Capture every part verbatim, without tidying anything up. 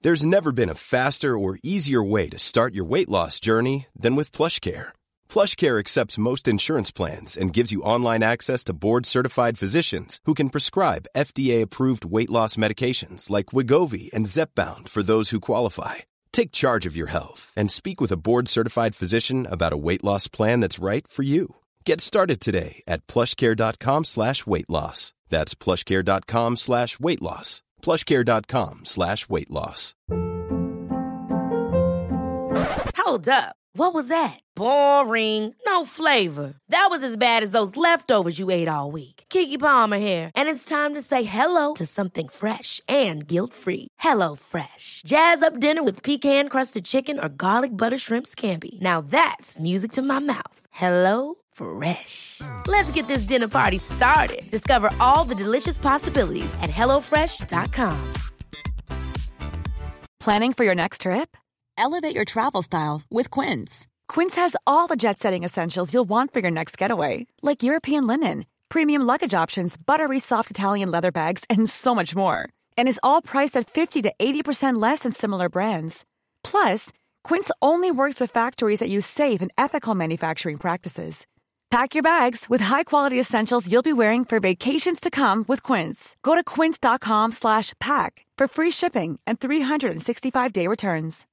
There's never been a faster or easier way to start your weight loss journey than with PlushCare. PlushCare accepts most insurance plans and gives you online access to board-certified physicians who can prescribe F D A-approved weight loss medications like Wegovy and Zepbound for those who qualify. Take charge of your health and speak with a board-certified physician about a weight loss plan that's right for you. Get started today at plushcare.com slash weight loss. That's plushcare.com slash weight loss. plushcare.com slash weight loss. Hold up. What was that? Boring. No flavor. That was as bad as those leftovers you ate all week. Keke Palmer here, and it's time to say hello to something fresh and guilt-free. Hello Fresh. Jazz up dinner with pecan-crusted chicken or garlic butter shrimp scampi. Now that's music to my mouth. Hello Fresh. Let's get this dinner party started. Discover all the delicious possibilities at hello fresh dot com. Planning for your next trip? Elevate your travel style with Quince. Quince has all the jet-setting essentials you'll want for your next getaway, like European linen, premium luggage options, buttery soft Italian leather bags, and so much more. And is all priced at fifty to eighty percent less than similar brands. Plus, Quince only works with factories that use safe and ethical manufacturing practices. Pack your bags with high-quality essentials you'll be wearing for vacations to come with Quince. Go to quince.com slash pack for free shipping and three sixty-five day returns.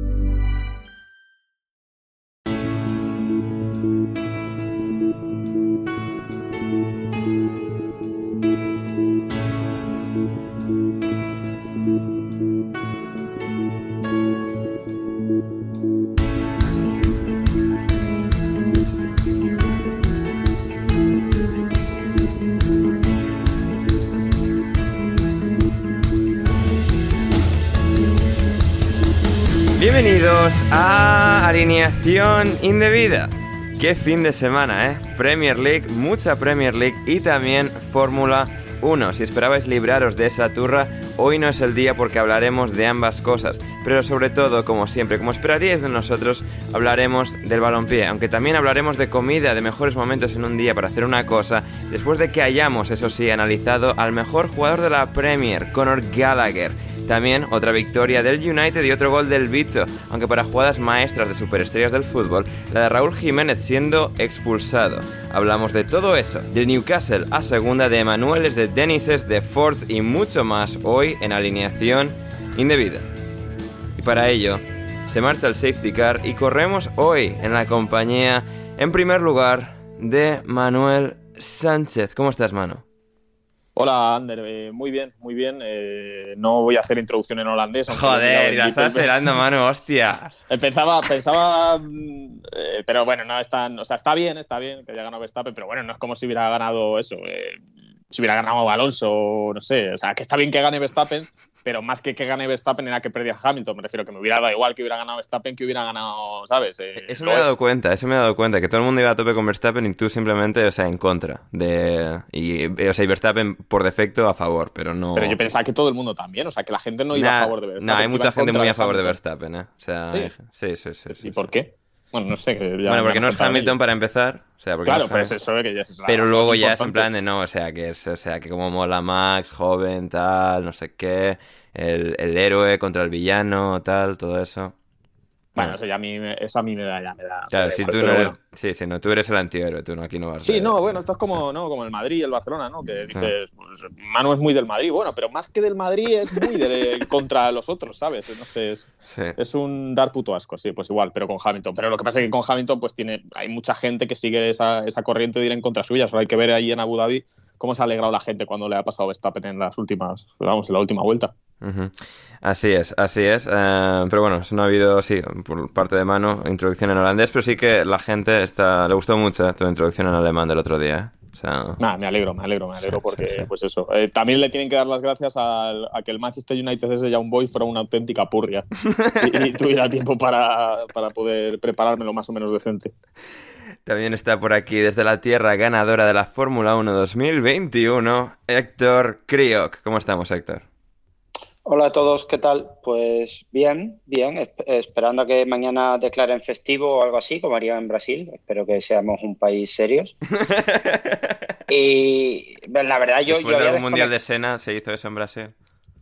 Bienvenidos a Alineación Indebida. Qué fin de semana, ¿eh? Premier League, mucha Premier League y también Fórmula uno. Si esperabais libraros de esa turra, hoy no es el día porque hablaremos de ambas cosas. Pero sobre todo, como siempre, como esperaríais de nosotros, hablaremos del balompié. Aunque también hablaremos de comida, de mejores momentos en un día para hacer una cosa, después de que hayamos, eso sí, analizado al mejor jugador de la Premier, Conor Gallagher. También otra victoria del United y otro gol del Bicho, aunque para jugadas maestras de superestrellas del fútbol, la de Raúl Jiménez siendo expulsado. Hablamos de todo eso, del Newcastle a segunda, de Emanueles, de Denises, de Fords y mucho más hoy en Alineación Indebida. Y para ello, se marcha el safety car y corremos hoy en la compañía, en primer lugar, de Manuel Sánchez. ¿Cómo estás, Manu? Hola, Ander. Eh, muy bien, muy bien. Eh, no voy a hacer introducción en holandés. Joder, la estás esperando, Manu, hostia. Empezaba, pensaba... Eh, pero bueno, no es tan... O sea, está bien, está bien que haya ganado Verstappen, pero bueno, no es como si hubiera ganado eso. Eh, si hubiera ganado Alonso, no sé. O sea, que está bien que gane Verstappen, pero más que que gane Verstappen era que perdía Hamilton. Me refiero que me hubiera dado igual que hubiera ganado Verstappen que hubiera ganado, ¿sabes? Eh, eso me he dado cuenta, eso me he dado cuenta, que todo el mundo iba a tope con Verstappen y tú simplemente, o sea, en contra. de y, O sea, y Verstappen por defecto a favor, pero no... Pero yo pensaba que todo el mundo también, o sea, que la gente no iba nah, a favor de Verstappen. No, hay mucha gente muy a favor de de Verstappen, ¿eh? O sea, sí, sí, sí, sí. sí ¿Y por sí. qué? Bueno, no sé. Ya bueno, porque no es Hamilton para empezar. O sea, porque claro, no es pues eso, que ya es la Pero luego ya importante. es en plan de no, o sea, que es, o sea, que como mola Max, joven, tal, no sé qué, el, el héroe contra el villano, tal, todo eso. Bueno, eso, ya a mí, eso a mí me da... Ya me da claro, me da si igual, tú no eres... Bueno. Sí, sí, no, tú eres el antihéroe, tú no, aquí no vas Sí, de... no, bueno, esto es como, ¿no? como el Madrid y el Barcelona, ¿no? Que dices, pues, Manu es muy del Madrid, bueno, pero más que del Madrid es muy de, contra los otros, ¿sabes? No sé, es, sí. es un dar puto asco, sí, pues igual, pero con Hamilton. Pero lo que pasa es que con Hamilton, pues tiene, hay mucha gente que sigue esa, esa corriente de ir en contra suya. Solo hay que ver ahí en Abu Dhabi cómo se ha alegrado la gente cuando le ha pasado Verstappen en las últimas, vamos, en la última vuelta. Uh-huh. Así es, así es. Uh, pero bueno, no ha habido, sí, por parte de Manu, introducción en holandés, pero sí que la gente está, le gustó mucho eh, tu introducción en alemán del otro día. ¿eh? O sea... Nah, me alegro, me alegro, me alegro sí, porque, sí, sí. pues eso. Eh, también le tienen que dar las gracias al, a que el Manchester United ese Young Boys fuera una auténtica purria y, y tuviera tiempo para, para poder preparármelo más o menos decente. También está por aquí, desde la tierra ganadora de la Fórmula uno dos mil veintiuno, Héctor Kriok. ¿Cómo estamos, Héctor? Hola a todos, ¿qué tal? Pues bien, bien, esp- esperando a que mañana declaren festivo o algo así, como harían en Brasil. Espero que seamos un país serios. Y la verdad, yo, Después yo del había Mundial desconect- de Sena se hizo eso en Brasil.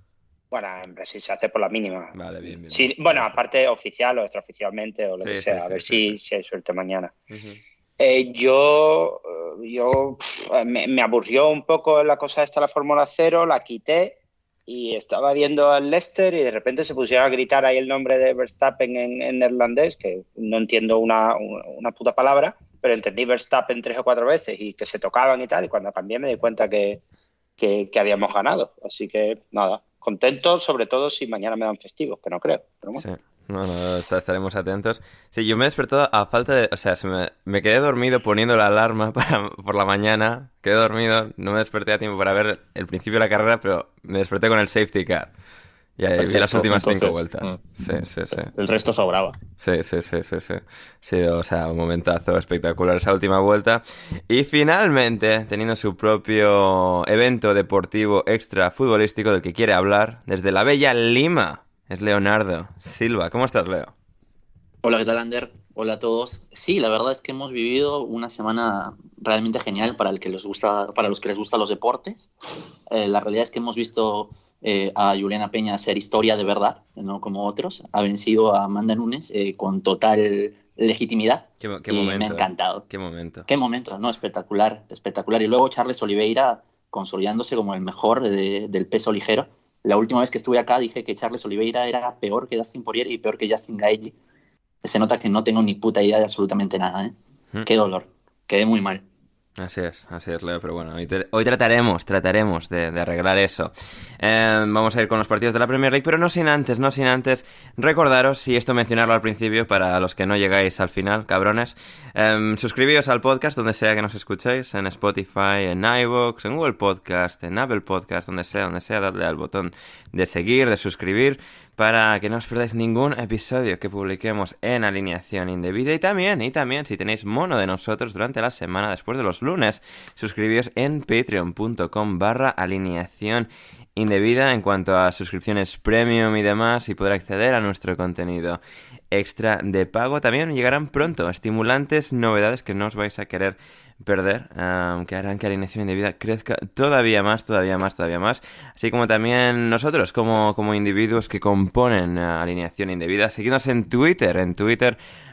Bueno, en Brasil se hace por la mínima. Vale, bien, bien. Sí, bueno, aparte oficial o extraoficialmente o lo Sí, que sí, sea, sí, a ver sí, si, sí. si hay suerte mañana. Uh-huh. Eh, yo yo pff, me, me aburrió un poco la cosa esta, la Fórmula Cero, la quité y estaba viendo al Leicester y de repente se pusieron a gritar ahí el nombre de Verstappen en, en neerlandés, que no entiendo una, una puta palabra, pero entendí Verstappen tres o cuatro veces y que se tocaban y tal, y cuando cambié me di cuenta que, que, que habíamos ganado. Así que nada, contento, sobre todo si mañana me dan festivos, que no creo. Pero bueno. Sí. No, no, está- estaremos atentos. Sí, yo me he despertado a falta de... O sea, se me, me quedé dormido poniendo la alarma para, por la mañana. Quedé dormido, no me desperté a tiempo para ver el principio de la carrera, pero me desperté con el safety car. Y ahí vi Perfecto, las últimas cinco entonces, vueltas. mm. Sí, sí, sí. El resto sobraba. Sí, sí, sí, sí, sí. Sí, o sea, un momentazo espectacular esa última vuelta. Y finalmente, teniendo su propio evento deportivo extra futbolístico del que quiere hablar, desde la bella Lima, es Leonardo Silva. ¿Cómo estás, Leo? Hola, ¿qué tal, Ander? Hola a todos. Sí, la verdad es que hemos vivido una semana realmente genial para el que les gusta, para los que les gustan los deportes. Eh, la realidad es que hemos visto eh, a Juliana Peña hacer historia de verdad, no como otros. Ha vencido a Amanda Nunes eh, con total legitimidad. Qué, qué y momento. me ha encantado. Qué momento. Qué momento, ¿no? Espectacular, espectacular. Y luego Charles Oliveira consolidándose como el mejor de, del peso ligero. La última vez que estuve acá dije que Charles Oliveira era peor que Dustin Poirier y peor que Justin Gaethje. Se nota que no tengo ni puta idea de absolutamente nada, ¿eh? Hmm. Qué dolor. Quedé muy mal. Así es, así es, Leo, pero bueno, hoy, te, hoy trataremos, trataremos de, de arreglar eso. Eh, vamos a ir con los partidos de la Premier League, pero no sin antes, no sin antes recordaros, y esto mencionarlo al principio para los que no llegáis al final, cabrones, eh, suscribíos al podcast donde sea que nos escuchéis, en Spotify, en iVoox, en Google Podcast, en Apple Podcast, donde sea, donde sea, dadle al botón de seguir, de suscribir, para que no os perdáis ningún episodio que publiquemos en Alineación Indebida. Y también, y también, si tenéis mono de nosotros durante la semana, después de los lunes, suscribíos en patreon.com barra alineación indebida en cuanto a suscripciones premium y demás, y poder acceder a nuestro contenido extra de pago. También llegarán pronto estimulantes novedades que no os vais a querer perder, um, que harán que Alineación Indebida crezca todavía más, todavía más, todavía más, así como también nosotros como, como individuos que componen uh, Alineación Indebida. Seguidnos en Twitter, en Twitter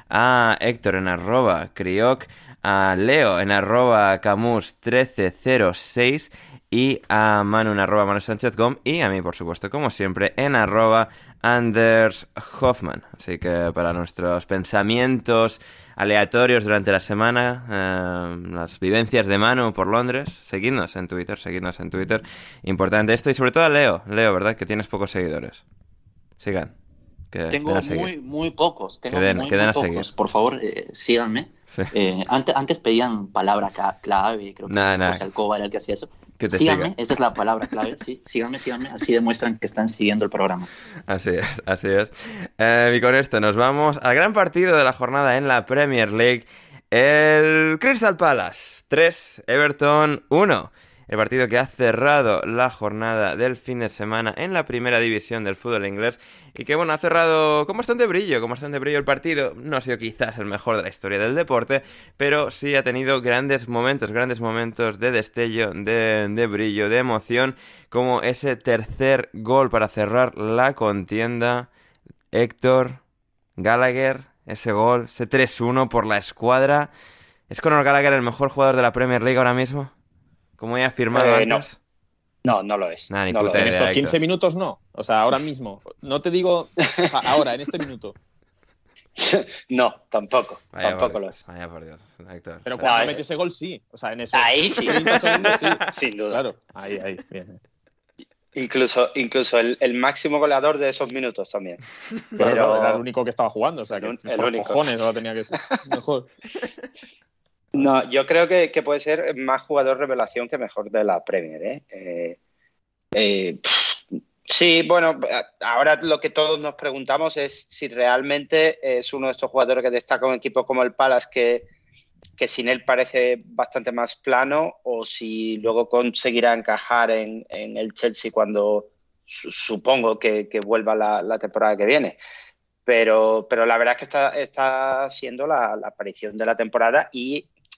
a Héctor en arroba crioc, a Leo en arroba camus trece cero seis y a Manu en arroba Manu Sánchez Gom, y a mí, por supuesto, como siempre, en arroba Anders Hoffman. Así que para nuestros pensamientos aleatorios durante la semana, eh, las vivencias de Manu por Londres, seguidnos en Twitter, seguidnos en Twitter. Importante esto, y sobre todo a Leo, Leo, ¿verdad? Que tienes pocos seguidores. Sigan. Que Tengo den a seguir. muy, muy pocos. Tengo Que den- muy, que den muy a pocos. seguir. Por favor, eh, síganme. Sí. Eh, antes, antes pedían palabra ca- clave, creo que Nah, nah. José Alcoba era el que hacía eso. Que te Síganme, siga. esa es la palabra clave, sí. Síganme, síganme. Así demuestran que están siguiendo el programa. Así es, así es. Eh, y con esto nos vamos al gran partido de la jornada en la Premier League. El Crystal Palace tres, Everton uno. El partido que ha cerrado la jornada del fin de semana en la primera división del fútbol inglés, y que, bueno, ha cerrado con bastante brillo, con bastante brillo el partido. No ha sido quizás el mejor de la historia del deporte, pero sí ha tenido grandes momentos, grandes momentos de destello, de, de brillo, de emoción, como ese tercer gol para cerrar la contienda. Héctor, Gallagher, ese gol, ese tres uno por la escuadra. ¿Es Conor Gallagher el mejor jugador de la Premier League ahora mismo? Como ya he afirmado Eh, no. antes. No, no lo es. Nah, ni no lo puta En es. idea. estos Héctor. quince minutos no. O sea, ahora mismo. No te digo o sea, ahora, en este minuto. No, tampoco. Vaya tampoco por lo Dios, es. vaya por Dios, Héctor. Pero O sea, cuando eh. metió ese gol, sí. O sea, en esos Ahí sí. treinta segundos, sí. Sin duda. Claro, ahí, ahí. Bien. Incluso, incluso el, el máximo goleador de esos minutos también. Claro, Pero- claro, era el único que estaba jugando. O sea, que El un- el por único. cojones ahora tenía que ser mejor. No, yo creo que, que puede ser más jugador revelación que mejor de la Premier, ¿eh? Eh, eh, pff, sí, bueno, ahora lo que todos nos preguntamos es si realmente es uno de estos jugadores que destaca un equipo como el Palace, que, que sin él parece bastante más plano, o si luego conseguirá encajar en, en el Chelsea cuando su- supongo que, que vuelva la, la temporada que viene. Pero, pero la verdad es que está, está siendo la, la aparición de la temporada, y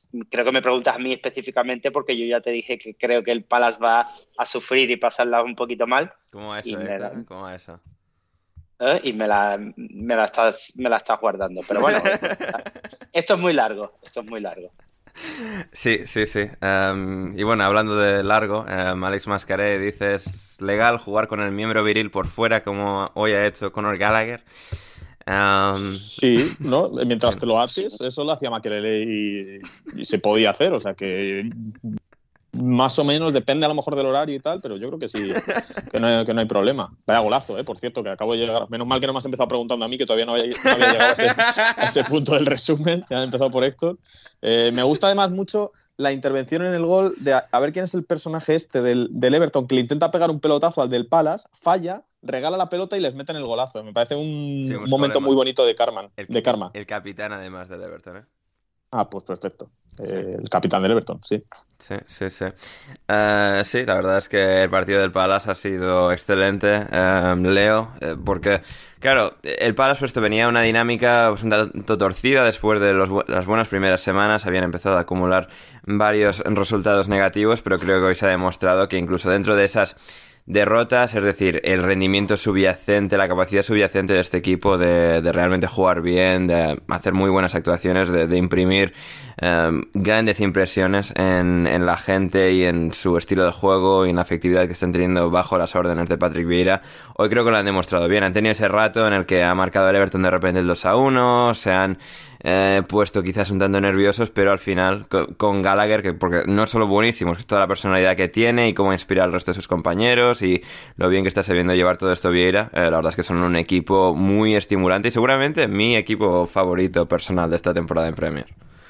creo que me preguntas a mí específicamente porque yo ya te dije que creo que el Palace va a sufrir y pasarla un poquito mal. ¿Cómo va eso, Héctor? La... ¿Cómo va eso? ¿Eh? Y me la, me, la estás, me la estás guardando. Pero bueno, esto es muy largo, esto es muy largo. Sí, sí, sí. Um, y bueno, hablando de largo, um, Alex Mascaré dice: ¿es legal jugar con el miembro viril por fuera como hoy ha hecho Conor Gallagher? Um... Sí, ¿no? Mientras te lo haces, eso lo hacía Makelele y, y se podía hacer, o sea que más o menos depende a lo mejor del horario y tal, pero yo creo que sí, que no hay, que no hay problema. Vaya golazo, ¿eh? Por cierto, que acabo de llegar. Menos mal que no me has empezado preguntando a mí, que todavía no había, no había llegado a ese, a ese punto del resumen. Ya he empezado por Héctor. Eh, me gusta además mucho la intervención en el gol de a, a ver quién es el personaje este del, del Everton, que le intenta pegar un pelotazo al del Palace, falla, regala la pelota y les meten el golazo. Me parece un, sí, un momento muy bonito de Karma. El, de Karma. El capitán, además, del Everton, ¿eh? Ah, pues perfecto. Sí. Eh, el capitán del Everton, sí. Sí, sí, sí. Uh, sí, la verdad es que el partido del Palace ha sido excelente, um, Leo, eh, porque, claro, el Palace pues venía una dinámica pues, un tanto torcida después de los, las buenas primeras semanas, habían empezado a acumular varios resultados negativos, pero creo que hoy se ha demostrado que incluso dentro de esas derrotas, es decir, el rendimiento subyacente, la capacidad subyacente de este equipo de, de realmente jugar bien, de hacer muy buenas actuaciones, de, de imprimir um, grandes impresiones en, en la gente y en su estilo de juego y en la efectividad que están teniendo bajo las órdenes de Patrick Vieira. Hoy creo que lo han demostrado bien. Han tenido ese rato en el que ha marcado el Everton de repente el dos a uno, se han Eh, puesto quizás un tanto nerviosos, pero al final con, con Gallagher, que porque no es solo buenísimo, es toda la personalidad que tiene y cómo inspira al resto de sus compañeros y lo bien que está sabiendo llevar todo esto Vieira. Eh, la verdad es que son un equipo muy estimulante y seguramente mi equipo favorito personal de esta temporada en Premier.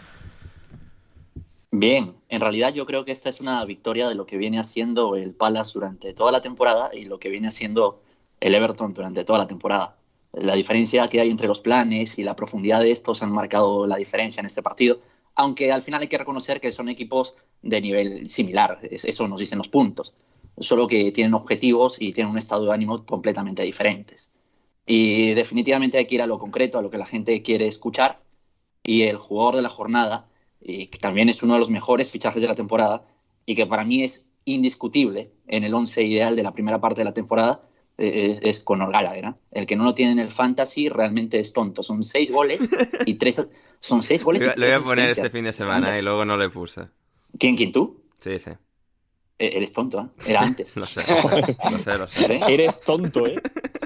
Bien, en realidad yo creo que esta es una victoria de lo que viene haciendo el Palace durante toda la temporada y lo que viene haciendo el Everton durante toda la temporada. La diferencia que hay entre los planes y la profundidad de estos han marcado la diferencia en este partido, aunque al final hay que reconocer que son equipos de nivel similar, eso nos dicen los puntos, solo que tienen objetivos y tienen un estado de ánimo completamente diferentes. Y definitivamente hay que ir a lo concreto, a lo que la gente quiere escuchar, y el jugador de la jornada, y que también es uno de los mejores fichajes de la temporada, y que para mí es indiscutible en el once ideal de la primera parte de la temporada, Es, es Conor Gallagher, ¿eh? El que no lo tiene en el fantasy realmente es tonto. Son seis goles y tres son seis goles y tres Lo voy a poner este fin de semana ¿eh? Y luego no le puse. ¿Quién, quién tú? Sí, sí. Eh, eres tonto, ¿eh? Era antes. Lo sé, lo sé, lo sé. ¿Eh? Eres tonto, ¿eh?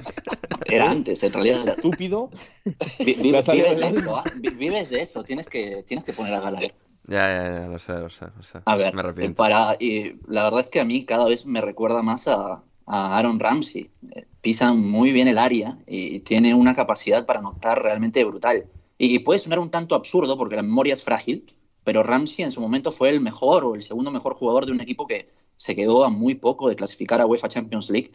Era antes, en realidad. Estúpido. Vi, vi, vives de esto, ¿eh? Vives de esto. Tienes que, tienes que poner a Gallagher. Ya, ya, ya, lo sé, lo sé, lo sé. A ver, me arrepiento. Para, y la verdad es que a mí cada vez me recuerda más a a Aaron Ramsey. Pisa muy bien el área y tiene una capacidad para anotar realmente brutal. Y puede sonar un tanto absurdo porque la memoria es frágil, pero Ramsey en su momento fue el mejor o el segundo mejor jugador de un equipo que se quedó a muy poco de clasificar a UEFA Champions League.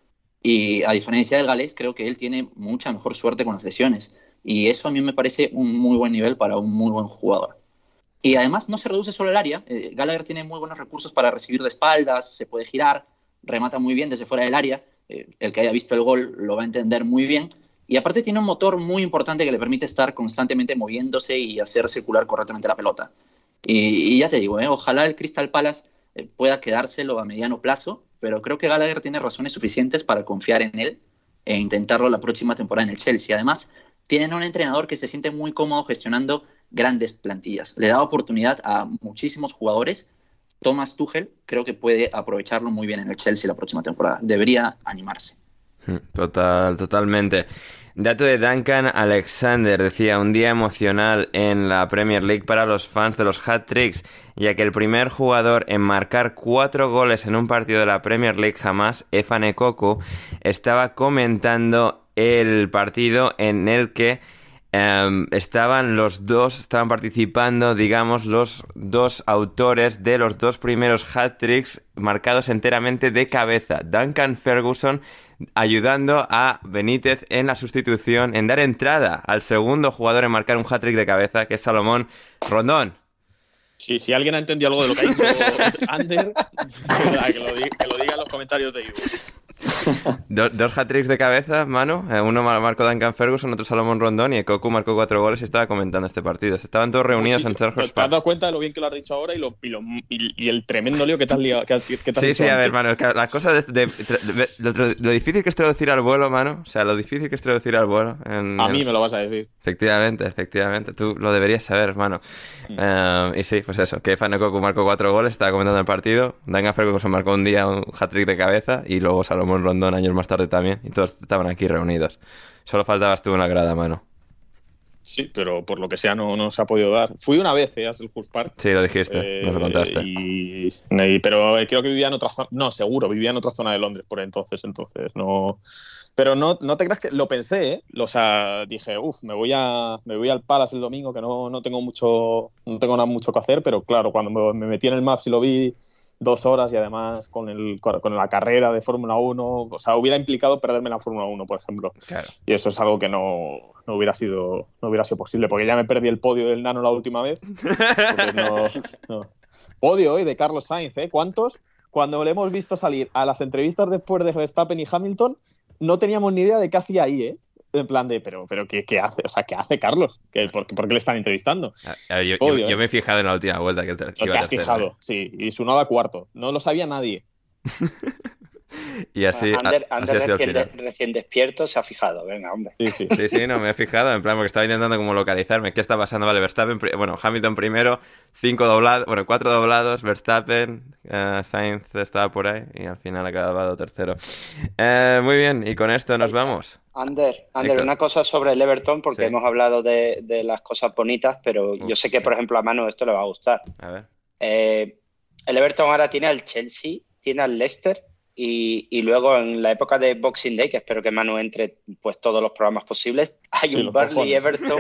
Y a diferencia del galés, creo que él tiene mucha mejor suerte con las lesiones. Y eso a mí me parece un muy buen nivel para un muy buen jugador. Y además no se reduce solo el área. Eh, Gallagher tiene muy buenos recursos para recibir de espaldas, se puede girar, remata muy bien desde fuera del área, eh, el que haya visto el gol lo va a entender muy bien, y aparte tiene un motor muy importante que le permite estar constantemente moviéndose y hacer circular correctamente la pelota. Y, y ya te digo, eh, ojalá el Crystal Palace eh, pueda quedárselo a mediano plazo, pero creo que Gallagher tiene razones suficientes para confiar en él e intentarlo la próxima temporada en el Chelsea. Además, tienen un entrenador que se siente muy cómodo gestionando grandes plantillas. Le da oportunidad a muchísimos jugadores. Thomas Tuchel creo que puede aprovecharlo muy bien en el Chelsea la próxima temporada. Debería animarse. Total, totalmente. Dato de Duncan Alexander, decía: un día emocional en la Premier League para los fans de los hat-tricks, ya que el primer jugador en marcar cuatro goles en un partido de la Premier League jamás, Efa Nekoku, estaba comentando el partido en el que Um, estaban los dos, estaban participando, digamos, los dos autores de los dos primeros hat-tricks marcados enteramente de cabeza. Duncan Ferguson ayudando a Benítez en la sustitución, en dar entrada al segundo jugador en marcar un hat-trick de cabeza, que es Salomón Rondón. Sí, si alguien ha entendido algo de lo que ha dicho Ander, que lo diga, que lo diga en los comentarios de YouTube. dos, dos hat-tricks de cabeza, Manu. Uno marcó Duncan Ferguson, otro Salomón Rondón, y Ekoku marcó cuatro goles y estaba comentando este partido. Estaban todos reunidos sí, en Selhurst Park. ¿Te has dado cuenta de lo bien que lo has dicho ahora y, lo, y, lo, y, y el tremendo lío que te has liado? Que, que te has sí, sí, antes? a ver, Manu, las cosas de, de, de, de lo, lo difícil que es traducir al vuelo, Manu. O sea, lo difícil que es traducir al vuelo. En, a en... mí me lo vas a decir. Efectivamente, efectivamente. Tú lo deberías saber, Manu. Mm. Uh, y sí, pues eso, que Ekoku marcó cuatro goles, estaba comentando el partido. Duncan Ferguson marcó un día un hat-trick de cabeza y luego Salomón Rondón años más tarde también. Y todos estaban aquí reunidos. Solo faltabas tú en la grada, Manu. Sí, pero por lo que sea no, no se ha podido dar. Fui una vez eh, a Selhurst Park. Sí, lo dijiste, eh, nos lo contaste. Y, y, pero creo que vivía en otra zona. No, seguro, vivía en otra zona de Londres por entonces. Entonces, no. Pero no, no te creas que lo pensé, ¿eh? O sea, dije, uff, me voy a me voy al Palace el domingo, que no, no tengo mucho no tengo nada mucho que hacer, pero claro, cuando me, me metí en el Maps y lo vi dos horas y además con el con la carrera de Fórmula uno, o sea, hubiera implicado perderme la Fórmula uno, por ejemplo. Claro. Y eso es algo que no, no hubiera sido no hubiera sido posible, porque ya me perdí el podio del Nano la última vez. No, no. Podio hoy de Carlos Sainz, ¿eh? ¿Cuántos? Cuando le hemos visto salir a las entrevistas después de Verstappen y Hamilton, no teníamos ni idea de qué hacía ahí, ¿eh? En plan de, pero, pero ¿qué, qué hace? O sea, ¿qué hace Carlos? ¿Qué, por, ¿Por qué le están entrevistando? A ver, yo, Podio, yo, yo me he fijado en la última vuelta. Que te, que te has fijado, ¿eh? Sí, y su nada cuarto. No lo sabía nadie. Y así, Ander, a, Ander así recién, de, recién despierto se ha fijado, venga, hombre. Sí, sí, sí, sí, no, me he fijado, en plan, porque estaba intentando como localizarme. ¿Qué está pasando? Vale, Verstappen, bueno, Hamilton primero, cinco doblados, bueno, cuatro doblados, Verstappen, uh, Sainz estaba por ahí y al final ha acabado tercero. Uh, muy bien, y con esto nos vamos. Ander, Ander una cosa sobre el Everton, porque sí. hemos hablado de, de las cosas bonitas, pero Uf, yo sé que, sí. por ejemplo, a Manu esto le va a gustar. A ver. Eh, el Everton ahora tiene al Chelsea, tiene al Leicester. Y, y luego en la época de Boxing Day, que espero que Manu entre pues todos los programas posibles, hay sí, un Burnley Everton,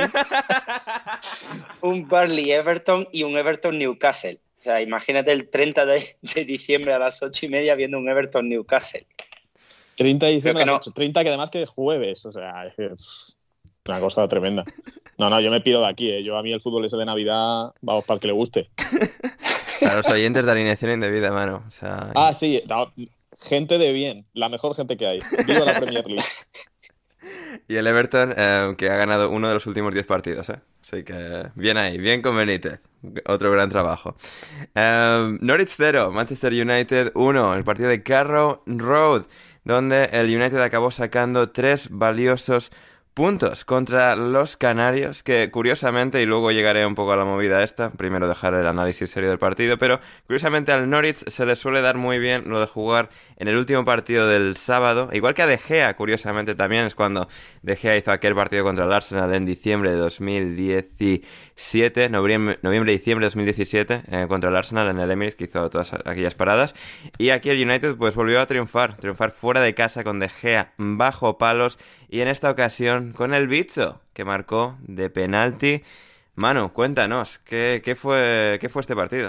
un Burnley Everton y un Everton Newcastle. O sea, imagínate el treinta de, de diciembre a las ocho y media viendo un Everton Newcastle. treinta de diciembre a las ocho, treinta que además que es jueves, o sea, es una cosa tremenda. No, no, yo me piro de aquí, ¿eh? Yo a mí el fútbol ese de Navidad, vamos, para el que le guste. Para los oyentes de Alineación Indebida, mano. O sea, ah, sí, no, gente de bien, la mejor gente que hay. Viva la Premier League. Y el Everton, eh, que ha ganado uno de los últimos diez partidos, ¿eh? Así que bien ahí, bien con Benítez. Otro gran trabajo. Um, Norwich cero, Manchester United uno, el partido de Carrow Road, donde el United acabó sacando tres valiosos puntos contra los canarios, que curiosamente, y luego llegaré un poco a la movida esta, primero dejar el análisis serio del partido, pero curiosamente al Norwich se le suele dar muy bien lo de jugar en el último partido del sábado, igual que a De Gea, curiosamente también, es cuando De Gea hizo aquel partido contra el Arsenal en diciembre de dos mil diecisiete, noviembre, noviembre-diciembre de dos mil diecisiete, eh, contra el Arsenal en el Emirates, que hizo todas aquellas paradas, y aquí el United pues volvió a triunfar, triunfar fuera de casa con De Gea bajo palos, y en esta ocasión con el bicho que marcó de penalti. Manu, cuéntanos, ¿qué, qué, fue, ¿qué fue este partido?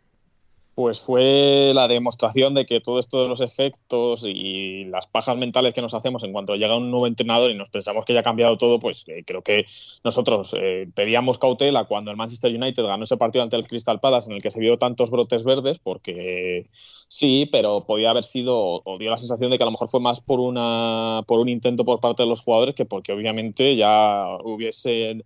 Pues fue la demostración de que todo esto de los efectos y las pajas mentales que nos hacemos en cuanto llega un nuevo entrenador y nos pensamos que ya ha cambiado todo, pues eh, creo que nosotros eh, pedíamos cautela cuando el Manchester United ganó ese partido ante el Crystal Palace en el que se vio tantos brotes verdes, porque sí, pero podía haber sido, o dio la sensación de que a lo mejor fue más por, una, por un intento por parte de los jugadores que porque obviamente ya hubiesen...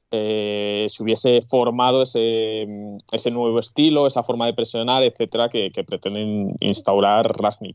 Eh, se hubiese formado ese, ese nuevo estilo, esa forma de presionar, etcétera, que, que pretenden instaurar Rangnick.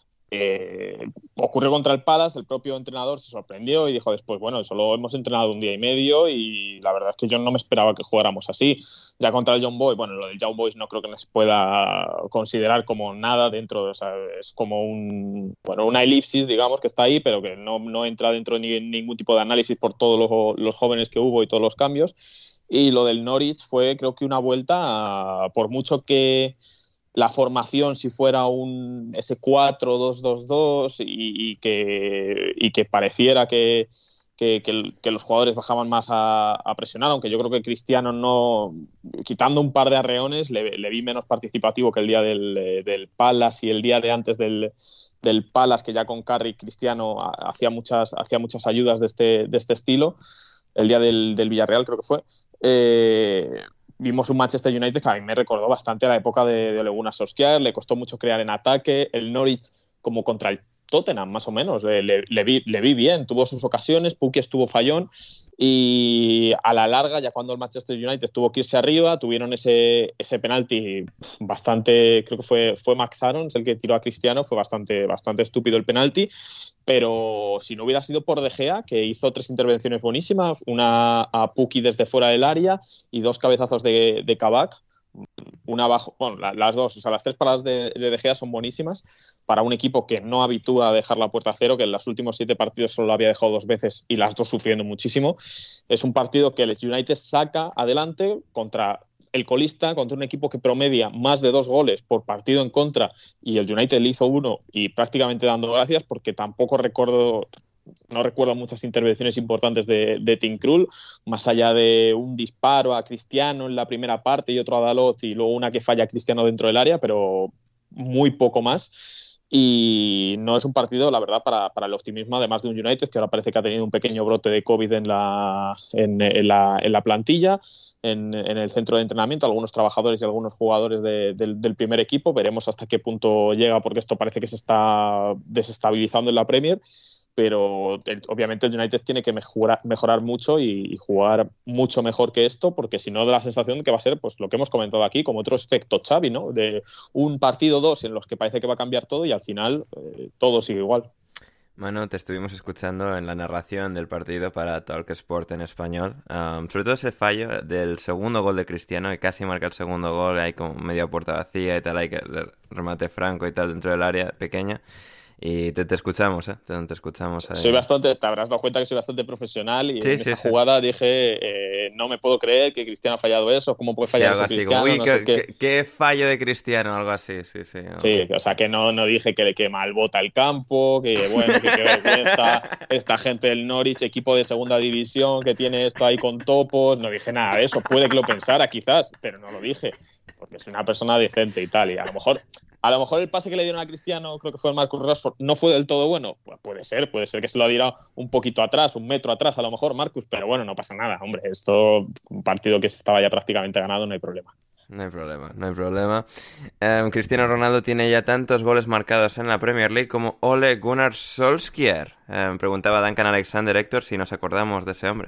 Eh, ocurrió contra el Palace, el propio entrenador se sorprendió y dijo después, bueno, solo hemos entrenado un día y medio y la verdad es que yo no me esperaba que jugáramos así. Ya contra el Young Boys, bueno, lo del Young Boys no creo que se pueda considerar como nada dentro, o sea, es como un, bueno, una elipsis, digamos, que está ahí, pero que no, no entra dentro de ni, ningún tipo de análisis por todos los, los jóvenes que hubo y todos los cambios. Y lo del Norwich fue, creo que una vuelta, a, por mucho que la formación si fuera un ese cuatro dos dos dos y, y, que, y que pareciera que, que, que, que los jugadores bajaban más a, a presionar, aunque yo creo que Cristiano no, quitando un par de arreones, le, le vi menos participativo que el día del, del Palace y el día de antes del, del Palace, que ya con Carrick Cristiano hacía muchas, hacía muchas ayudas de este, de este estilo, el día del, del Villarreal creo que fue. Eh, Vimos un Manchester United que a mí me recordó bastante a la época de, de Ole Gunnar Solskjaer, le costó mucho crear en ataque. El Norwich, como contra el Tottenham, más o menos. Le, le, le, vi, le vi bien, tuvo sus ocasiones, Pukki estuvo fallón y a la larga, ya cuando el Manchester United tuvo que irse arriba, tuvieron ese, ese penalti bastante, creo que fue, fue Max Aarons el que tiró a Cristiano, fue bastante, bastante estúpido el penalti, pero si no hubiera sido por De Gea, que hizo tres intervenciones buenísimas, una a Pukki desde fuera del área y dos cabezazos de, de Kabak, una abajo, bueno, la, las dos, o sea, las tres paradas de, de De Gea son buenísimas para un equipo que no habitúa a dejar la puerta a cero, que en los últimos siete partidos solo lo había dejado dos veces y las dos sufriendo muchísimo. Es un partido que el United saca adelante contra el colista, contra un equipo que promedia más de dos goles por partido en contra, y el United le hizo uno y prácticamente dando gracias, porque tampoco recuerdo... No recuerdo muchas intervenciones importantes de, de Tim Krul, más allá de un disparo a Cristiano en la primera parte y otro a Dalot y luego una que falla a Cristiano dentro del área, pero muy poco más. Y no es un partido, la verdad, para, para el optimismo, además de un United que ahora parece que ha tenido un pequeño brote de COVID en la, en, en la, en la plantilla, en, en el centro de entrenamiento, algunos trabajadores y algunos jugadores de, de, del primer equipo. Veremos hasta qué punto llega, porque esto parece que se está desestabilizando en la Premier. Pero el, obviamente el United tiene que mejorar, mejorar mucho y, y jugar mucho mejor que esto, porque si no da la sensación de que va a ser pues lo que hemos comentado aquí, como otro efecto Xavi, ¿no? De un partido dos en los que parece que va a cambiar todo y al final eh, todo sigue igual. Manu, te estuvimos escuchando en la narración del partido para Talk Sport en español. Um, sobre todo ese fallo del segundo gol de Cristiano, que casi marca el segundo gol, hay como media puerta vacía y tal, hay que remate franco y tal dentro del área pequeña. Y te, te escuchamos, ¿eh? Te, te escuchamos ahí. Soy bastante, te habrás dado cuenta que soy bastante profesional y sí, en sí, esa sí. jugada dije, eh, no me puedo creer que Cristiano ha fallado eso, ¿cómo puede fallar sí, eso así, Cristiano? Como, Uy, no qué, sé qué. Qué, qué fallo de Cristiano, algo así, sí, sí. No. Sí, o sea, que no, no dije que, que mal bota el campo, que bueno, que qué vergüenza, esta gente del Norwich, equipo de segunda división, que tiene esto ahí con topos, no dije nada de eso, puede que lo pensara quizás, pero no lo dije, porque soy una persona decente y tal, y a lo mejor... A lo mejor el pase que le dieron a Cristiano, creo que fue el Marcus Rashford, no fue del todo bueno. Pues puede ser, puede ser que se lo diera un poquito atrás, un metro atrás a lo mejor Marcus, pero bueno, no pasa nada, hombre. Esto, un partido que estaba ya prácticamente ganado, no hay problema. No hay problema, no hay problema. Um, Cristiano Ronaldo tiene ya tantos goles marcados en la Premier League como Ole Gunnar Solskjaer. Um, preguntaba Duncan Alexander, Héctor, si nos acordamos de ese hombre.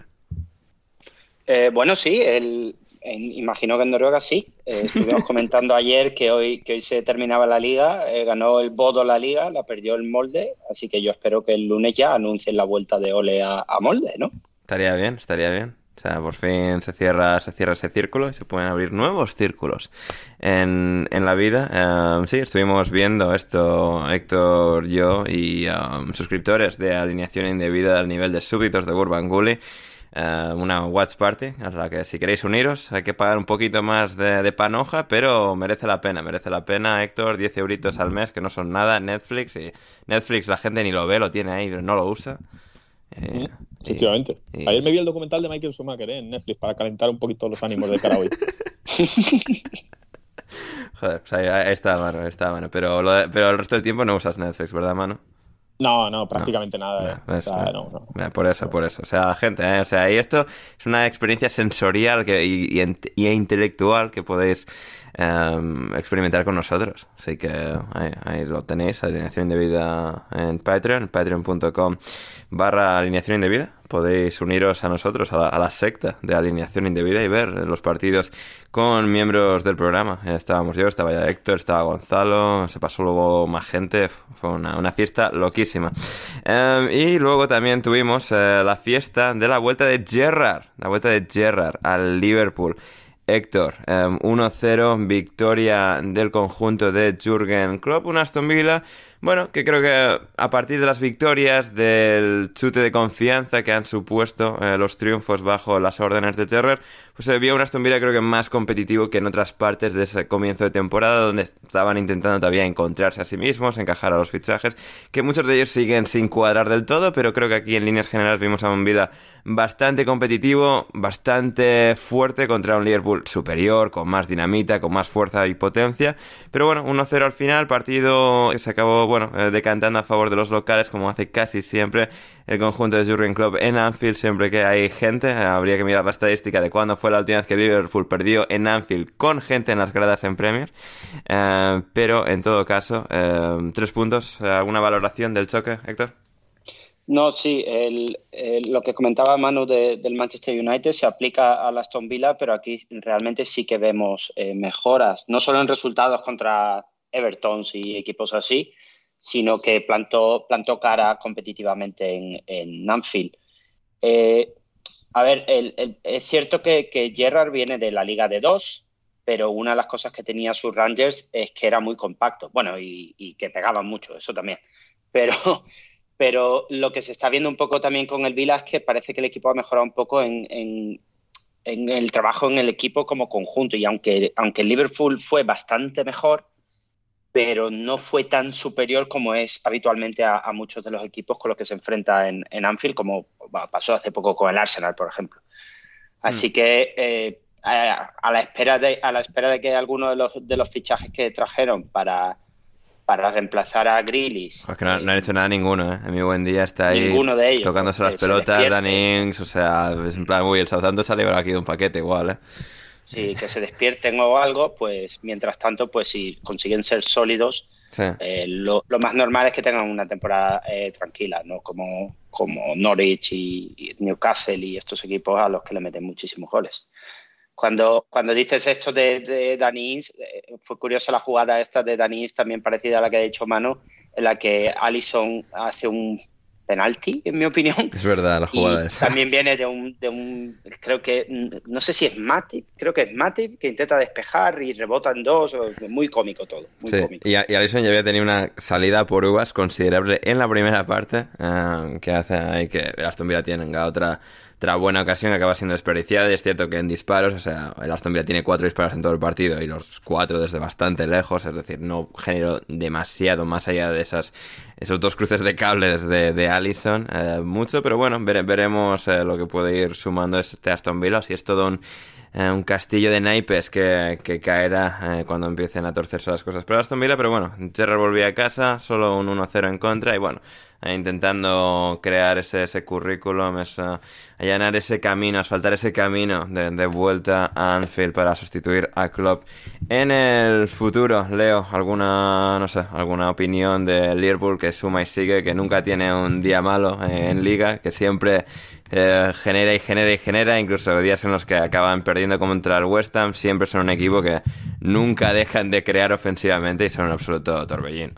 Eh, bueno, sí, el... En, imagino que en Noruega sí. Eh, estuvimos comentando ayer que hoy, que hoy se terminaba la liga, eh, ganó el Bodo la liga, la perdió el Molde, así que yo espero que el lunes ya anuncien la vuelta de Ole a, a Molde, ¿no? Estaría bien, estaría bien. O sea, por fin se cierra, se cierra ese círculo y se pueden abrir nuevos círculos en, en la vida. Um, sí, estuvimos viendo esto, Héctor, yo y um, suscriptores de Alineación Indebida al nivel de súbditos de Urban Gully. Uh, una watch party a la que si queréis uniros hay que pagar un poquito más de, de panoja, pero merece la pena, merece la pena, Héctor, diez euritos al mes, que no son nada. Netflix, y Netflix la gente ni lo ve, lo tiene ahí, no lo usa. Eh, Efectivamente. Y, y... Ayer me vi el documental de Michael Schumacher ¿eh? en Netflix para calentar un poquito los ánimos de cara hoy. Joder, pues ahí, ahí está, mano, ahí está, mano. Pero, lo de, pero el resto del tiempo no usas Netflix, ¿verdad, mano? No, no, prácticamente no, nada. No, eh. es, o sea, no, no. Por eso, por eso. O sea, gente, ¿eh? O sea, y esto es una experiencia sensorial que, y, y, y intelectual que podéis um, experimentar con nosotros. Así que ahí, ahí lo tenéis, Alineación Indebida en Patreon, patreon.com barra Alineación Indebida. Podéis uniros a nosotros, a la, a la secta de Alineación Indebida y ver los partidos con miembros del programa. Ya estábamos yo, estaba ya Héctor, estaba Gonzalo, se pasó luego más gente, fue una, una fiesta loquísima. Um, y luego también tuvimos uh, la fiesta de la vuelta de Gerrard, la vuelta de Gerrard al Liverpool. Héctor, um, uno cero, victoria del conjunto de Jürgen Klopp, un Aston Villa, bueno, que creo que a partir de las victorias, del chute de confianza que han supuesto eh, los triunfos bajo las órdenes de Gerrard, pues se vio un Aston Villa creo que más competitivo que en otras partes de ese comienzo de temporada, donde estaban intentando todavía encontrarse a sí mismos, encajar a los fichajes, que muchos de ellos siguen sin cuadrar del todo, pero creo que aquí en líneas generales vimos a un Villa bastante competitivo, bastante fuerte contra un Liverpool superior, con más dinamita, con más fuerza y potencia, pero bueno, uno cero al final, partido que se acabó acabó, bueno, eh, decantando a favor de los locales, como hace casi siempre el conjunto de Jurgen Klopp en Anfield. Siempre que hay gente, eh, habría que mirar la estadística de cuándo fue la última vez que Liverpool perdió en Anfield con gente en las gradas en Premier. Eh, pero, en todo caso, eh, tres puntos. ¿Alguna valoración del choque, Héctor? No, sí, el, el, lo que comentaba Manu de, del Manchester United se aplica al Aston Villa, pero aquí realmente sí que vemos eh, mejoras, no solo en resultados contra Everton y equipos así, sino que plantó, plantó cara competitivamente en, en Anfield. Eh, a ver, el, el, es cierto que, que Gerrard viene de la Liga de dos, pero una de las cosas que tenía sus Rangers es que era muy compacto, bueno, y, y que pegaban mucho, eso también, pero... Pero lo que se está viendo un poco también con el Villa es que parece que el equipo ha mejorado un poco en, en, en el trabajo en el equipo como conjunto. Y aunque, aunque el Liverpool fue bastante mejor, pero no fue tan superior como es habitualmente a, a muchos de los equipos con los que se enfrenta en, en Anfield, como pasó hace poco con el Arsenal, por ejemplo. Así mm. que eh, a, a, la espera de, a la espera de que alguno de los, de los fichajes que trajeron para... para reemplazar a Grealish. Pues que no, no han hecho nada ninguno, ¿eh? En mi buen día está ahí ninguno de ellos, tocándose las pelotas, Danny Ings, o sea, es en plan, uy, el Southampton se ha librado aquí de un paquete igual, ¿eh? Sí, que se despierten o algo, pues mientras tanto, pues si consiguen ser sólidos, sí. eh, lo, lo más normal es que tengan una temporada eh, tranquila, ¿no? Como, como Norwich y, y Newcastle y estos equipos a los que le meten muchísimos goles. Cuando, cuando dices esto de, de Danny Ings, eh, fue curiosa la jugada esta de Danny Ings, también parecida a la que ha dicho Manu, en la que Alisson hace un penalti, en mi opinión. Es verdad, la jugada y esa. También viene de un, de un, creo que, no sé si es Matip, creo que es Matip, que intenta despejar y rebota en dos, muy cómico todo, muy sí. cómico. Y, y Alisson ya había tenido una salida por uvas considerable en la primera parte, uh, que hace ahí que Aston Villa tenga otra... Otra buena ocasión que acaba siendo desperdiciada. Y es cierto que en disparos, o sea, el Aston Villa tiene cuatro disparos en todo el partido y los cuatro desde bastante lejos, es decir, no generó demasiado más allá de esas esos dos cruces de cables de, de Alisson, eh, mucho, pero bueno, vere, veremos eh, lo que puede ir sumando este Aston Villa, si es todo un, eh, un castillo de naipes que, que caerá eh, cuando empiecen a torcerse las cosas para Aston Villa, pero bueno, Gerrard volvía a casa, solo un uno cero en contra y bueno, eh, intentando crear ese, ese currículum, esa, allanar ese camino, asfaltar ese camino de, de vuelta a Anfield para sustituir a Klopp en el futuro. Leo, alguna, no sé, alguna opinión de Liverpool que suma y sigue, que nunca tiene un día malo eh, en Liga, que siempre eh, genera y genera y genera, incluso días en los que acaban perdiendo contra el West Ham, siempre son un equipo que nunca dejan de crear ofensivamente y son un absoluto torbellino.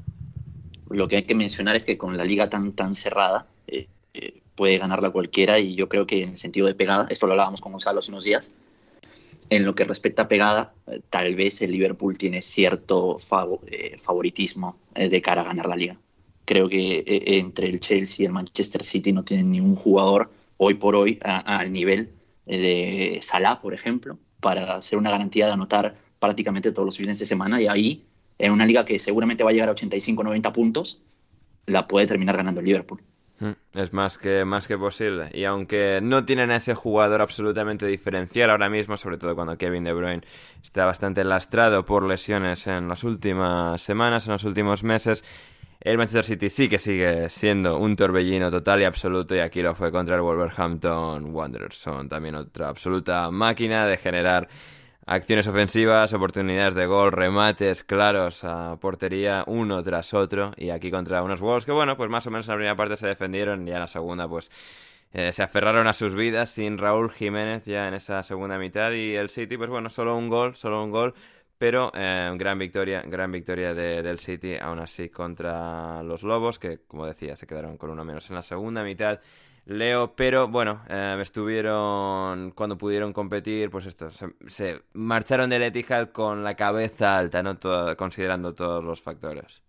Lo que hay que mencionar es que con la liga tan, tan cerrada eh, eh, puede ganarla cualquiera, y yo creo que en el sentido de pegada, esto lo hablábamos con Gonzalo hace unos días, en lo que respecta a pegada, eh, tal vez el Liverpool tiene cierto fav- eh, favoritismo eh, de cara a ganar la liga. Creo que eh, entre el Chelsea y el Manchester City no tienen ningún jugador hoy por hoy al nivel eh, de Salah, por ejemplo, para ser una garantía de anotar prácticamente todos los fines de semana, y ahí en una liga que seguramente va a llegar a ochenta y cinco noventa puntos, la puede terminar ganando el Liverpool. Es más que, más que posible. Y aunque no tienen a ese jugador absolutamente diferencial ahora mismo, sobre todo cuando Kevin De Bruyne está bastante lastrado por lesiones en las últimas semanas, en los últimos meses, el Manchester City sí que sigue siendo un torbellino total y absoluto, y aquí lo fue contra el Wolverhampton Wanderers. Son también otra absoluta máquina de generar acciones ofensivas, oportunidades de gol, remates claros a portería uno tras otro, y aquí contra unos Wolves que, bueno, pues más o menos en la primera parte se defendieron, y en la segunda pues eh, se aferraron a sus vidas sin Raúl Jiménez ya en esa segunda mitad, y el City pues bueno, solo un gol, solo un gol, pero eh, gran victoria, gran victoria de, del City aún así contra los Lobos, que como decía se quedaron con uno menos en la segunda mitad. Leo, pero bueno, eh, estuvieron cuando pudieron competir, pues esto, se, se marcharon del Etihad con la cabeza alta, ¿no? Todo, considerando todos los factores.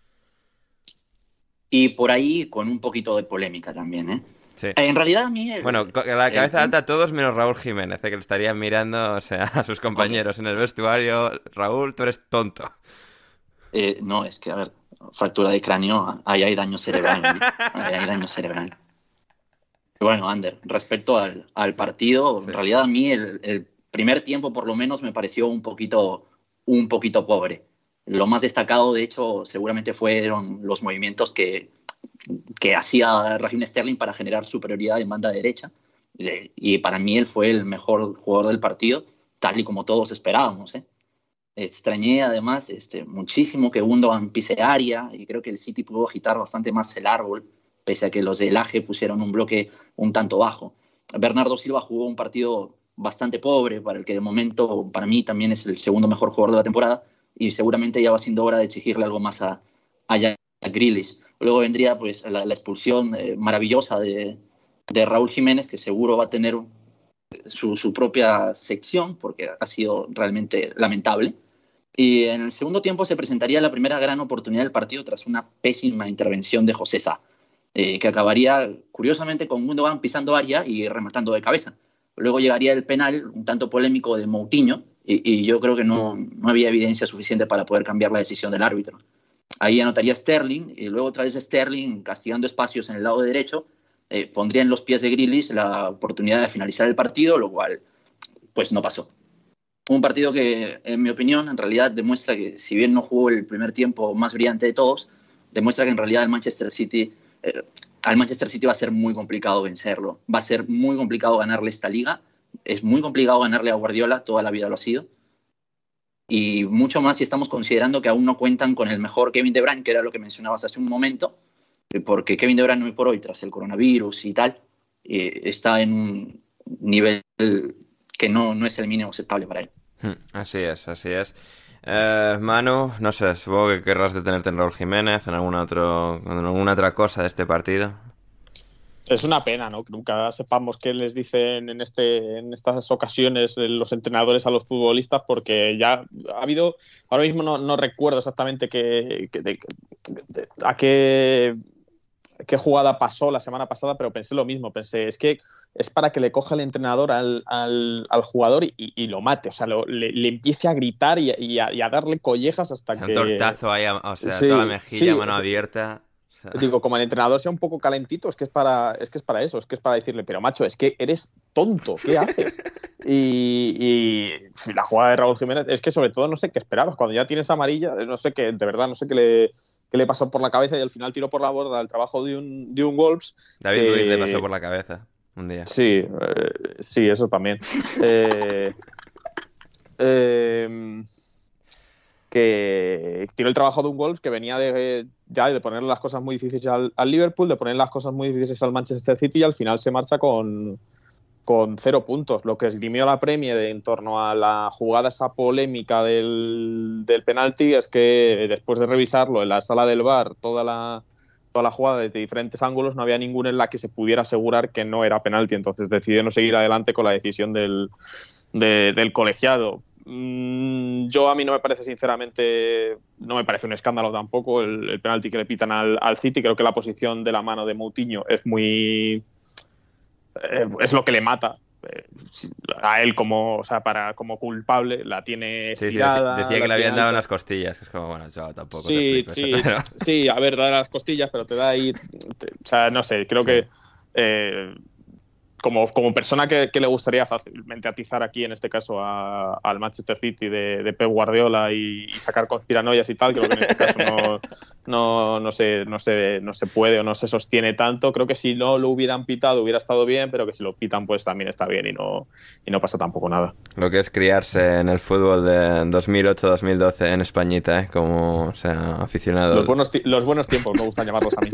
Y por ahí con un poquito de polémica también, ¿eh? Sí. En realidad a mí... El, bueno, la cabeza el... alta todos menos Raúl Jiménez, ¿eh? Que le estarían mirando, o sea, a sus compañeros en el vestuario. Raúl, tú eres tonto. Eh, no, es que, a ver, fractura de cráneo, ahí hay daño cerebral, ¿eh? Ahí hay daño cerebral. Bueno, Ander, respecto al, al partido, sí. En realidad a mí el, el primer tiempo por lo menos me pareció un poquito, un poquito pobre. Lo más destacado, de hecho, seguramente fueron los movimientos que, que hacía Raheem Sterling para generar superioridad en banda derecha. Y para mí él fue el mejor jugador del partido, tal y como todos esperábamos, ¿eh? Extrañé además este, muchísimo que Gundogan pise área, y creo que el City pudo agitar bastante más el árbol, pese a que los del Aje pusieron un bloque un tanto bajo. Bernardo Silva jugó un partido bastante pobre, para el que de momento para mí también es el segundo mejor jugador de la temporada, y seguramente ya va siendo hora de exigirle algo más a, a Jack Grealish. Luego vendría pues la, la expulsión eh, maravillosa de, de Raúl Jiménez, que seguro va a tener su, su propia sección, porque ha sido realmente lamentable. Y en el segundo tiempo se presentaría la primera gran oportunidad del partido tras una pésima intervención de José Sá, eh, que acabaría curiosamente con Gundogan pisando área y rematando de cabeza. Luego llegaría el penal un tanto polémico de Moutinho, y, y yo creo que no, no había evidencia suficiente para poder cambiar la decisión del árbitro. Ahí anotaría Sterling, y luego otra vez Sterling, castigando espacios en el lado derecho, eh, pondría en los pies de Grealish la oportunidad de finalizar el partido, lo cual pues no pasó. Un partido que, en mi opinión, en realidad demuestra que, si bien no jugó el primer tiempo más brillante de todos, demuestra que en realidad el Manchester City, eh, al Manchester City va a ser muy complicado vencerlo. Va a ser muy complicado ganarle esta liga. Es muy complicado ganarle a Guardiola, toda la vida lo ha sido. Y mucho más si estamos considerando que aún no cuentan con el mejor Kevin De Bruyne, que era lo que mencionabas hace un momento, porque Kevin De Bruyne hoy por hoy, tras el coronavirus y tal, eh, está en un nivel que no, no es el mínimo aceptable para él. Así es, así es. Eh, Manu, no sé, supongo que querrás detenerte en Raúl Jiménez, en alguna, otro, en alguna otra cosa de este partido. Es una pena, ¿no? Que nunca sepamos qué les dicen en, este, en estas ocasiones los entrenadores a los futbolistas, porque ya ha habido, ahora mismo no, no recuerdo exactamente qué, qué, de, de, a qué, qué jugada pasó la semana pasada, pero pensé lo mismo, pensé, es que es para que le coja el entrenador al, al, al jugador y, y lo mate, o sea, lo, le, le empiece a gritar y, y, a, y a darle collejas hasta que... Un tortazo ahí, o sea, sí, toda la mejilla, sí, mano o sea, abierta... O sea... Digo, como el entrenador sea un poco calentito, es que es para, es que es para eso, es que es para decirle, pero macho, es que eres tonto, ¿qué haces? Y, y la jugada de Raúl Jiménez, es que sobre todo no sé qué esperabas, cuando ya tienes amarilla, no sé qué, de verdad, no sé qué le, qué le pasó por la cabeza, y al final tiró por la borda el trabajo de un, de un Wolves. David que... Luiz le pasó por la cabeza un día. Sí, eh, sí, eso también. eh, eh, que tiró el trabajo de un Wolves que venía de, ya de poner las cosas muy difíciles al, al Liverpool, de poner las cosas muy difíciles al Manchester City, y al final se marcha con, con cero puntos. Lo que esgrimió la Premier en torno a la jugada esa polémica del, del penalti es que después de revisarlo en la sala del V A R, toda la, toda la jugada desde diferentes ángulos, no había ninguna en la que se pudiera asegurar que no era penalti. Entonces decidieron seguir adelante con la decisión del, de, del colegiado. Yo, a mí no me parece, sinceramente, no me parece un escándalo tampoco el, el penalti que le pitan al, al City. Creo que la posición de la mano de Moutinho es muy eh, es lo que le mata eh, a él como, o sea, para, como culpable. La tiene estirada. Sí, sí, decía que le habían dado en las costillas, que es como, bueno, chaval, tampoco sí, te sí, flipes, pero... sí, a ver, da las costillas, pero te da ahí, te, o sea, no sé, creo sí. que eh, Como, como persona que, que le gustaría fácilmente atizar aquí, en este caso, a, al Manchester City de, de Pep Guardiola y, y sacar conspiranoias y tal, creo que en este caso no, no, no, se, no, se, no se puede o no se sostiene tanto. Creo que si no lo hubieran pitado hubiera estado bien, pero que si lo pitan pues también está bien y no, y no pasa tampoco nada. Lo que es criarse en el fútbol de dos mil ocho dos mil doce en Españita, ¿eh? Como, o sea, aficionado. Los buenos, los buenos tiempos me gustan llamarlos a mí.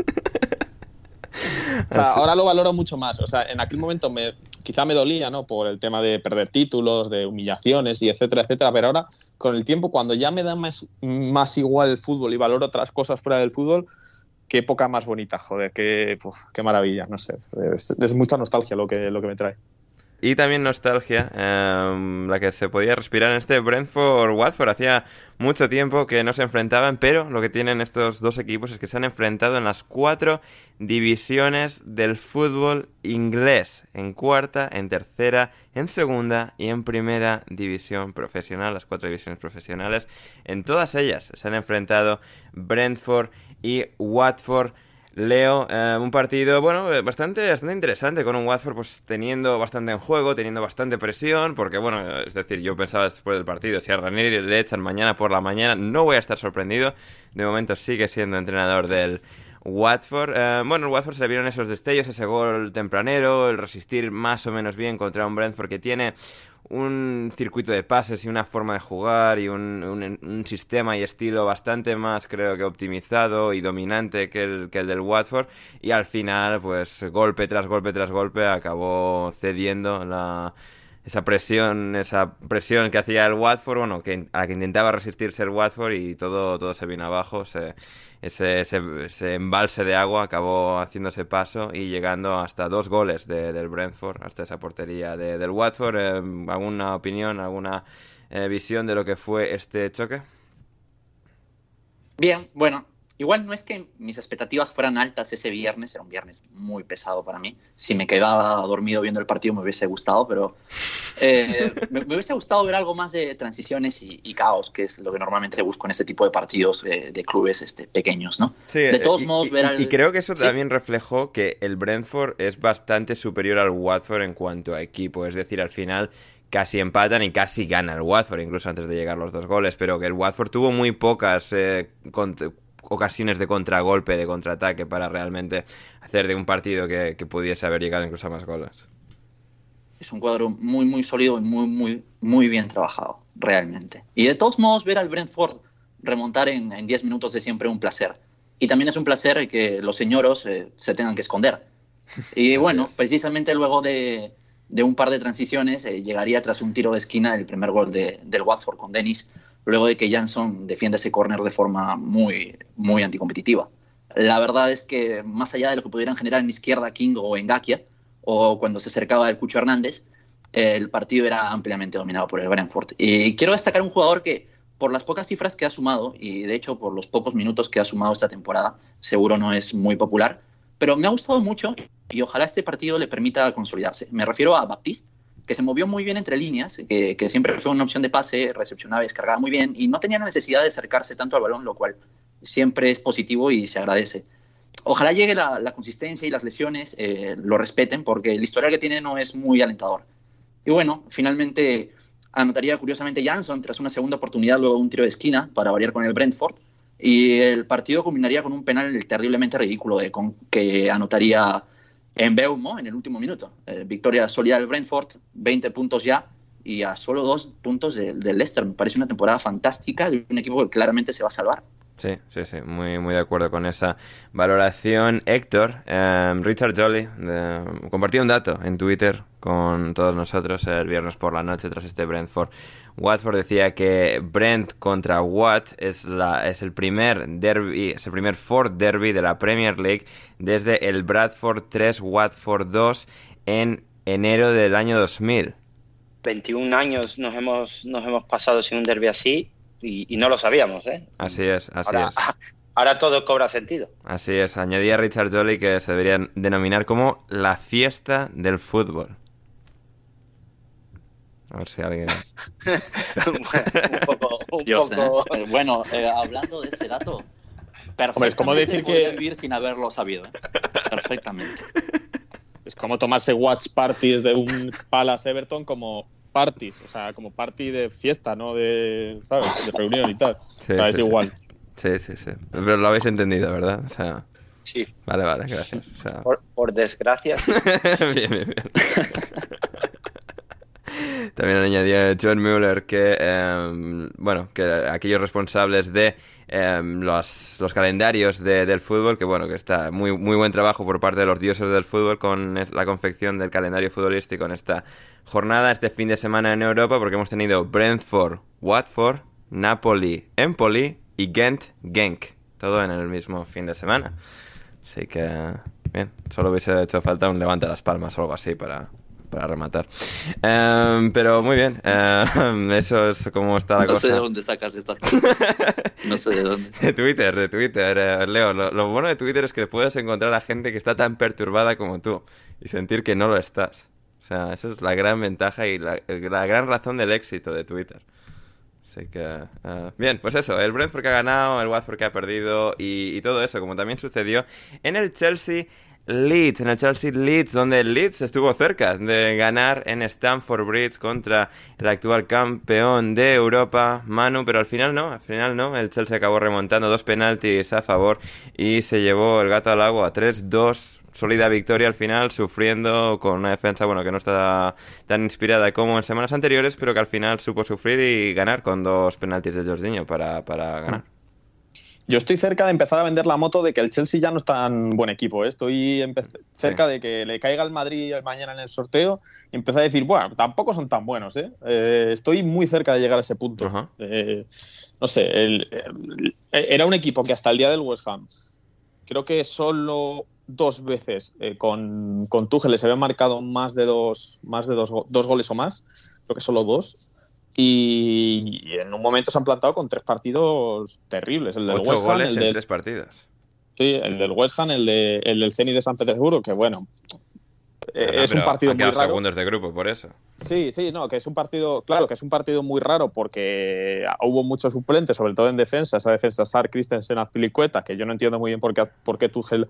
O sea, ahora lo valoro mucho más. O sea, en aquel momento me, quizá me dolía, ¿no? Por el tema de perder títulos, de humillaciones y etcétera, etcétera. Pero ahora, con el tiempo, cuando ya me da más, más igual el fútbol y valoro otras cosas fuera del fútbol, qué época más bonita, joder, qué, uf, qué maravilla, no sé. Es, es mucha nostalgia lo que, lo que me trae. Y también nostalgia, eh, la que se podía respirar en este Brentford-Watford. Hacía mucho tiempo que no se enfrentaban, pero lo que tienen estos dos equipos es que se han enfrentado en las cuatro divisiones del fútbol inglés. En cuarta, en tercera, en segunda y en primera división profesional. Las cuatro divisiones profesionales. En todas ellas se han enfrentado Brentford y Watford. Leo, eh, un partido, bueno, bastante, bastante interesante, con un Watford pues teniendo bastante en juego, teniendo bastante presión, porque bueno, es decir, yo pensaba después del partido, si a Ranieri le echan mañana por la mañana, no voy a estar sorprendido. De momento sigue siendo entrenador del Watford. Eh, bueno, el Watford se le vieron esos destellos, ese gol tempranero, el resistir más o menos bien contra un Brentford que tiene un circuito de pases y una forma de jugar y un, un, un sistema y estilo bastante más, creo que optimizado y dominante que el, que el del Watford, y al final, pues golpe tras golpe tras golpe, acabó cediendo la... esa presión, esa presión que hacía el Watford, bueno, que, a la que intentaba resistirse el Watford, y todo, todo se vino abajo. Se, ese, ese, ese embalse de agua acabó haciéndose paso y llegando hasta dos goles de, del Brentford, hasta esa portería de, del Watford. Eh, ¿Alguna opinión, alguna eh, visión de lo que fue este choque? Bien, bueno, igual no es que mis expectativas fueran altas ese viernes, era un viernes muy pesado para mí. Si me quedaba dormido viendo el partido me hubiese gustado, pero eh, me, me hubiese gustado ver algo más de transiciones y, y caos, que es lo que normalmente busco en este tipo de partidos eh, de clubes este, pequeños, ¿no? Sí, de todos y, modos, y, ver al... y creo que eso ¿Sí? también reflejó que el Brentford es bastante superior al Watford en cuanto a equipo, es decir, al final casi empatan y casi gana el Watford, incluso antes de llegar los dos goles, pero que el Watford tuvo muy pocas eh, cont- ocasiones de contragolpe, de contraataque, para realmente hacer de un partido que, que pudiese haber llegado incluso a más goles. Es un cuadro muy, muy sólido y muy, muy, muy bien trabajado, realmente. Y de todos modos, ver al Brentford remontar en, en diez minutos es siempre un placer. Y también es un placer que los señoros eh, se tengan que esconder. Y bueno, es. precisamente luego de, de un par de transiciones, eh, llegaría tras un tiro de esquina el primer gol de, del Watford con Dennis, luego de que Jansson defiende ese córner de forma muy, muy anticompetitiva. La verdad es que, más allá de lo que pudieran generar en izquierda King o en Ngakia, o cuando se acercaba el Cucho Hernández, el partido era ampliamente dominado por el Brentford. Y quiero destacar un jugador que, por las pocas cifras que ha sumado, y de hecho por los pocos minutos que ha sumado esta temporada, seguro no es muy popular, pero me ha gustado mucho y ojalá este partido le permita consolidarse. Me refiero a Baptiste, que se movió muy bien entre líneas, que, que siempre fue una opción de pase, recepcionaba y descargaba muy bien, y no tenía necesidad de acercarse tanto al balón, lo cual siempre es positivo y se agradece. Ojalá llegue la, la consistencia y las lesiones eh, lo respeten, porque el historial que tiene no es muy alentador. Y bueno, finalmente anotaría curiosamente Jansson tras una segunda oportunidad, luego un tiro de esquina para variar con el Brentford, y el partido culminaría con un penal terriblemente ridículo eh, con, que anotaría en Mbeumo en el último minuto. Eh, victoria sólida del Brentford, veinte puntos ya, y a solo dos puntos del de Leicester. Me parece una temporada fantástica de un equipo que claramente se va a salvar. Sí, sí, sí, muy, muy de acuerdo con esa valoración. Héctor, eh, Richard Jolly eh, compartió un dato en Twitter con todos nosotros el viernes por la noche tras este Brentford Watford. Decía que Brent contra Watt es, la, es el primer derby, es el primer Ford Derby de la Premier League desde el Bradford tres Watford dos en enero del año dos mil. veintiún años nos hemos, nos hemos pasado sin un derbi así. Y, y no lo sabíamos, ¿eh? Así es, así ahora, es. Ahora todo cobra sentido. Así es, añadía Richard Jolly que se debería denominar como la fiesta del fútbol. A ver si alguien... Bueno, un poco... Un Dios, poco... ¿eh? Bueno, eh, hablando de ese dato, perfectamente Hombre, es como decir podría que... vivir sin haberlo sabido, ¿eh? Perfectamente. Es como tomarse watch parties de un Palace Everton como... parties, o sea, como party de fiesta, ¿no? De, ¿sabes? De reunión y tal. Sí, o sea, sí, es sí. igual. Sí, sí, sí. Pero lo habéis entendido, ¿verdad? O sea... Sí. Vale, vale, gracias. O sea... Por, por desgracia, sí. Bien, bien, bien. También añadía John Mueller que, eh, bueno, que aquellos responsables de eh, los, los calendarios de, del fútbol, que bueno, que está muy, muy buen trabajo por parte de los dioses del fútbol con la confección del calendario futbolístico en esta jornada, este fin de semana en Europa, porque hemos tenido Brentford, Watford, Napoli, Empoli y Ghent, Genk, todo en el mismo fin de semana. Así que, bien, solo hubiese hecho falta un levante las palmas o algo así para... para rematar. Um, pero muy bien. Um, eso es como está la no cosa. No sé de dónde sacas estas cosas. No sé de dónde. De Twitter, de Twitter. Eh, Leo, lo, lo bueno de Twitter es que puedes encontrar a gente que está tan perturbada como tú y sentir que no lo estás. O sea, esa es la gran ventaja y la, la gran razón del éxito de Twitter. O Así que, uh, bien, pues eso, el Brentford que ha ganado, el Watford que ha perdido y, y todo eso, como también sucedió en el Chelsea Leeds, en el Chelsea Leeds, donde el Leeds estuvo cerca de ganar en Stamford Bridge contra el actual campeón de Europa, Manu, pero al final no, al final no, el Chelsea acabó remontando dos penaltis a favor y se llevó el gato al agua, tres dos, sólida victoria al final, sufriendo con una defensa, bueno, que no está tan inspirada como en semanas anteriores, pero que al final supo sufrir y ganar con dos penaltis de Jorginho para, para ganar. Yo estoy cerca de empezar a vender la moto de que el Chelsea ya no es tan buen equipo, ¿eh? Estoy empe- cerca sí. de que le caiga el Madrid mañana en el sorteo y empezar a decir, bueno, tampoco son tan buenos, ¿eh? Eh, estoy muy cerca de llegar a ese punto. Uh-huh. Eh, no sé, el, el, era un equipo que hasta el día del West Ham, creo que solo dos veces eh, con, con Tuchel les habían marcado más de, dos, más de dos, dos goles o más, creo que solo dos. Y en un momento se han plantado con tres partidos terribles. El del Ocho West Ham, goles el en del, tres partidos. Sí, el del West Ham, el, de, el del Zenit de San Petersburgo, que bueno, Pero, es un partido han muy raro. segundos de grupo, por eso. Sí, sí, no, que es un partido, claro, que es un partido muy raro porque hubo muchos suplentes, sobre todo en defensa. Esa defensa, Sar, Christensen, Azpilicueta, que yo no entiendo muy bien por qué, por qué Tuchel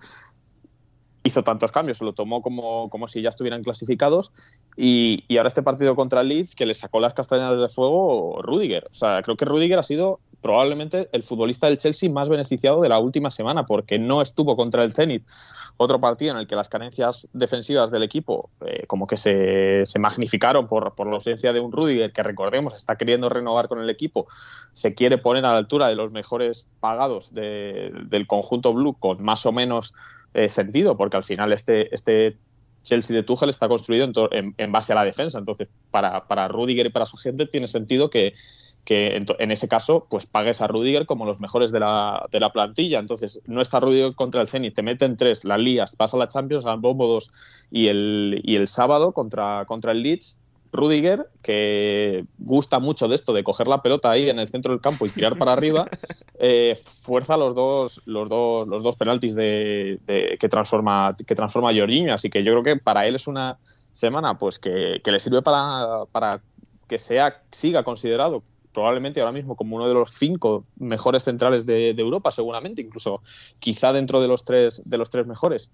hizo tantos cambios, se lo tomó como, como si ya estuvieran clasificados y, y ahora este partido contra el Leeds que le sacó las castañas del fuego Rüdiger. O sea, creo que Rüdiger ha sido probablemente el futbolista del Chelsea más beneficiado de la última semana porque no estuvo contra el Zenit, otro partido en el que las carencias defensivas del equipo eh, como que se, se magnificaron por, por la ausencia de un Rüdiger que, recordemos, está queriendo renovar con el equipo, se quiere poner a la altura de los mejores pagados de, del conjunto blue con más o menos Eh, sentido, porque al final este, este Chelsea de Tuchel está construido en, to- en, en base a la defensa. Entonces, para, para Rüdiger y para su gente tiene sentido que, que en, to- en ese caso pues pagues a Rüdiger como los mejores de la, de la plantilla. Entonces, no está Rüdiger contra el Zenit, te meten tres, la lías, vas a la Champions, al bombo dos y el, y el sábado contra, contra el Leeds, Rüdiger, que gusta mucho de esto, de coger la pelota ahí en el centro del campo y tirar para arriba, eh, fuerza los dos, los dos, los dos penaltis de, de, que transforma, que transforma Jorginho. Así que yo creo que para él es una semana pues que, que le sirve para, para que sea, siga considerado probablemente ahora mismo como uno de los cinco mejores centrales de, de Europa, seguramente, incluso quizá dentro de los tres, de los tres mejores.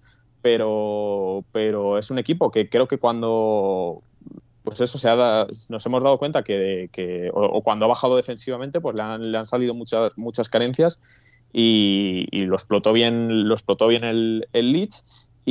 Pero, pero es un equipo que creo que cuando pues eso se ha da, nos hemos dado cuenta que, que o, o cuando ha bajado defensivamente pues le han, le han salido muchas muchas carencias y, y lo explotó bien lo explotó bien el, el Leeds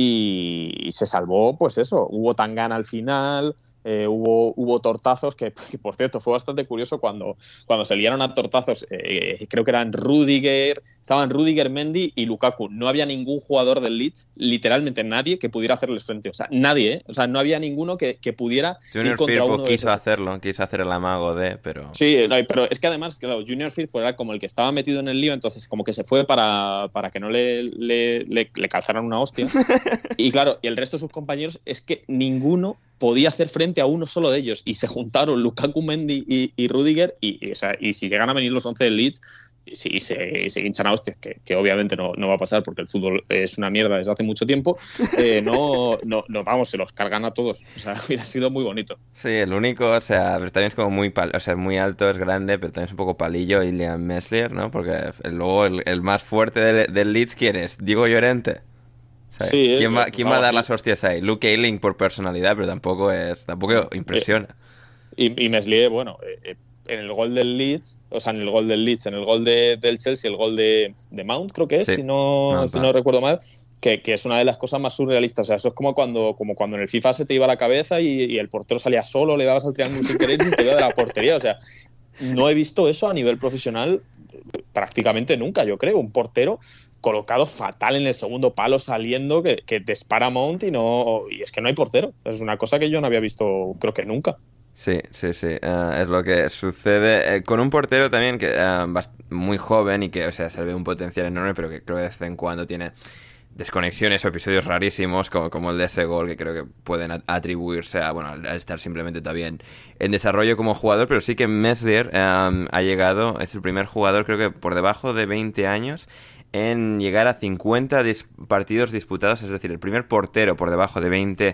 y, y se salvó, pues eso, hubo Tangana al final, eh, hubo, hubo tortazos que, que, por cierto, fue bastante curioso cuando, cuando se liaron a tortazos, eh, creo que eran Rüdiger, estaban Rüdiger, Mendy y Lukaku. No había ningún jugador del Leeds, literalmente nadie, que pudiera hacerles frente. O sea, nadie, ¿eh? O sea, no había ninguno que, que pudiera Junior ir contra Firpo uno de quiso esos. hacerlo, quiso hacer el amago de, pero... Sí, no, pero es que además, claro, Junior Firpo era como el que estaba metido en el lío, entonces como que se fue para, para que no le, le, le, le calzaran una hostia. Y claro, y el resto de sus compañeros es que ninguno podía hacer frente a uno solo de ellos y se juntaron Lukaku, Mendy y, y Rüdiger y, y, o sea, y si llegan a venir los once del Leeds y, y, se, y se hinchan a hostias, que, que obviamente no, no va a pasar porque el fútbol es una mierda desde hace mucho tiempo, eh, no, no, no, vamos, se los cargan a todos. O sea, hubiera sido muy bonito. Sí, el único, o sea, pero también es como muy pal- o sea, es muy alto, es grande, pero también es un poco palillo, Ilian Meslier, ¿no? Porque el, luego el, el más fuerte del, del Leeds, ¿quién es? Diego Llorente. O sea, Sí, ¿Quién, va, eh, ¿quién vamos, va a dar sí. las hostias ahí? Luke Ayling por personalidad, pero tampoco es tampoco impresiona. Eh, y, y Meslier, bueno, eh, en el gol del Leeds, o sea, en el gol del Leeds, en el gol de, del Chelsea, el gol de, de Mount, creo que es, Sí, si no, Mount, si no Mount. recuerdo mal, que, que es una de las cosas más surrealistas. O sea, eso es como cuando, como cuando en el FIFA se te iba la cabeza y, y el portero salía solo, le dabas al triángulo sin querer y te iba de la portería. O sea, no he visto eso a nivel profesional prácticamente nunca, yo creo. Un portero colocado fatal en el segundo palo saliendo que, que dispara Mount y no y es que no hay portero. Es una cosa que yo no había visto creo que nunca. Sí, sí, sí, uh, es lo que sucede eh, con un portero también que uh, bast- muy joven y que, o sea, se le ve un potencial enorme, pero que creo que de vez en cuando tiene desconexiones o episodios rarísimos como, como el de ese gol, que creo que pueden a- atribuirse a, bueno, al, al estar simplemente todavía en, en desarrollo como jugador, pero sí que Meslier um, ha llegado, es el primer jugador creo que por debajo de veinte años en llegar a cincuenta dis- partidos disputados, es decir, el primer portero por debajo de veinte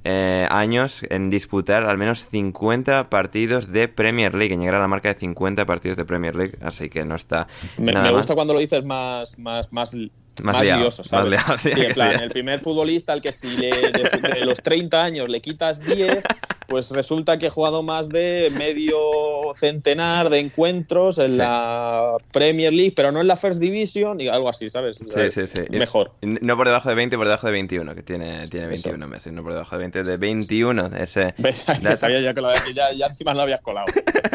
eh, años en disputar al menos cincuenta partidos de Premier League, en llegar a la marca de cincuenta partidos de Premier League, así que no está Me, nada me mal. gusta cuando lo dices más, más, más, Más, más liado, lioso, ¿sabes? más liado, sí, Sí, en que plan, sí. el primer futbolista al que si le, de, de los treinta años le quitas diez, pues resulta que ha jugado más de medio centenar de encuentros en Sí. la Premier League, pero no en la First Division y algo así, ¿sabes? O sea, Sí, sí, sí. Mejor. No por debajo de veinte, por debajo de veintiuno, que tiene, tiene veintiuno meses. No por debajo de veinte, de veintiuno. Ese ¿Ves? Que sabía yo que, lo, que ya, ya encima lo habías colado.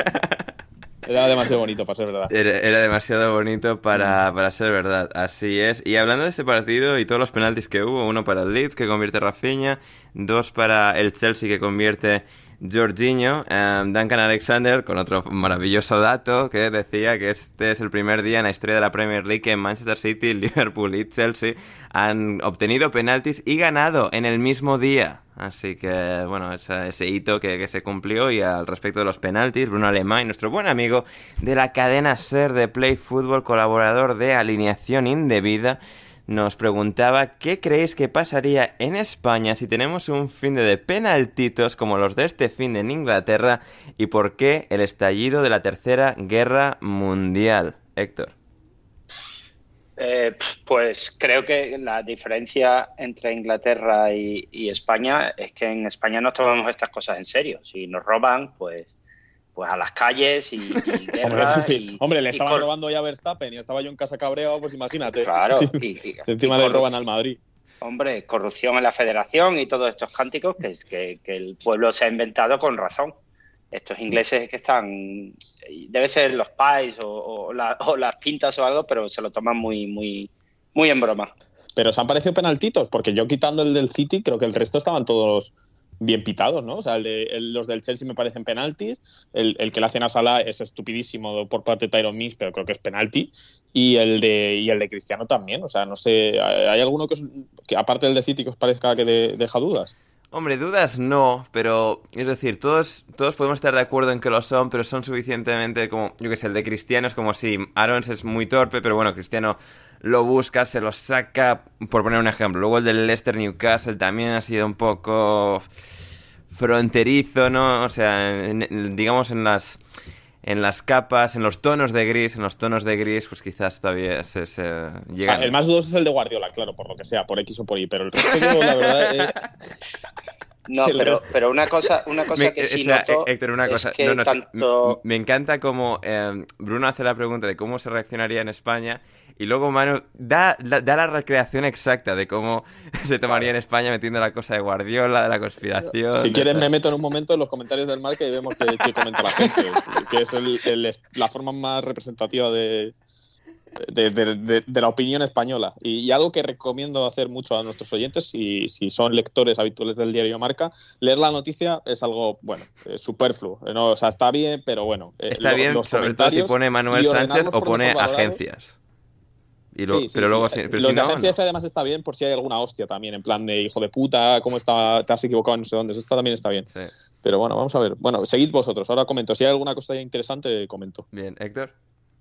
Era demasiado bonito para ser verdad. Era, era demasiado bonito para, para ser verdad, así es. Y hablando de este partido y todos los penaltis que hubo, uno para el Leeds que convierte Rafinha, dos para el Chelsea que convierte Jorginho, um, Duncan Alexander con otro maravilloso dato que decía que este es el primer día en la historia de la Premier League que Manchester City, Liverpool y Chelsea han obtenido penaltis y ganado en el mismo día. Así que, bueno, ese, ese hito que, que se cumplió. Y al respecto de los penaltis, Bruno Alemán, nuestro buen amigo de la cadena SER de Play Football, colaborador de Alineación Indebida, nos preguntaba qué creéis que pasaría en España si tenemos un finde de penaltitos como los de este finde en Inglaterra y por qué el estallido de la Tercera Guerra Mundial. Héctor. Eh, pues creo que la diferencia entre Inglaterra y, y España es que en España nos tomamos estas cosas en serio. Si nos roban, pues, pues a las calles y, y guerra. Hombre, sí. y, Hombre, le y estaban cor- robando ya a Verstappen y estaba yo en casa cabreado, pues imagínate. Claro, Sí. y, y- Si encima y le corru- roban al Madrid. Hombre, corrupción en la federación y todos estos cánticos que, es- que, que el pueblo se ha inventado con razón. Estos ingleses que están, debe ser los pies o, o, la- o las pintas o algo, pero se lo toman muy, muy, muy en broma. Pero se han parecido penaltitos, porque yo quitando el del City, creo que el resto estaban todos bien pitados, ¿no? O sea, el de, el- los del Chelsea me parecen penaltis, el, el que le hacen a Salah es estupidísimo por parte de Tyrone Mings, pero creo que es penalti, y el de y el de Cristiano también, o sea, no sé, ¿hay alguno que, os, que aparte del de City que os parezca que de, deja dudas? Hombre, dudas no, pero es decir, todos, todos podemos estar de acuerdo en que lo son, pero son suficientemente como, yo que sé, el de Cristiano es como si Aarons es muy torpe, pero bueno, Cristiano lo busca, se lo saca, por poner un ejemplo. Luego el del Leicester Newcastle también ha sido un poco fronterizo, ¿no? O sea, en- en- digamos en las... En las capas, en los tonos de gris, en los tonos de gris, pues quizás todavía se, se llegan. O sea, el más dudoso es el de Guardiola, claro, por lo que sea, por X o por Y, pero el resto yo, la verdad, eh, No, El pero, resto. pero una cosa, una cosa Me- que sí espera, noto Héctor, una es cosa. que No, no, tanto... me, me encanta cómo eh, Bruno hace la pregunta de cómo se reaccionaría en España y luego Manu da, da, da la recreación exacta de cómo se tomaría en España metiendo la cosa de Guardiola, de la conspiración. si de quieres tal. me meto en un momento en los comentarios del Marca y vemos qué, qué comenta la gente, que es el, el- la forma más representativa de, de, de- de- de la opinión española. Y, y algo que recomiendo hacer mucho a nuestros oyentes, si, si son lectores habituales del diario Marca, leer la noticia es algo, bueno, eh, superfluo. Eh, ¿no? O sea, está bien, pero bueno. eh, Está lo- bien, los sobre todo si comentarios pone Manuel y ordenarlos Sánchez o por pone mejor valorados. agencias. Y lo- Sí, sí, pero sí. luego, si, pero los si de no, agencia no. F además está bien por si hay alguna hostia también, en plan de hijo de puta, cómo está, te has equivocado en no sé dónde. Eso también está bien. Sí. Pero bueno, vamos a ver. Bueno, seguid vosotros. Ahora comento. Si hay alguna cosa interesante, comento. Bien, Héctor.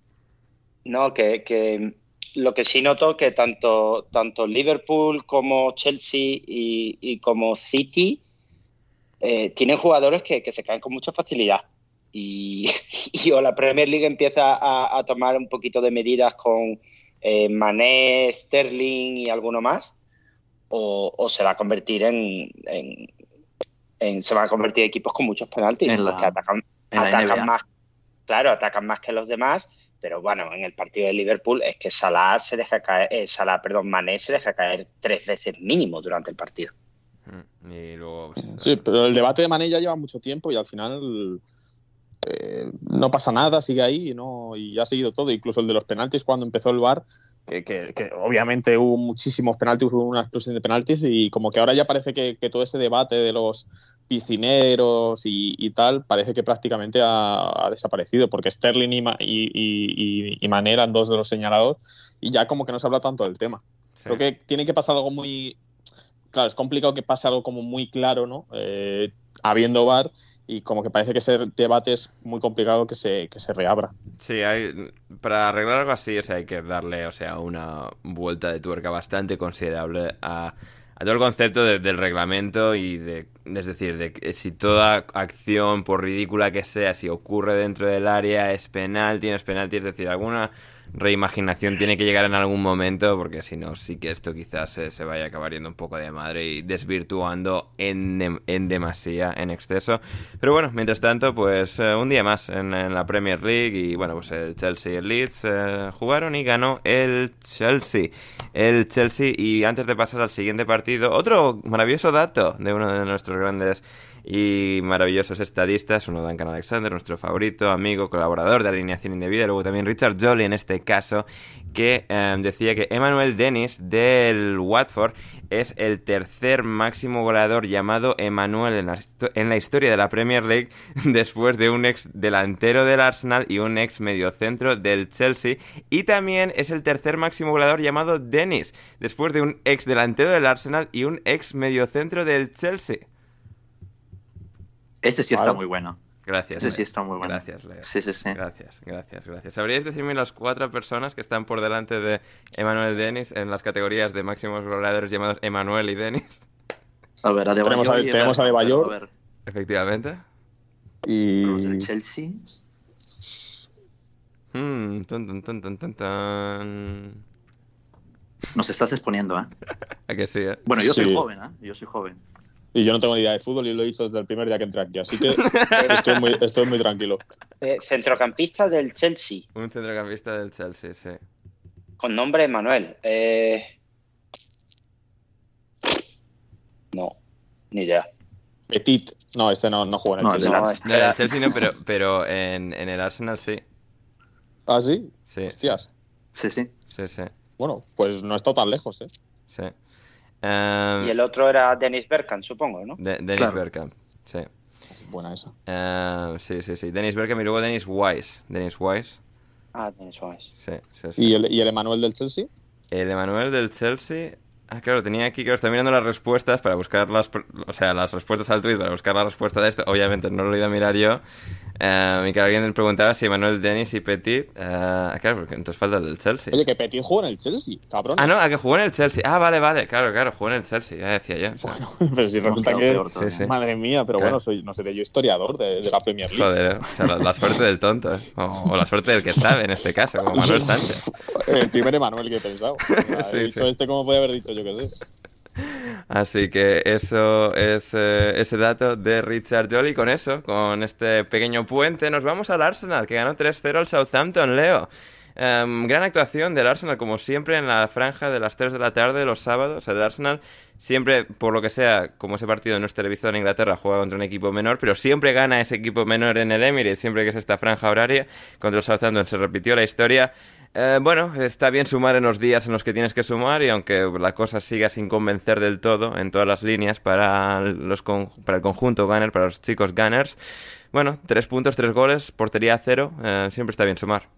No, que, que lo que sí noto que tanto, tanto Liverpool como Chelsea y, y como City eh, tienen jugadores que, que se caen con mucha facilidad. Y, y o la Premier League empieza a, a tomar un poquito de medidas con eh, Mané, Sterling y alguno más, o, o se va a convertir en, en, en- se van a convertir en equipos con muchos penaltis, En la- porque atacan, en la N B atacan A. más, claro, atacan más que los demás, pero bueno, en el partido de Liverpool es que Salah se deja caer, eh, Salah, perdón, Mané se deja caer tres veces mínimo durante el partido. Mm, Y luego. Pues, Sí, pero el debate de Mané ya lleva mucho tiempo y al final eh, no pasa nada, sigue ahí y, no, y ha seguido todo. Incluso el de los penaltis cuando empezó el V A R, que, que, que obviamente hubo muchísimos penaltis, hubo una explosión de penaltis y como que ahora ya parece que, que todo ese debate de los piscineros y, y tal parece que prácticamente ha, ha desaparecido porque Sterling y, Ma- y, y, y Mané eran dos de los señalados y ya como que no se habla tanto del tema. sí. Creo que tiene que pasar algo muy... Claro, es complicado que pase algo como muy claro, ¿no? Eh, habiendo V A R y como que parece que ese debate es muy complicado que se, que se reabra. Sí, hay, para arreglar algo así, o sea, hay que darle, o sea, una vuelta de tuerca bastante considerable a, a todo el concepto de, del reglamento y de, es decir, de que si toda acción, por ridícula que sea, si ocurre dentro del área es penalti, no es penalti, es decir, alguna reimaginación tiene que llegar en algún momento, porque si no, sí que esto quizás se, se vaya a acabar yendo un poco de madre y desvirtuando en, en demasía, en exceso. Pero bueno, mientras tanto, pues eh, un día más en, en la Premier League y bueno, pues el Chelsea y el Leeds eh, jugaron y ganó el Chelsea. El Chelsea, y antes de pasar al siguiente partido, otro maravilloso dato de uno de nuestros grandes y maravillosos estadistas, uno Duncan Alexander, nuestro favorito, amigo, colaborador de Alineación Indebida, luego también Richard Jolly en este caso, que eh, decía que Emmanuel Dennis del Watford es el tercer máximo goleador llamado Emmanuel en la, en la historia de la Premier League, después de un ex delantero del Arsenal y un ex mediocentro del Chelsea, y también es el tercer máximo goleador llamado Dennis, después de un ex delantero del Arsenal y un ex mediocentro del Chelsea. Este sí está Vale. muy bueno. Gracias, Ese Leo. sí está muy bueno. Gracias, Leo. Sí, sí, sí. Gracias, gracias, gracias. ¿Sabríais decirme las cuatro personas que están por delante de Emmanuel Dennis en las categorías de máximos goleadores llamados Emmanuel y Dennis? A ver, Adebayor. Tenemos a- y tenemos a Adebayor. A ver, Efectivamente. Y los del Chelsea. Hmm, tun, tun, tun, tun, tun, tun. Nos estás exponiendo, ¿eh? ¿A que sí, eh? Bueno, yo soy Sí. joven, ¿eh? Yo soy joven. Y yo no tengo ni idea de fútbol y lo he visto desde el primer día que entré aquí, así que estoy muy, estoy muy tranquilo. Eh, centrocampista del Chelsea, Un centrocampista del Chelsea, sí. con nombre Emanuel. Eh... No, ni idea. Petit. No, este no, no juega en el No, Chelsea. del No, Arsenal. este No, en era- el Chelsea no, pero, pero en, en el Arsenal sí. ¿Ah, sí? Sí, Hostias. Sí, sí. sí, sí, Bueno, pues no he estado tan lejos, ¿eh? sí. Um, Y el otro era Dennis Bergkamp, supongo, ¿no? de- Dennis Claro. Bergkamp, sí. Buena esa. Uh, sí, sí, sí. Dennis Bergkamp y luego Dennis Wise. Dennis Wise, Ah, Dennis Wise. sí, sí, sí. ¿Y el, y el Emanuel del Chelsea? El Emanuel del Chelsea. Ah, claro, tenía aquí, claro, estoy mirando las respuestas para buscar las, pr- o sea, las respuestas al tweet para buscar la respuesta de esto. Obviamente no lo he ido a mirar yo. Eh, y claro, alguien me preguntaba si Emanuel Dennis y Petit. eh, claro, porque entonces falta el del Chelsea. Oye, que Petit juega en el Chelsea, cabrón. Ah, no, a que jugó en el Chelsea. Ah, vale, vale, claro, claro, jugó en el Chelsea, ya decía yo. O sea, Pero si Hemos resulta quedado que... peor todavía. Sí, sí. Madre mía, pero Claro. bueno, soy, no seré yo historiador de, de la Premier League. joder, eh, o sea, la, la suerte del tonto, eh. o, o la suerte del que sabe en este caso, como Manuel Sánchez. El primer Emanuel que he pensado. Mira, Sí, he dicho sí. este como podía haber dicho yo que sé. Así que eso es eh, ese dato de Richard Jolly. Con eso, con este pequeño puente, nos vamos al Arsenal, que ganó tres cero al Southampton, Leo. Um, gran actuación del Arsenal, como siempre, en la franja de las tres de la tarde los sábados. El Arsenal siempre, por lo que sea, como ese partido no es televisado en Inglaterra, juega contra un equipo menor, pero siempre gana ese equipo menor en el Emirates, siempre que es esta franja horaria. Contra el Southampton se repitió la historia. Eh, bueno, está bien sumar en los días en los que tienes que sumar, y aunque la cosa siga sin convencer del todo en todas las líneas para, los con, para el conjunto Gunner, para los chicos Gunners, bueno, tres puntos, tres goles, portería cero, eh, siempre está bien sumar.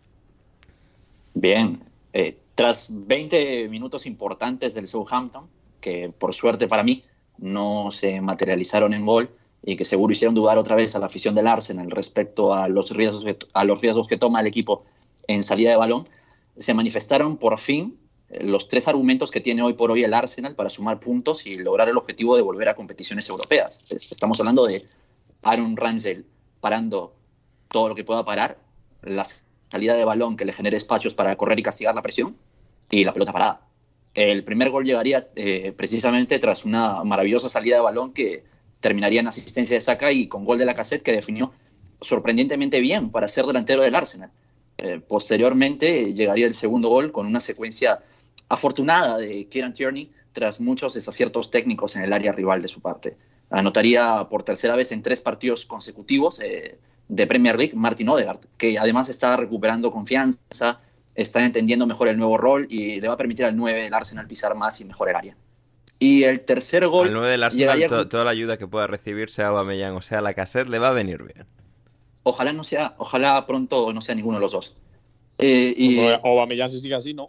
Bien. Eh, tras veinte minutos importantes del Southampton, que por suerte para mí no se materializaron en gol y que seguro hicieron dudar otra vez a la afición del Arsenal respecto a los riesgos que, a los riesgos que toma el equipo en salida de balón, se manifestaron por fin los tres argumentos que tiene hoy por hoy el Arsenal para sumar puntos y lograr el objetivo de volver a competiciones europeas. Estamos hablando de Aaron Ramsdale parando todo lo que pueda parar, la salida de balón que le genere espacios para correr y castigar la presión, y la pelota parada. El primer gol llegaría eh, precisamente tras una maravillosa salida de balón que terminaría en asistencia de Saka y con gol de Lacazette, que definió sorprendentemente bien para ser delantero del Arsenal. Eh, posteriormente llegaría el segundo gol con una secuencia afortunada de Kieran Tierney tras muchos desaciertos técnicos en el área rival de su parte. Anotaría por tercera vez en tres partidos consecutivos eh, de Premier League Martin Odegaard, que además está recuperando confianza, está entendiendo mejor el nuevo rol y le va a permitir al nueve del Arsenal pisar más y mejor el área. Y el tercer gol... Al nueve del Arsenal, llegaría to- con- toda la ayuda que pueda recibir, sea Aubameyang o sea Lacazette, le va a venir bien. Ojalá no sea, ojalá pronto no sea ninguno de los dos. Eh, y Aubameyang si sigue así, no.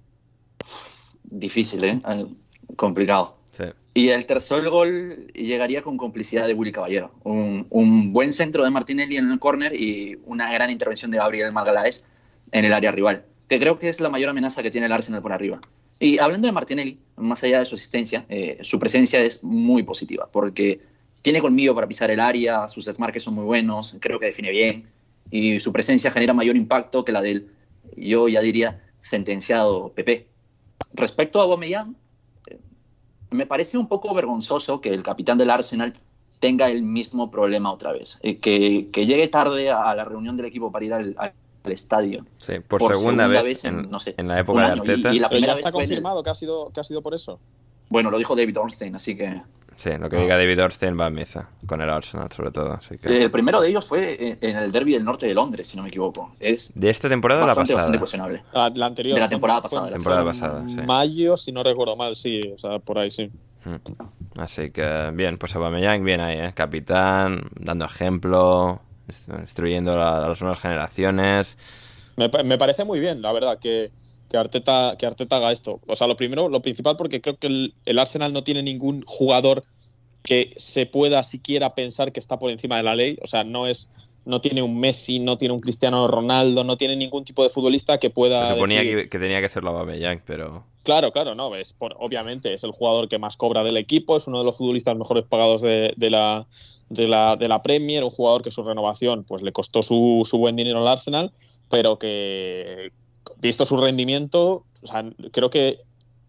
difícil, ¿eh? Eh, complicado. Sí. Y el tercer gol llegaría con complicidad de Willy Caballero. Un, un buen centro de Martinelli en el córner y una gran intervención de Gabriel Magalhaes en el área rival, que creo que es la mayor amenaza que tiene el Arsenal por arriba. Y hablando de Martinelli, más allá de su asistencia, eh, su presencia es muy positiva, porque tiene colmillo para pisar el área, sus desmarques son muy buenos, creo que define bien, y su presencia genera mayor impacto que la del, yo ya diría, sentenciado Pepe. Respecto a Aubameyang, eh, me parece un poco vergonzoso que el capitán del Arsenal tenga el mismo problema otra vez, eh, que, que llegue tarde a la reunión del equipo para ir al, al al estadio. Sí, por, por segunda, segunda vez, vez en, en, no sé, en la época de Arteta. Y, y la Pero ya está confirmado el... que, ha sido, que ha sido por eso. Bueno, lo dijo David Ornstein, así que... Sí, lo que ah. diga David Ornstein va a misa, con el Arsenal sobre todo. Así que... El primero de ellos fue en el derbi del norte de Londres, si no me equivoco. Es ¿De esta temporada o la pasada? Bastante cuestionable. Ah, la anterior. De la temporada fue, pasada. La temporada pasada, sí. Mayo, si no recuerdo mal, sí. O sea, por ahí sí. Hmm. Así que, bien, pues Aubameyang, bien ahí, ¿eh? Capitán, dando ejemplo, instruyendo a las nuevas generaciones... Me, me parece muy bien, la verdad, que, que, Arteta, que Arteta haga esto. O sea, lo primero, lo principal, porque creo que el, el Arsenal no tiene ningún jugador que se pueda siquiera pensar que está por encima de la ley. O sea, no es, no tiene un Messi, no tiene un Cristiano Ronaldo, no tiene ningún tipo de futbolista que pueda... Se suponía decir... que, que tenía que ser la Aubameyang, pero... Claro, claro, no, es por, obviamente es el jugador que más cobra del equipo, es uno de los futbolistas mejores pagados de, de la... De la, de la Premier, un jugador que su renovación pues le costó su, su buen dinero al Arsenal, pero que, visto su rendimiento, o sea, creo que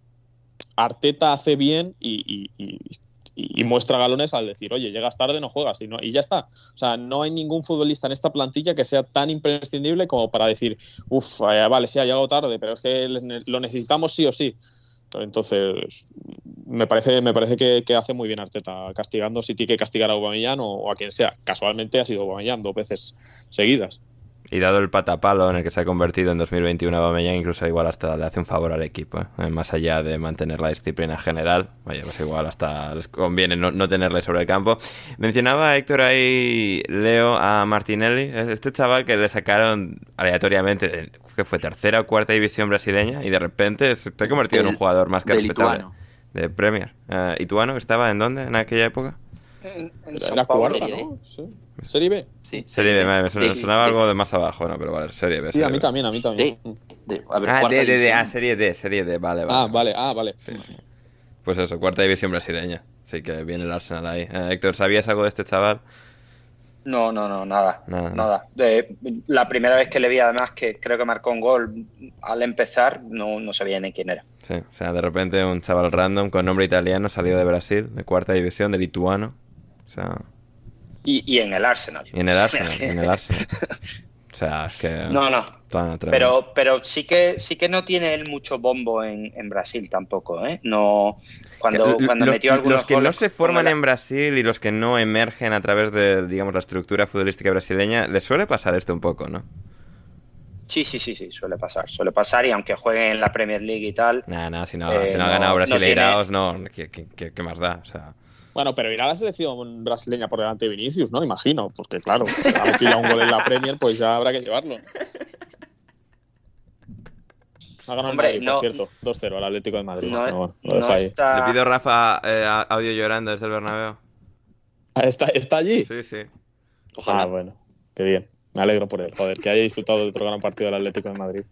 Arteta hace bien y, y, y, y muestra galones al decir, oye, llegas tarde, no juegas, y, no, y ya está. O sea, no hay ningún futbolista en esta plantilla que sea tan imprescindible como para decir, uff, eh, vale, sí, ha llegado tarde, pero es que lo necesitamos sí o sí. Entonces, me parece, me parece que, que hace muy bien Arteta castigando si tiene que castigar a Aubameyang o, o a quien sea. Casualmente ha sido Aubameyang dos veces seguidas. Y dado el patapalo en el que se ha convertido en dos mil veintiuno Aubameyang, incluso igual hasta le hace un favor al equipo, ¿eh? Más allá de mantener la disciplina general, oye, pues igual hasta les conviene no, no tenerle sobre el campo. Mencionaba Héctor ahí, Leo, a Martinelli, este chaval que le sacaron aleatoriamente de, que fue tercera o cuarta división brasileña y de repente se ha convertido del, en un jugador más que respetable Lituano. De Premier. Uh, ¿Ituano estaba en dónde en aquella época? En, en Era la cuarta, ¿no? Sí. ¿Serie B? Sí, Serie B, me sonaba, de, sonaba de, algo de más abajo, no, pero vale, Serie B. Sí, serie a mí B. también, a mí también. De, de, a ver, ah, de, de, de, ah, Serie D, Serie D, vale, vale. Ah, vale, ah, vale. Sí, sí. Pues eso, cuarta división brasileña. Así que viene el Arsenal ahí. Eh, Héctor, ¿sabías algo de este chaval? No, no, no, nada. Nada. nada. Eh, la primera vez que le vi, además, que creo que marcó un gol al empezar, no, no sabía ni quién era. Sí, o sea, de repente un chaval random con nombre italiano salido de Brasil, de cuarta división, de lituano. O sea... Y, y en el Arsenal. Y en el Arsenal, en el Arsenal. O sea, es que... No, no. Pero, pero sí que sí que no tiene él mucho bombo en, en Brasil tampoco, ¿eh? No... Cuando, que, cuando los, metió algunos Los que goles, no se forman la... en Brasil y los que no emergen a través de, digamos, la estructura futbolística brasileña, les suele pasar esto un poco, ¿no? Sí, sí, sí, sí, suele pasar. Suele pasar y aunque jueguen en la Premier League y tal... Nah, nah, si no, eh, si no ha no, ganado Brasileiraos, no, tiene... no, ¿qué, qué, qué más da? O sea... Bueno, pero irá a la selección brasileña por delante de Vinicius, ¿no? Imagino, porque claro, ha metido ya un gol en la Premier, pues ya habrá que llevarlo. Ha ganado Hombre, el Madrid, no, por cierto, dos cero al Atlético de Madrid. No, no, bueno, lo no está... Le pido a Rafa eh, audio llorando desde el Bernabéu. ¿Está, ¿Está allí? Sí, sí. Ojalá. Ah, bueno, qué bien. Me alegro por él, joder, que haya disfrutado de otro gran partido del Atlético de Madrid.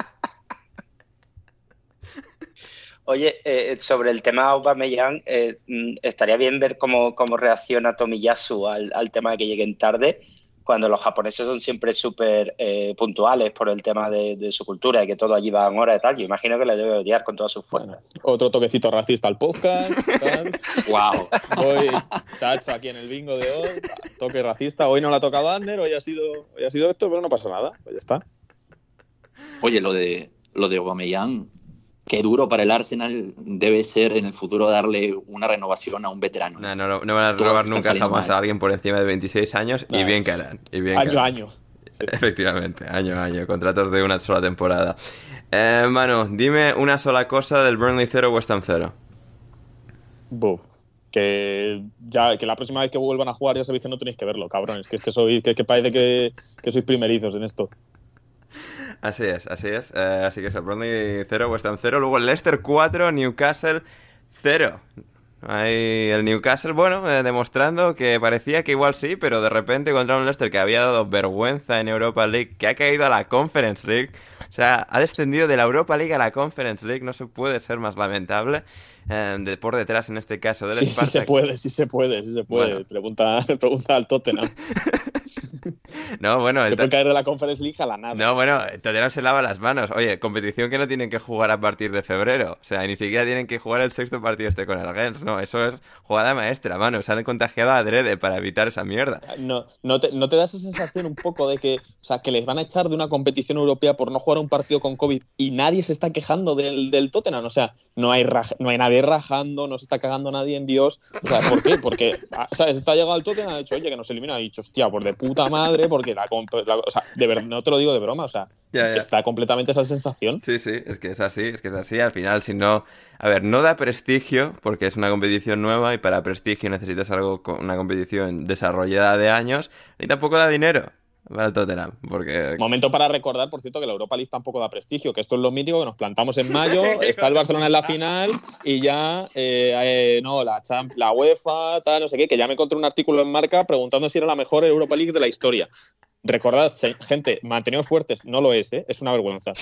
Oye, eh, sobre el tema Aubameyang, eh, estaría bien ver cómo, cómo reacciona Tomiyasu al, al tema de que lleguen tarde, cuando los japoneses son siempre súper eh, puntuales por el tema de, de su cultura y que todo allí va en hora y tal. Yo imagino que le debe odiar con todas sus fuerzas. Bueno, otro toquecito racista al podcast. Tal. Wow. Hoy tacho aquí en el bingo de hoy. Toque racista. Hoy no le ha tocado a Ander, hoy ha sido, hoy ha sido esto, pero no pasa nada. Pues ya está. Oye, lo de, lo de Aubameyang, qué duro para el Arsenal debe ser en el futuro darle una renovación a un veterano. No, no, no van a renovar nunca jamás a alguien por encima de veintiséis años y no, bien que harán. Y bien año que a harán. año. Sí. Efectivamente, año a año. Contratos de una sola temporada. Eh, Manu, dime una sola cosa del Burnley cero, West Ham cero. Buf. Que ya que la próxima vez que vuelvan a jugar ya sabéis que no tenéis que verlo, cabrones. Que es que, soy, que, que parece que, que sois primerizos en esto. Así es, así es. Eh, así que es el Burnley cero, West Ham cero. Luego el Leicester cuatro, Newcastle cero. Ahí el Newcastle, bueno, eh, demostrando que parecía que igual sí, pero de repente contra un Leicester que había dado vergüenza en Europa League, que ha caído a la Conference League, o sea, ha descendido de la Europa League a la Conference League, no se puede ser más lamentable, eh, de, por detrás en este caso del sí, Spartak. Sí se puede, sí se puede, sí se puede, bueno. pregunta, pregunta al Tottenham. No, bueno, se puede caer de la Conference League a la nada. No, bueno, el Tottenham se lava las manos. Oye, competición que no tienen que jugar a partir de febrero. O sea, ni siquiera tienen que jugar el sexto partido este con el Gens. No, eso es jugada maestra, mano. Se han contagiado a adrede para evitar esa mierda. No, no te, ¿no te da esa sensación un poco de que, o sea, que les van a echar de una competición europea por no jugar un partido con COVID y nadie se está quejando del, del Tottenham? O sea, no hay, raj, no hay nadie rajando, no se está cagando nadie en Dios. O sea, ¿por qué? Porque, ¿sabes? Está llegado al Tottenham, ha dicho, oye, que nos elimina. Ha dicho, hostia, pues de puta madre, porque la, la o sea, de verdad, no te lo digo de broma, o sea, ya, ya. Está completamente esa sensación. Sí, sí, es que es así, es que es así. Al final, si no, a ver, no da prestigio porque es una competición nueva y para prestigio necesitas algo con una competición desarrollada de años y tampoco da dinero para el Tottenham, porque... Momento para recordar, por cierto, que la Europa League tampoco da prestigio, que esto es lo mítico, que nos plantamos en mayo, está el Barcelona en la final y ya, eh, eh, no, la, Champ- la UEFA, tal, no sé qué, que ya me encontré un artículo en Marca preguntando si era la mejor Europa League de la historia. Recordad, gente, mantenidos fuertes, no lo es, ¿eh? Es una vergüenza.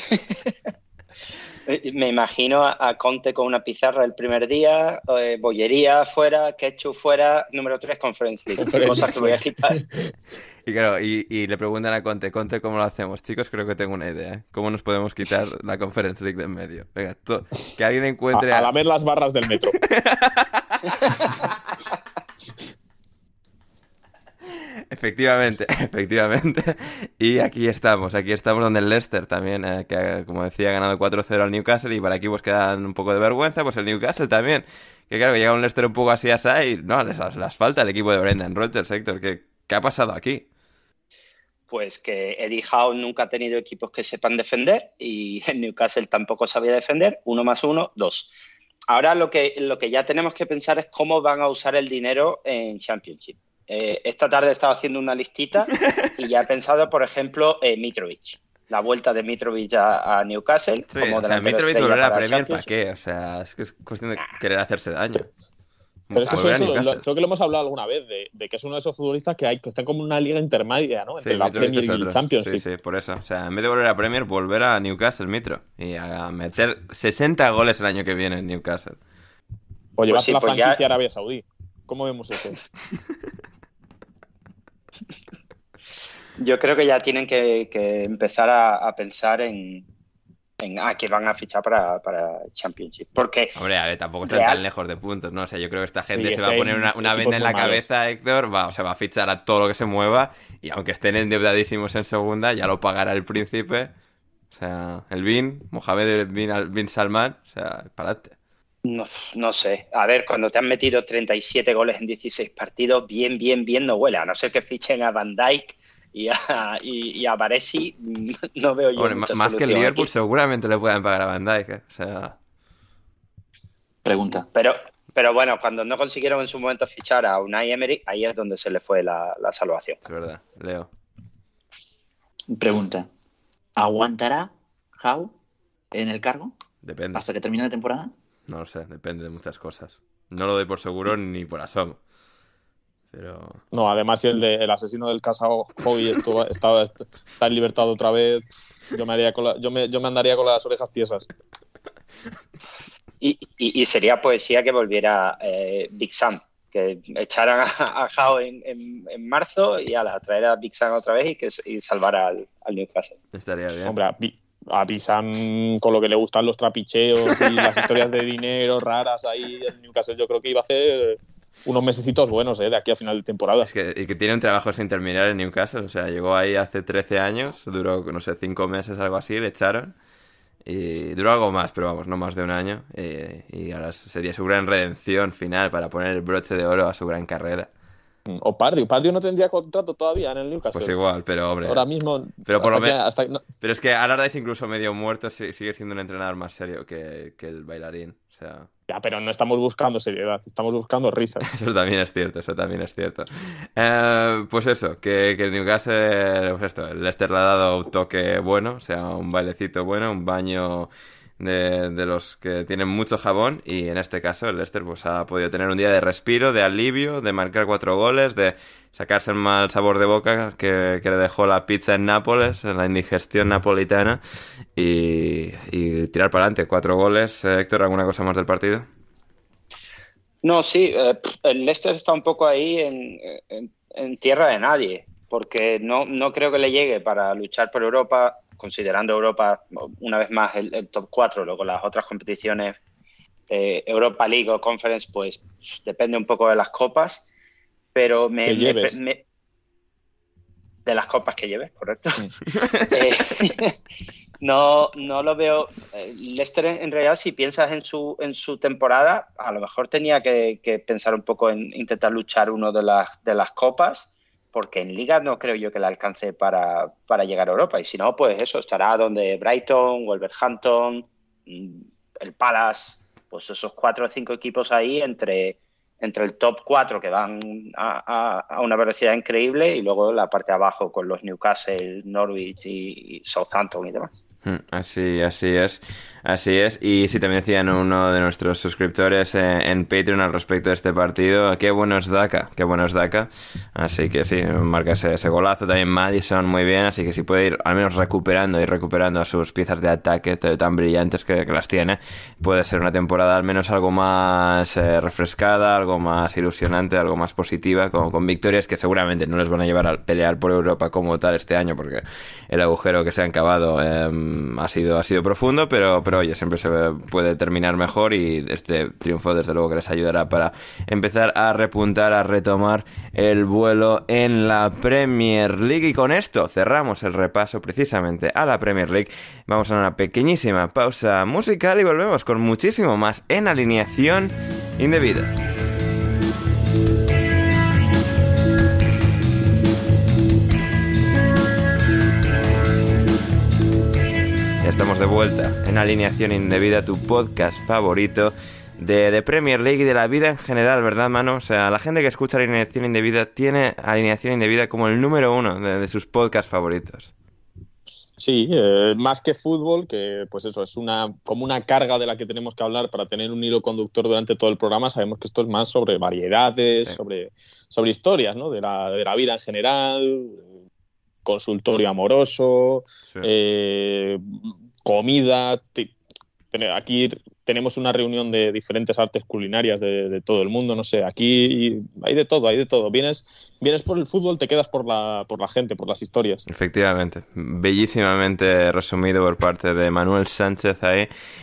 Me imagino a Conte con una pizarra el primer día, eh, bollería fuera, ketchup fuera, número tres, Conference League. Conference. Cosas que voy a quitar. Y claro, y, y le preguntan a Conte, Conte, ¿cómo lo hacemos? Chicos, creo que tengo una idea, ¿eh? ¿Cómo nos podemos quitar la Conference League de en medio? Venga, to- que alguien encuentre... A, a lamer las barras del metro. Efectivamente, efectivamente. Y aquí estamos, aquí estamos donde el Leicester también, eh, que como decía, ha ganado cuatro cero al Newcastle y para aquí pues quedan un poco de vergüenza, pues el Newcastle también. Que claro, que llega un Leicester un poco así así y no, les, les falta el equipo de Brendan Rodgers, Héctor. ¿Qué, qué ha pasado aquí? Pues que Eddie Howe nunca ha tenido equipos que sepan defender y el Newcastle tampoco sabía defender. Uno más uno, dos. Ahora lo que, lo que ya tenemos que pensar es cómo van a usar el dinero en Championship. Eh, esta tarde he estado haciendo una listita y ya he pensado, por ejemplo, eh, Mitrovic. La vuelta de Mitrovic a, a Newcastle. Sí, como o sea, Mitrovic volver a Premier, ¿para qué? O sea, es que es cuestión de querer hacerse daño. Pero es que eso, eso, lo, creo que lo hemos hablado alguna vez, de, de que es uno de esos futbolistas que hay que están como en una liga intermedia, ¿no? Entre sí, la Mitrovic Premier y el Championship. Sí, sí, por eso. O sea, en vez de volver a Premier, volver a Newcastle, Mitro. Y a meter sesenta goles el año que viene en Newcastle. O llevarse pues sí, la pues franquicia ya... a Arabia Saudí. ¿Cómo vemos eso? Yo creo que ya tienen que, que empezar a, a pensar en, en ah, que van a fichar para, para Championship. Porque, hombre, a ver, tampoco están real... tan lejos de puntos, ¿no? O sea, yo creo que esta gente sí, se va a poner una, una venda en la malos. cabeza, Héctor, va, o sea, va a fichar a todo lo que se mueva y aunque estén endeudadísimos en segunda, ya lo pagará el príncipe. O sea, el Bin, Mohamed Bin, Bin Salman, o sea, para adelante. No, no sé. A ver, cuando te han metido treinta y siete goles en dieciséis partidos, bien, bien, bien no huele. A no ser que fichen a Van Dijk y a, y, y a Baresi, no veo yo. Hombre, mucha más que el Liverpool aquí. seguramente le puedan pagar a Van Dijk, ¿eh? O sea... Pregunta. Pero, pero bueno, cuando no consiguieron en su momento fichar a Unai Emery, ahí es donde se le fue la, la salvación. Es verdad, Leo. Pregunta. ¿Aguantará Howe en el cargo? Depende. ¿Hasta que termine la temporada? No lo sé, depende de muchas cosas. No lo doy por seguro ni por asomo. Pero... No, además si el, de, el asesino del casado Hobby está, está, está en libertad otra vez, yo me, haría con la, yo, me, yo me andaría con las orejas tiesas. Y, y, y sería poesía que volviera eh, Big Sam, que echaran a, a Howe en, en, en marzo y a la traer a Big Sam otra vez y que y salvara al, al Newcastle. Estaría bien. Hombre, a, a Big Sam con lo que le gustan los trapicheos y las historias de dinero raras ahí en Newcastle, yo creo que iba a hacer unos mesecitos buenos, ¿eh? De aquí a final de temporada. Es que, y que tiene un trabajo sin terminar en Newcastle, o sea, llegó ahí hace trece años, duró, no sé, cinco meses, algo así, le echaron. Y duró algo más, pero vamos, no más de un año. Y, y ahora sería su gran redención final para poner el broche de oro a su gran carrera. O Pardew. Pardew no tendría contrato todavía en el Newcastle. Pues igual, pero hombre. Ahora mismo. Pero por lo menos. hasta... no. Pero es que Allardyce, incluso medio muerto, sigue siendo un entrenador más serio que, que el bailarín. O sea. Ya, pero no estamos buscando seriedad, estamos buscando risas. Eso también es cierto, eso también es cierto. Eh, pues eso, que, que el Newcastle, pues esto, el Leicester le ha dado un toque bueno, o sea, un bailecito bueno, un baño de, de los que tienen mucho jabón, y en este caso el Leicester pues ha podido tener un día de respiro, de alivio, de marcar cuatro goles, de sacarse el mal sabor de boca que, que le dejó la pizza en Nápoles, la indigestión napolitana, y, y tirar para adelante. Cuatro goles. eh, Héctor, ¿alguna cosa más del partido? No, sí, eh, el Leicester está un poco ahí en, en, en tierra de nadie, porque no, no creo que le llegue para luchar por Europa, considerando Europa una vez más el, el top cuatro, luego las otras competiciones, eh, Europa League o Conference, pues depende un poco de las copas, pero me, me, me de las copas que lleves, correcto. Sí. eh, no, no lo veo. Leicester, en realidad, si piensas en su en su temporada, a lo mejor tenía que, que pensar un poco en intentar luchar uno de las de las copas, porque en Liga no creo yo que le alcance para, para llegar a Europa. Y si no, pues eso, estará donde Brighton, Wolverhampton, el Palace, pues esos cuatro o cinco equipos ahí entre, entre el top cuatro que van a, a, a una velocidad increíble, y luego la parte de abajo con los Newcastle, Norwich y, y Southampton y demás. Así, así es, así es. Y sí, también decían uno de nuestros suscriptores en, en Patreon al respecto de este partido: qué bueno es Daka, qué bueno es Daka. Así que sí, marca ese, ese golazo. También Maddison muy bien, así que si puede ir al menos recuperando y recuperando a sus piezas de ataque tan brillantes que, que las tiene, puede ser una temporada al menos algo más eh, refrescada, algo más ilusionante, algo más positiva, con, con victorias que seguramente no les van a llevar a pelear por Europa como tal este año, porque el agujero que se han cavado eh, ha sido ha sido profundo, pero, pero oye, siempre se puede terminar mejor, y este triunfo desde luego que les ayudará para empezar a repuntar, a retomar el vuelo en la Premier League. Y con esto cerramos el repaso precisamente a la Premier League. Vamos a una pequeñísima pausa musical y volvemos con muchísimo más en Alineación Indebida. Estamos de vuelta en Alineación Indebida, tu podcast favorito de, de Premier League y de la vida en general, ¿verdad, Manu? O sea, la gente que escucha Alineación Indebida tiene Alineación Indebida como el número uno de, de sus podcasts favoritos. Sí, eh, más que fútbol, que pues eso, es una como una carga de la que tenemos que hablar para tener un hilo conductor durante todo el programa. Sabemos que esto es más sobre variedades, sí. sobre, sobre historias, ¿no? De la, de la vida en general, consultorio amoroso, sí. eh, comida. T- aquí tenemos una reunión de diferentes artes culinarias de, de todo el mundo, no sé, aquí hay de todo, hay de todo. Vienes, vienes por el fútbol, te quedas por la, por la gente, por las historias. Efectivamente, bellísimamente resumido por parte de Manuel Sánchez ahí.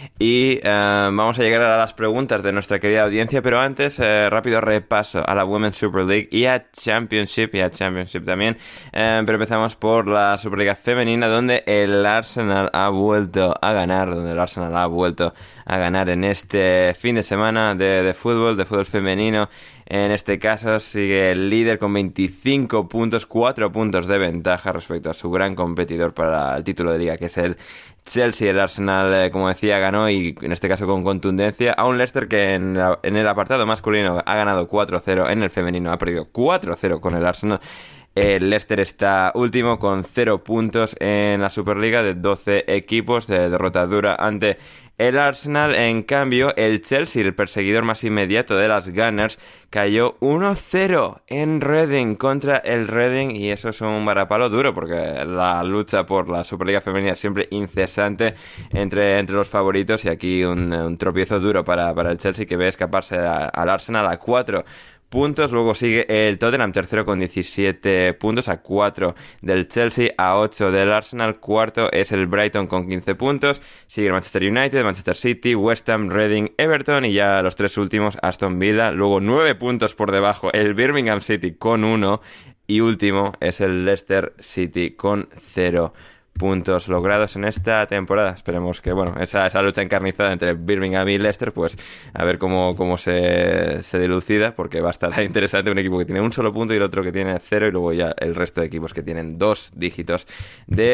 Y uh, vamos a llegar a las preguntas de nuestra querida audiencia, pero antes, uh, rápido repaso a la Women's Super League y a Championship, y a Championship también. Uh, pero empezamos por la Superliga Femenina, donde el Arsenal ha vuelto a ganar, donde el Arsenal ha vuelto a ganar en este fin de semana de, de fútbol, de fútbol femenino. En este caso sigue el líder con veinticinco puntos, cuatro puntos de ventaja respecto a su gran competidor para el título de liga, que es el Chelsea. El Arsenal, eh, como decía, ganó, y en este caso con contundencia, a un Leicester que en, la, en el apartado masculino ha ganado cuatro cero, en el femenino ha perdido cuatro cero con el Arsenal. El Leicester está último con cero puntos en la Superliga de doce equipos, de derrota dura ante el Arsenal. En cambio, el Chelsea, el perseguidor más inmediato de las Gunners, cayó uno cero en Reading contra el Reading, y eso es un varapalo duro, porque la lucha por la Superliga Femenina es siempre incesante entre, entre los favoritos, y aquí un, un tropiezo duro para, para el Chelsea, que ve escaparse a, al Arsenal a cuatro puntos. Luego sigue el Tottenham, tercero con diecisiete puntos, a cuatro del Chelsea, a ocho del Arsenal. Cuarto es el Brighton con quince puntos. Sigue el Manchester United, Manchester City, West Ham, Reading, Everton, y ya los tres últimos, Aston Villa. Luego nueve puntos por debajo el Birmingham City con uno, y último es el Leicester City con cero puntos logrados en esta temporada. Esperemos que, bueno, esa, esa lucha encarnizada entre Birmingham y Leicester, pues a ver cómo, cómo se, se dilucida, porque va a estar interesante un equipo que tiene un solo punto y el otro que tiene cero, y luego ya el resto de equipos que tienen dos dígitos de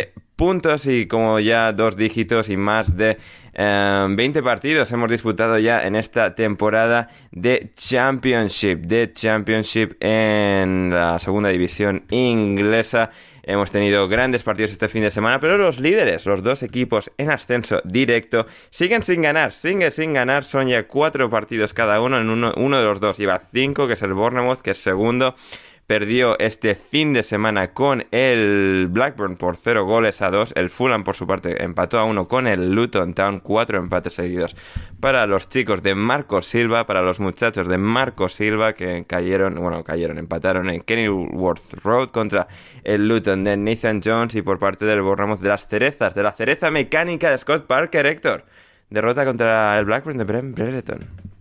puntos y como ya dos dígitos y más de eh, veinte partidos hemos disputado ya en esta temporada de Championship, de Championship en la segunda división inglesa. Hemos tenido grandes partidos este fin de semana, pero los líderes, los dos equipos en ascenso directo, siguen sin ganar, siguen sin ganar. Son ya cuatro partidos cada uno, en uno, uno de los dos lleva cinco, que es el Bournemouth, que es segundo. Perdió este fin de semana con el Blackburn por cero goles a dos. El Fulham, por su parte, empató a uno con el Luton Town. Cuatro empates seguidos para los chicos de Marco Silva, para los muchachos de Marco Silva, que cayeron, bueno, cayeron, empataron en Kenilworth Road contra el Luton de Nathan Jones. Y por parte del Bournemouth, de las cerezas, de la cereza mecánica de Scott Parker, Héctor. Derrota contra el Blackburn de Ben Brereton.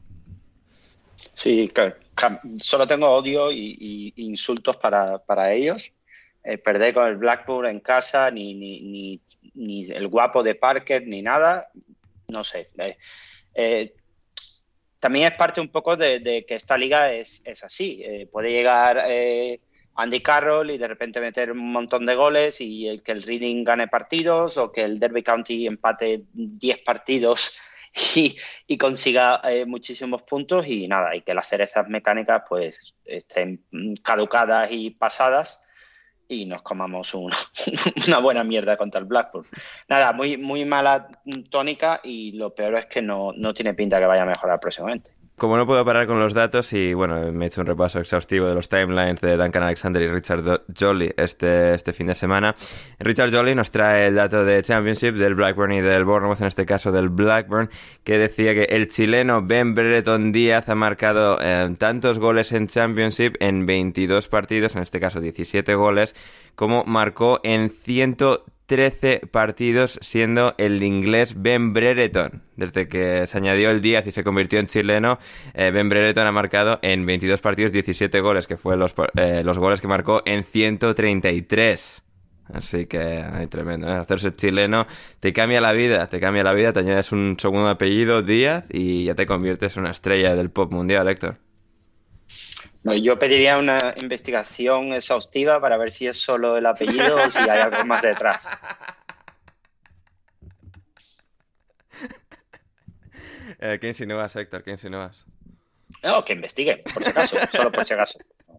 Sí, claro. Solo tengo odio y, y insultos para, para ellos. Eh, perder con el Blackburn en casa, ni, ni, ni, ni el guapo de Parker, ni nada. No sé. Eh, eh, también es parte un poco de, de que esta liga es, es así. Eh, puede llegar eh, Andy Carroll y de repente meter un montón de goles y el, que el Reading gane partidos o que el Derby County empate diez partidos Y, y consiga eh, muchísimos puntos y nada, y que las cerezas mecánicas pues estén caducadas y pasadas y nos comamos una, una buena mierda contra el Blackburn. Nada, muy, muy mala tónica y lo peor es que no, no tiene pinta que vaya a mejorar próximamente. Como no puedo parar con los datos y bueno, me he hecho un repaso exhaustivo de los timelines de Duncan Alexander y Richard Jolly este, este fin de semana. Richard Jolly nos trae el dato de Championship del Blackburn y del Bournemouth, en este caso del Blackburn, que decía que el chileno Ben Brereton Díaz ha marcado eh, tantos goles en Championship en veintidós partidos, en este caso diecisiete goles, como marcó en ciento trece partidos, siendo el inglés Ben Brereton. Desde que se añadió el Díaz y se convirtió en chileno, eh, Ben Brereton ha marcado en veintidós partidos diecisiete goles, que fue los, eh, los goles que marcó en ciento treinta y tres. Así que, ay, tremendo, ¿eh? Hacerse chileno te cambia la vida, te cambia la vida, te añades un segundo apellido, Díaz, y ya te conviertes en una estrella del pop mundial, Héctor. No, yo pediría una investigación exhaustiva para ver si es solo el apellido o si hay algo más detrás. Eh, ¿Qué insinúas, Héctor? ¿Qué insinúas? No, que investiguen, por si acaso, solo por si acaso.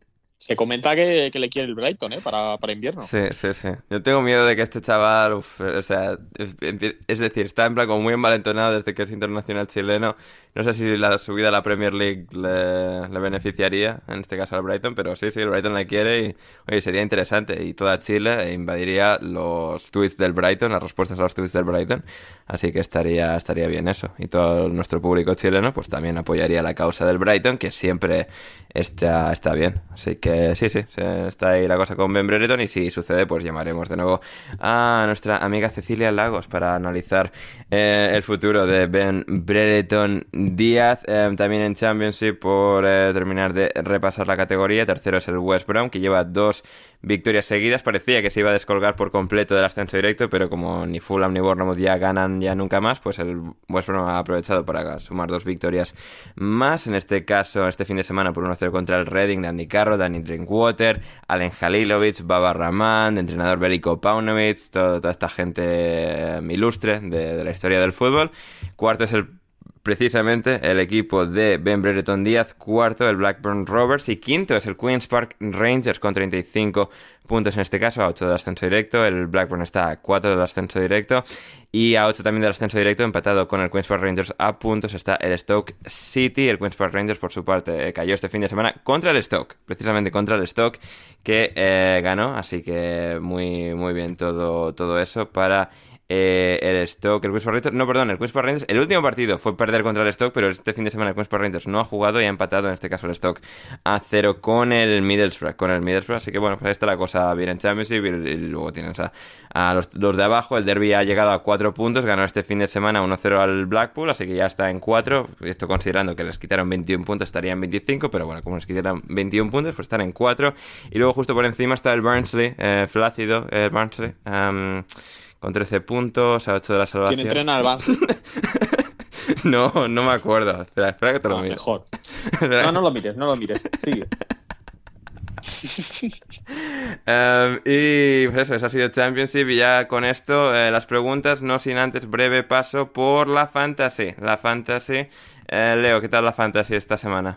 Se comenta que, que le quiere el Brighton, ¿eh? Para, para invierno. Sí, sí, sí. Yo tengo miedo de que este chaval, uf, o sea, es, es decir, está en plan como muy envalentonado desde que es internacional chileno. No sé si la subida a la Premier League le, le beneficiaría, en este caso al Brighton, pero sí, sí, el Brighton le quiere y, oye, sería interesante. Y toda Chile invadiría los tweets del Brighton, las respuestas a los tweets del Brighton. Así que estaría, estaría bien eso. Y todo nuestro público chileno, pues también apoyaría la causa del Brighton, que siempre está, está bien. Así que Eh, sí, sí, está ahí la cosa con Ben Brereton y si sucede pues llamaremos de nuevo a nuestra amiga Cecilia Lagos para analizar eh, el futuro de Ben Brereton Díaz. Eh, también en Championship, por eh, terminar de repasar la categoría, tercero es el West Brom, que lleva dos victorias seguidas. Parecía que se iba a descolgar por completo del ascenso directo, pero como ni Fulham ni Bournemouth ya ganan ya nunca más, pues el West Brom ha aprovechado para sumar dos victorias más, en este caso este fin de semana por uno cero contra el Reading de Andy Carroll, Danny Drinkwater, Alen Halilovic, Baba Rahman, de entrenador Veliko Paunovic, todo, toda esta gente eh, ilustre de, de la historia del fútbol. Cuarto es el precisamente el equipo de Ben Brereton Díaz, cuarto el Blackburn Rovers y quinto es el Queen's Park Rangers con treinta y cinco puntos en este caso, a ocho del ascenso directo. El Blackburn está a cuatro del ascenso directo y a ocho también del ascenso directo, empatado con el Queen's Park Rangers a puntos está el Stoke City. El Queen's Park Rangers por su parte eh, cayó este fin de semana contra el Stoke, precisamente contra el Stoke, que eh, ganó, así que muy, muy bien todo, todo eso para Eh, el Stoke, el Queen's Park Rangers, no, perdón, el Queen's Park Rangers, el último partido fue perder contra el Stoke, pero este fin de semana el Queen's Park Rangers no ha jugado y ha empatado, en este caso el Stoke, a cero con el Middlesbrough, con el Middlesbrough, así que bueno, pues ahí está la cosa bien en Championship y, y luego tienes a, a los, los de abajo. El Derby ha llegado a cuatro puntos, ganó este fin de semana uno cero al Blackpool, así que ya está en cuatro, esto considerando que les quitaron veintiún puntos estaría en veinticinco, pero bueno, como les quitaron veintiún puntos, pues están en cuatro, y luego justo por encima está el Barnsley, eh, flácido, el Barnsley, um, con trece puntos, a ocho de la salvación. ¿Quién entrena al Barnsley? No, no me acuerdo. Espera, espera que te lo no, mire. Mejor. No, no lo mires, no lo mires. Sigue. Um, y pues eso, eso ha sido Championship. Y ya con esto, eh, las preguntas, no sin antes breve paso por la Fantasy. La Fantasy. Eh, Leo, ¿qué tal la Fantasy esta semana?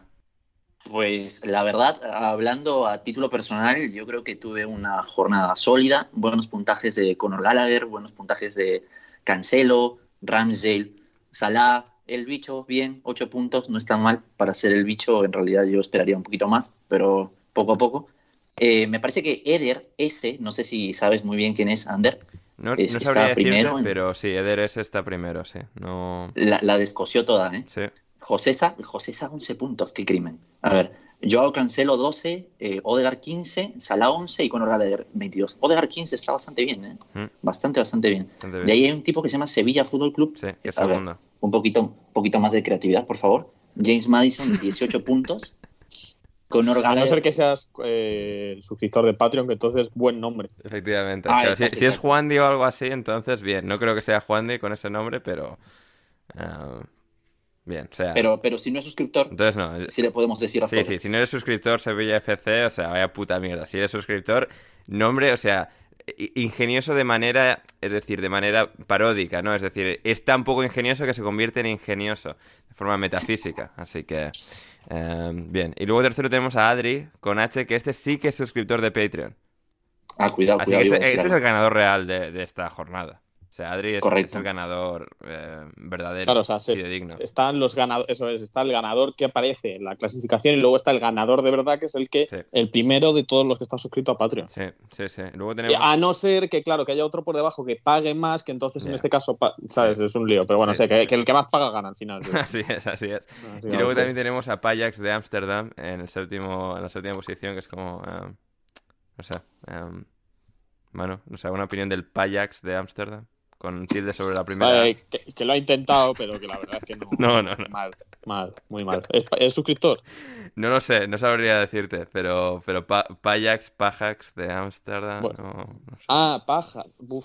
Pues la verdad, hablando a título personal, yo creo que tuve una jornada sólida, buenos puntajes de Conor Gallagher, buenos puntajes de Cancelo, Ramsdale, Salah, el bicho, bien, ocho puntos, no es tan mal para ser el bicho, en realidad yo esperaría un poquito más, pero poco a poco. Eh, me parece que Eder S, no sé si sabes muy bien quién es, Ander, No, es, no sabría está decirte, primero, pero sí, Eder S está primero, sí. No... la, la descosió toda, ¿eh? Sí. Josesa, Josesa once puntos, qué crimen. A ver, Joao Cancelo doce, eh, Odegaard quince, Salah once y Conor Gallagher veintidós. Odegaard quince está bastante bien, ¿eh? Mm. Bastante, bastante bien. bastante bien. De ahí hay un tipo que se llama Sevilla Fútbol Club. Sí, que es segundo. Ver, un poquito, un poquito más de creatividad, por favor. James Madison, dieciocho puntos. Conor Gallagher... A no ser que seas eh, suscriptor de Patreon, que entonces buen nombre. Efectivamente. Ah, claro, si, si es Juandi o algo así, entonces bien. No creo que sea Juandi con ese nombre, pero... Uh... Bien, o sea... Pero, pero si no es suscriptor, entonces no. Sí le podemos decir a Sí, todos. sí, si no eres suscriptor Sevilla F C, o sea, vaya puta mierda. Si eres suscriptor, nombre, o sea, ingenioso de manera, es decir, de manera paródica, ¿no? Es decir, es tan poco ingenioso que se convierte en ingenioso, de forma metafísica. Así que, eh, bien. Y luego tercero tenemos a Adri, con H, que este sí que es suscriptor de Patreon. Ah, cuidado, Así cuidado. que este, este es el ganador real de, de esta jornada. O sea, Adri es, es el ganador eh, verdadero, claro, o sea, y de digno. Están los ganadores, eso es, está el ganador que aparece en la clasificación y luego está el ganador de verdad, que es el que, sí. el primero de todos los que están suscritos a Patreon. Sí, sí, sí. Luego tenemos... A no ser que, claro, que haya otro por debajo que pague más, que entonces yeah. en este caso, sabes, es un lío. Pero bueno, sí, sé, sí, que, sí. que el que más paga gana al final. ¿Sí? Así es, así es. Así y luego sí. también tenemos a Payax de Ámsterdam en el séptimo, en la séptima posición, que es como, um, no sé, um, bueno, no sé, una opinión del Payax de Ámsterdam. Con tilde sobre la primera. Vale, que, que lo ha intentado, pero que la verdad es que no. No, no, no. Mal, mal, muy mal. ¿Es, ¿Es suscriptor? No lo sé, no sabría decirte, pero, pero pa, Payax, Pajax de Ámsterdam. Bueno. No, no sé. Ah, Paja.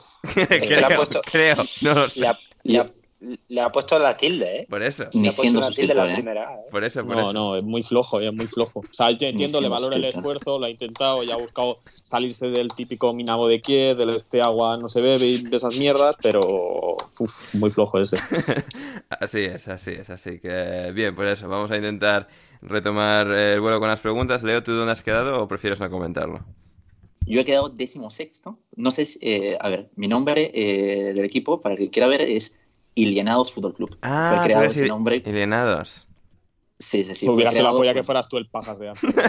creo, ha puesto, creo, no lo sé. Le ha, le, ha, le ha puesto la tilde, ¿eh? Por eso. Ni le siendo suscriptor, la ¿eh? primera, ¿eh? Por eso, por no, eso. No, es muy flojo, es muy flojo. O sea, yo entiendo, le valora el esfuerzo, lo ha intentado, ya ha buscado salirse del típico Minamo de Kiev, del este agua no se bebe y de esas mierdas, pero uf, muy flojo ese. Así es, así es, así que bien, pues eso, vamos a intentar retomar el vuelo con las preguntas. Leo, ¿tú dónde has quedado o prefieres no comentarlo? Yo he quedado décimo sexto. No sé si, eh, a ver, mi nombre eh, del equipo, para el que quiera ver, es Ilienados Fútbol Club. Ah, fue creado ese il- nombre. Ilienados. Sí, sí, sí. Hubiera sido la polla por... que fueras tú el Pajas de Ámsterdam.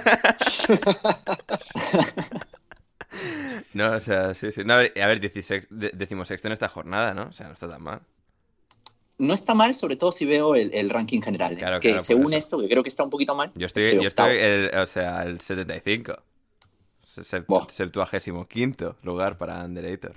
No, o sea, sí, sí. No, a ver, a ver decimosexto en esta jornada, ¿no? O sea, no está tan mal. No está mal, sobre todo si veo el, el ranking general. ¿eh? Claro, que claro, según esto, que creo que está un poquito mal. Yo estoy, yo estoy el, o sea, el setenta y cinco. Wow. Septuagésimo quinto lugar para Underator.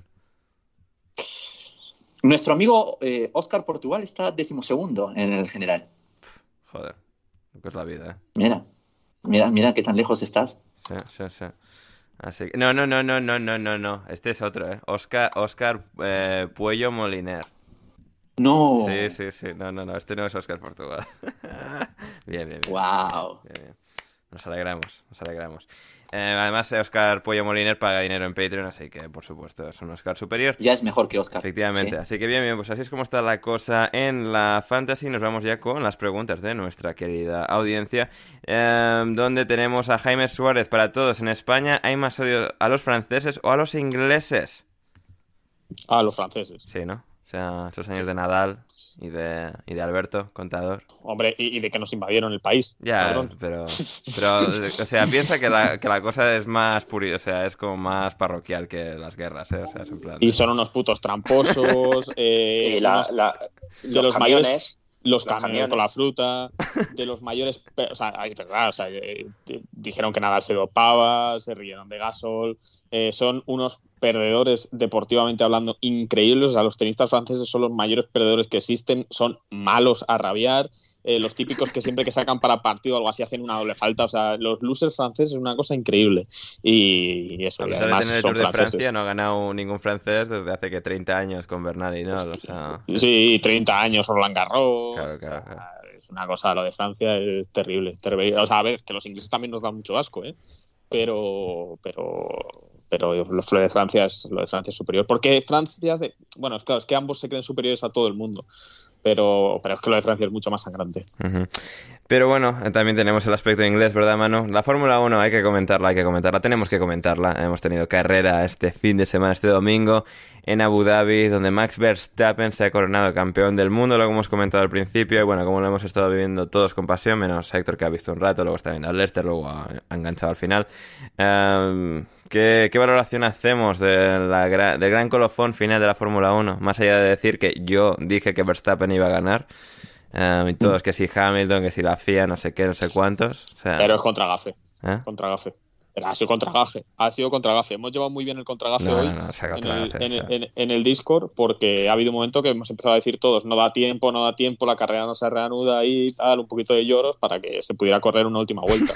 Nuestro amigo eh, Oscar Portugal está decimosegundo en el general. Joder, lo que es la vida, ¿eh? Mira, mira, mira qué tan lejos estás. Sí, sí, sí. Así que... No, no, no, no, no, no, no, no. Este es otro, ¿eh? Oscar, Oscar eh, Puello Moliner. No. Sí, sí, sí. No, no, no. Este no es Oscar Portugal. Bien, bien, bien. Wow. Bien, bien. Nos alegramos, nos alegramos. Eh, además, Oscar Puello Moliner paga dinero en Patreon, así que, por supuesto, es un Oscar superior. Ya es mejor que Oscar. Efectivamente. ¿Sí? Así que bien, bien, pues así es como está la cosa en la Fantasy. Nos vamos ya con las preguntas de nuestra querida audiencia, eh, donde tenemos a Jaime Suárez. Para todos, en España, ¿hay más odio a los franceses o a los ingleses? A los franceses. Sí, ¿no? O sea, esos años de Nadal y de, y de Alberto, contador. Hombre, y, y de que nos invadieron el país. Ya, cabrón. pero, pero, o sea, piensa que la, que la cosa es más puri, o sea, es como más parroquial que las guerras, ¿eh? O sea, es en plan... Y son unos putos tramposos. Eh, y la, unos, la, de los, los camiones, mayores, los, los camiones, camiones con la fruta, de los mayores, o sea, es verdad, o sea, eh, dijeron que Nadal se dopaba, se rieron de Gasol, eh, son unos perdedores deportivamente hablando increíbles. O sea, los tenistas franceses son los mayores perdedores que existen, son malos a rabiar, eh, los típicos que siempre que sacan para partido o algo así hacen una doble falta. O sea, los losers franceses es una cosa increíble. Y, y eso, a y pesar además de tener el son Tour de franceses. Francia, no ha ganado ningún francés desde hace que treinta años con Bernal y no, o sea... Sí, treinta años Roland Garros. Claro, claro, o sea, claro. Es una cosa, lo de Francia es terrible, terrible. O sea, a ver, que los ingleses también nos dan mucho asco, ¿eh? Pero, pero, pero lo de Francia es, lo de Francia es superior. Porque Francia, bueno, claro, es que ambos se creen superiores a todo el mundo. Pero, pero es que lo de Francia es mucho más sangrante. Uh-huh. Pero bueno, también tenemos el aspecto inglés, ¿verdad, Manu? La Fórmula uno hay que comentarla, hay que comentarla, tenemos que comentarla. Hemos tenido carrera este fin de semana, este domingo, en Abu Dhabi, donde Max Verstappen se ha coronado campeón del mundo, lo que hemos comentado al principio, y bueno, como lo hemos estado viviendo todos con pasión, menos Héctor, que ha visto un rato, luego está viendo al Leicester, luego ha, ha enganchado al final. Um, ¿qué, ¿Qué valoración hacemos de la gra- del gran colofón final de la Fórmula uno? Más allá de decir que yo dije que Verstappen iba a ganar, um, y todos que si Hamilton, que si la F I A, no sé qué, no sé cuántos. O sea, pero es contra Gafe. ¿eh? Contra Gafe. Pero ha sido contra Gafe. Ha sido contra Gafe. Hemos llevado muy bien el contra Gafe no, hoy no, no, se ha en, el, Gafe, en, o sea. en, en el Discord, porque ha habido un momento que hemos empezado a decir todos, no da tiempo, no da tiempo, la carrera no se reanuda y tal, un poquito de lloros para que se pudiera correr una última vuelta.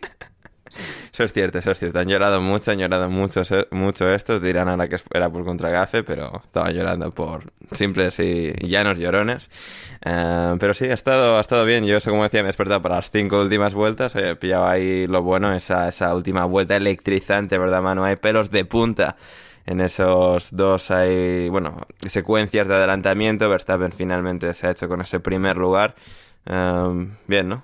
Eso es cierto, eso es cierto. Han llorado mucho, han llorado mucho, mucho estos. Dirán ahora que era por contragafe, pero estaban llorando por simples y llanos llorones. Uh, pero sí, ha estado, ha estado bien. Yo, eso como decía, me he despertado para las cinco últimas vueltas. He pillado ahí lo bueno, esa, esa última vuelta electrizante, ¿verdad, Manu? Hay pelos de punta en esos dos, hay, bueno, secuencias de adelantamiento. Verstappen finalmente se ha hecho con ese primer lugar. Uh, bien, ¿no?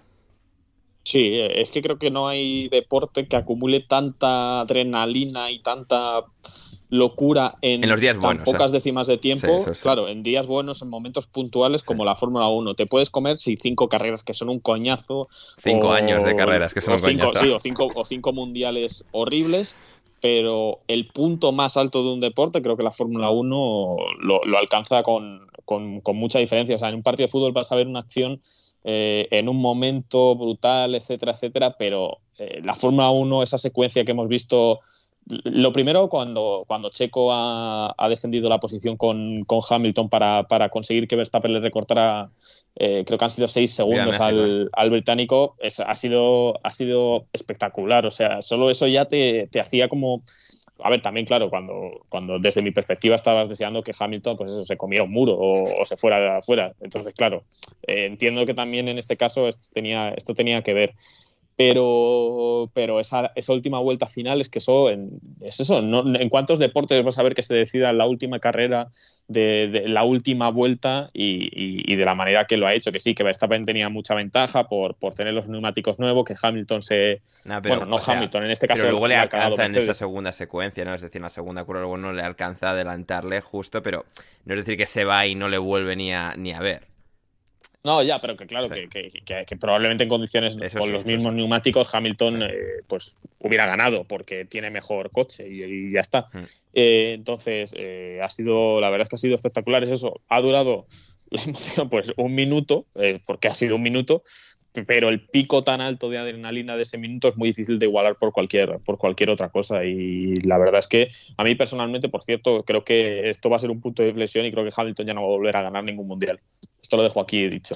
Sí, es que creo que no hay deporte que acumule tanta adrenalina y tanta locura en, en los días tan buenos, pocas ¿eh? décimas de tiempo. Sí, eso sí. Claro, en días buenos, en momentos puntuales como sí. La Fórmula uno. Te puedes comer sí, cinco carreras que son un coñazo. Cinco o, años de carreras que son un cinco, coñazo. Sí, o cinco, o cinco mundiales horribles. Pero el punto más alto de un deporte, creo que la Fórmula uno lo, lo alcanza con, con, con mucha diferencia. O sea, en un partido de fútbol vas a ver una acción Eh, en un momento brutal, etcétera, etcétera, pero eh, la Fórmula uno, esa secuencia que hemos visto, lo primero cuando, cuando Checo ha, ha defendido la posición con, con Hamilton para, para conseguir que Verstappen le recortara, eh, creo que han sido seis segundos al, al británico, es, ha, sido, ha sido espectacular, o sea, solo eso ya te, te hacía como... A ver, también, claro, cuando, cuando desde mi perspectiva estabas deseando que Hamilton pues eso, se comiera un muro o, o se fuera de afuera. Entonces, claro, eh, entiendo que también en este caso esto tenía, esto tenía que ver. Pero, pero esa, esa última vuelta final es que eso, en, es eso, ¿no? ¿En cuántos deportes vas a ver que se decida la última carrera de, de la última vuelta y, y, y de la manera que lo ha hecho? Que sí, que Verstappen tenía mucha ventaja por, por tener los neumáticos nuevos, que Hamilton se... No, pero, bueno, no sea, Hamilton, en este caso... Pero luego le alcanza en esa segunda secuencia, ¿no? Es decir, en la segunda curva luego no le alcanza a adelantarle justo, pero no es decir que se va y no le vuelve ni a, ni a ver. No, ya, pero que claro, sí. que, que, que, que probablemente en condiciones eso con sí, los mismos sí. neumáticos Hamilton sí. eh, pues hubiera ganado porque tiene mejor coche y, y ya está. Mm. Eh, entonces, eh, ha sido, la verdad es que ha sido espectacular. Es eso, ha durado la emoción pues un minuto, eh, porque ha sido un minuto, pero el pico tan alto de adrenalina de ese minuto es muy difícil de igualar por cualquier, por cualquier otra cosa. Y la verdad es que a mí personalmente, por cierto, creo que esto va a ser un punto de inflexión y creo que Hamilton ya no va a volver a ganar ningún mundial. Esto lo dejo aquí dicho.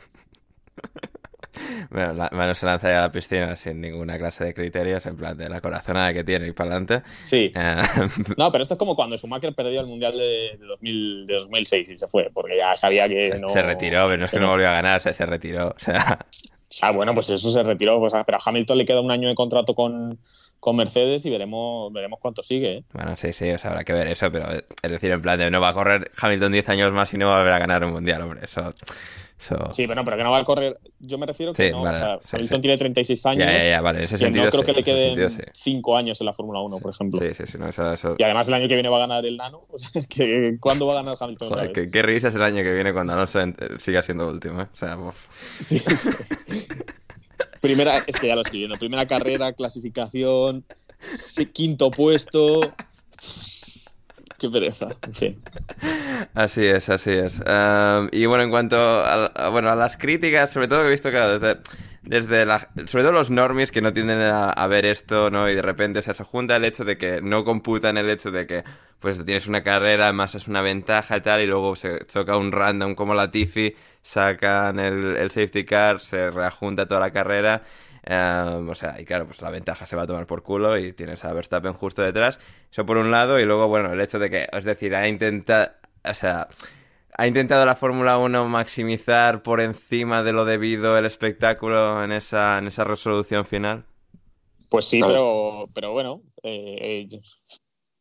Bueno, la mano se lanza ya a la piscina sin ninguna clase de criterios, en plan de la corazonada que tiene y para adelante. Sí. Uh... No, pero esto es como cuando Schumacher perdió el mundial de, de, dos mil, de dos mil seis y se fue, porque ya sabía que no... Se retiró, pero no es que, que no volvió a ganar, se, se retiró. O sea... o sea, bueno, pues eso se retiró. Pues, pero a Hamilton le queda un año de contrato con... con Mercedes y veremos veremos cuánto sigue, ¿eh? Bueno, sí, sí, o sea, habrá que ver eso, pero es decir, en plan de no va a correr Hamilton diez años más y no va a volver a ganar un mundial, hombre, eso... eso... Sí, bueno, pero que no va a correr, yo me refiero que sí, no, vale, o sea, sí, Hamilton sí. tiene treinta y seis años, ya, ya, ya, vale, en ese sentido no creo sí, que le queden sí. cinco años en la Fórmula uno, por ejemplo. Sí, sí, sí, no, eso, eso... Y además el año que viene va a ganar el Nano, o sea, es que ¿cuándo va a ganar Hamilton? Joder, qué, qué risas el año que viene cuando Alonso siga siendo último, ¿eh? O sea, uf. Sí, sí. Primera, es que ya lo estoy viendo, primera carrera, clasificación, quinto puesto... Qué pereza, en fin. Así es, así es. Um, y bueno, en cuanto a, a, bueno, a las críticas, sobre todo que he visto, claro, desde, desde la, sobre todo los normies que no tienden a, a ver esto, ¿no? Y de repente o sea, se junta el hecho de que no computan el hecho de que pues tienes una carrera, además es una ventaja y tal, y luego se choca un random como Latifi, sacan el, el safety car, se reajunta toda la carrera... Um, o sea, y claro, pues la ventaja se va a tomar por culo y tienes a Verstappen justo detrás. Eso por un lado, y luego, bueno, el hecho de que, es decir, ha intentado, o sea, ha intentado la Fórmula uno maximizar por encima de lo debido el espectáculo en esa, en esa resolución final. Pues sí, pero, pero bueno, eh,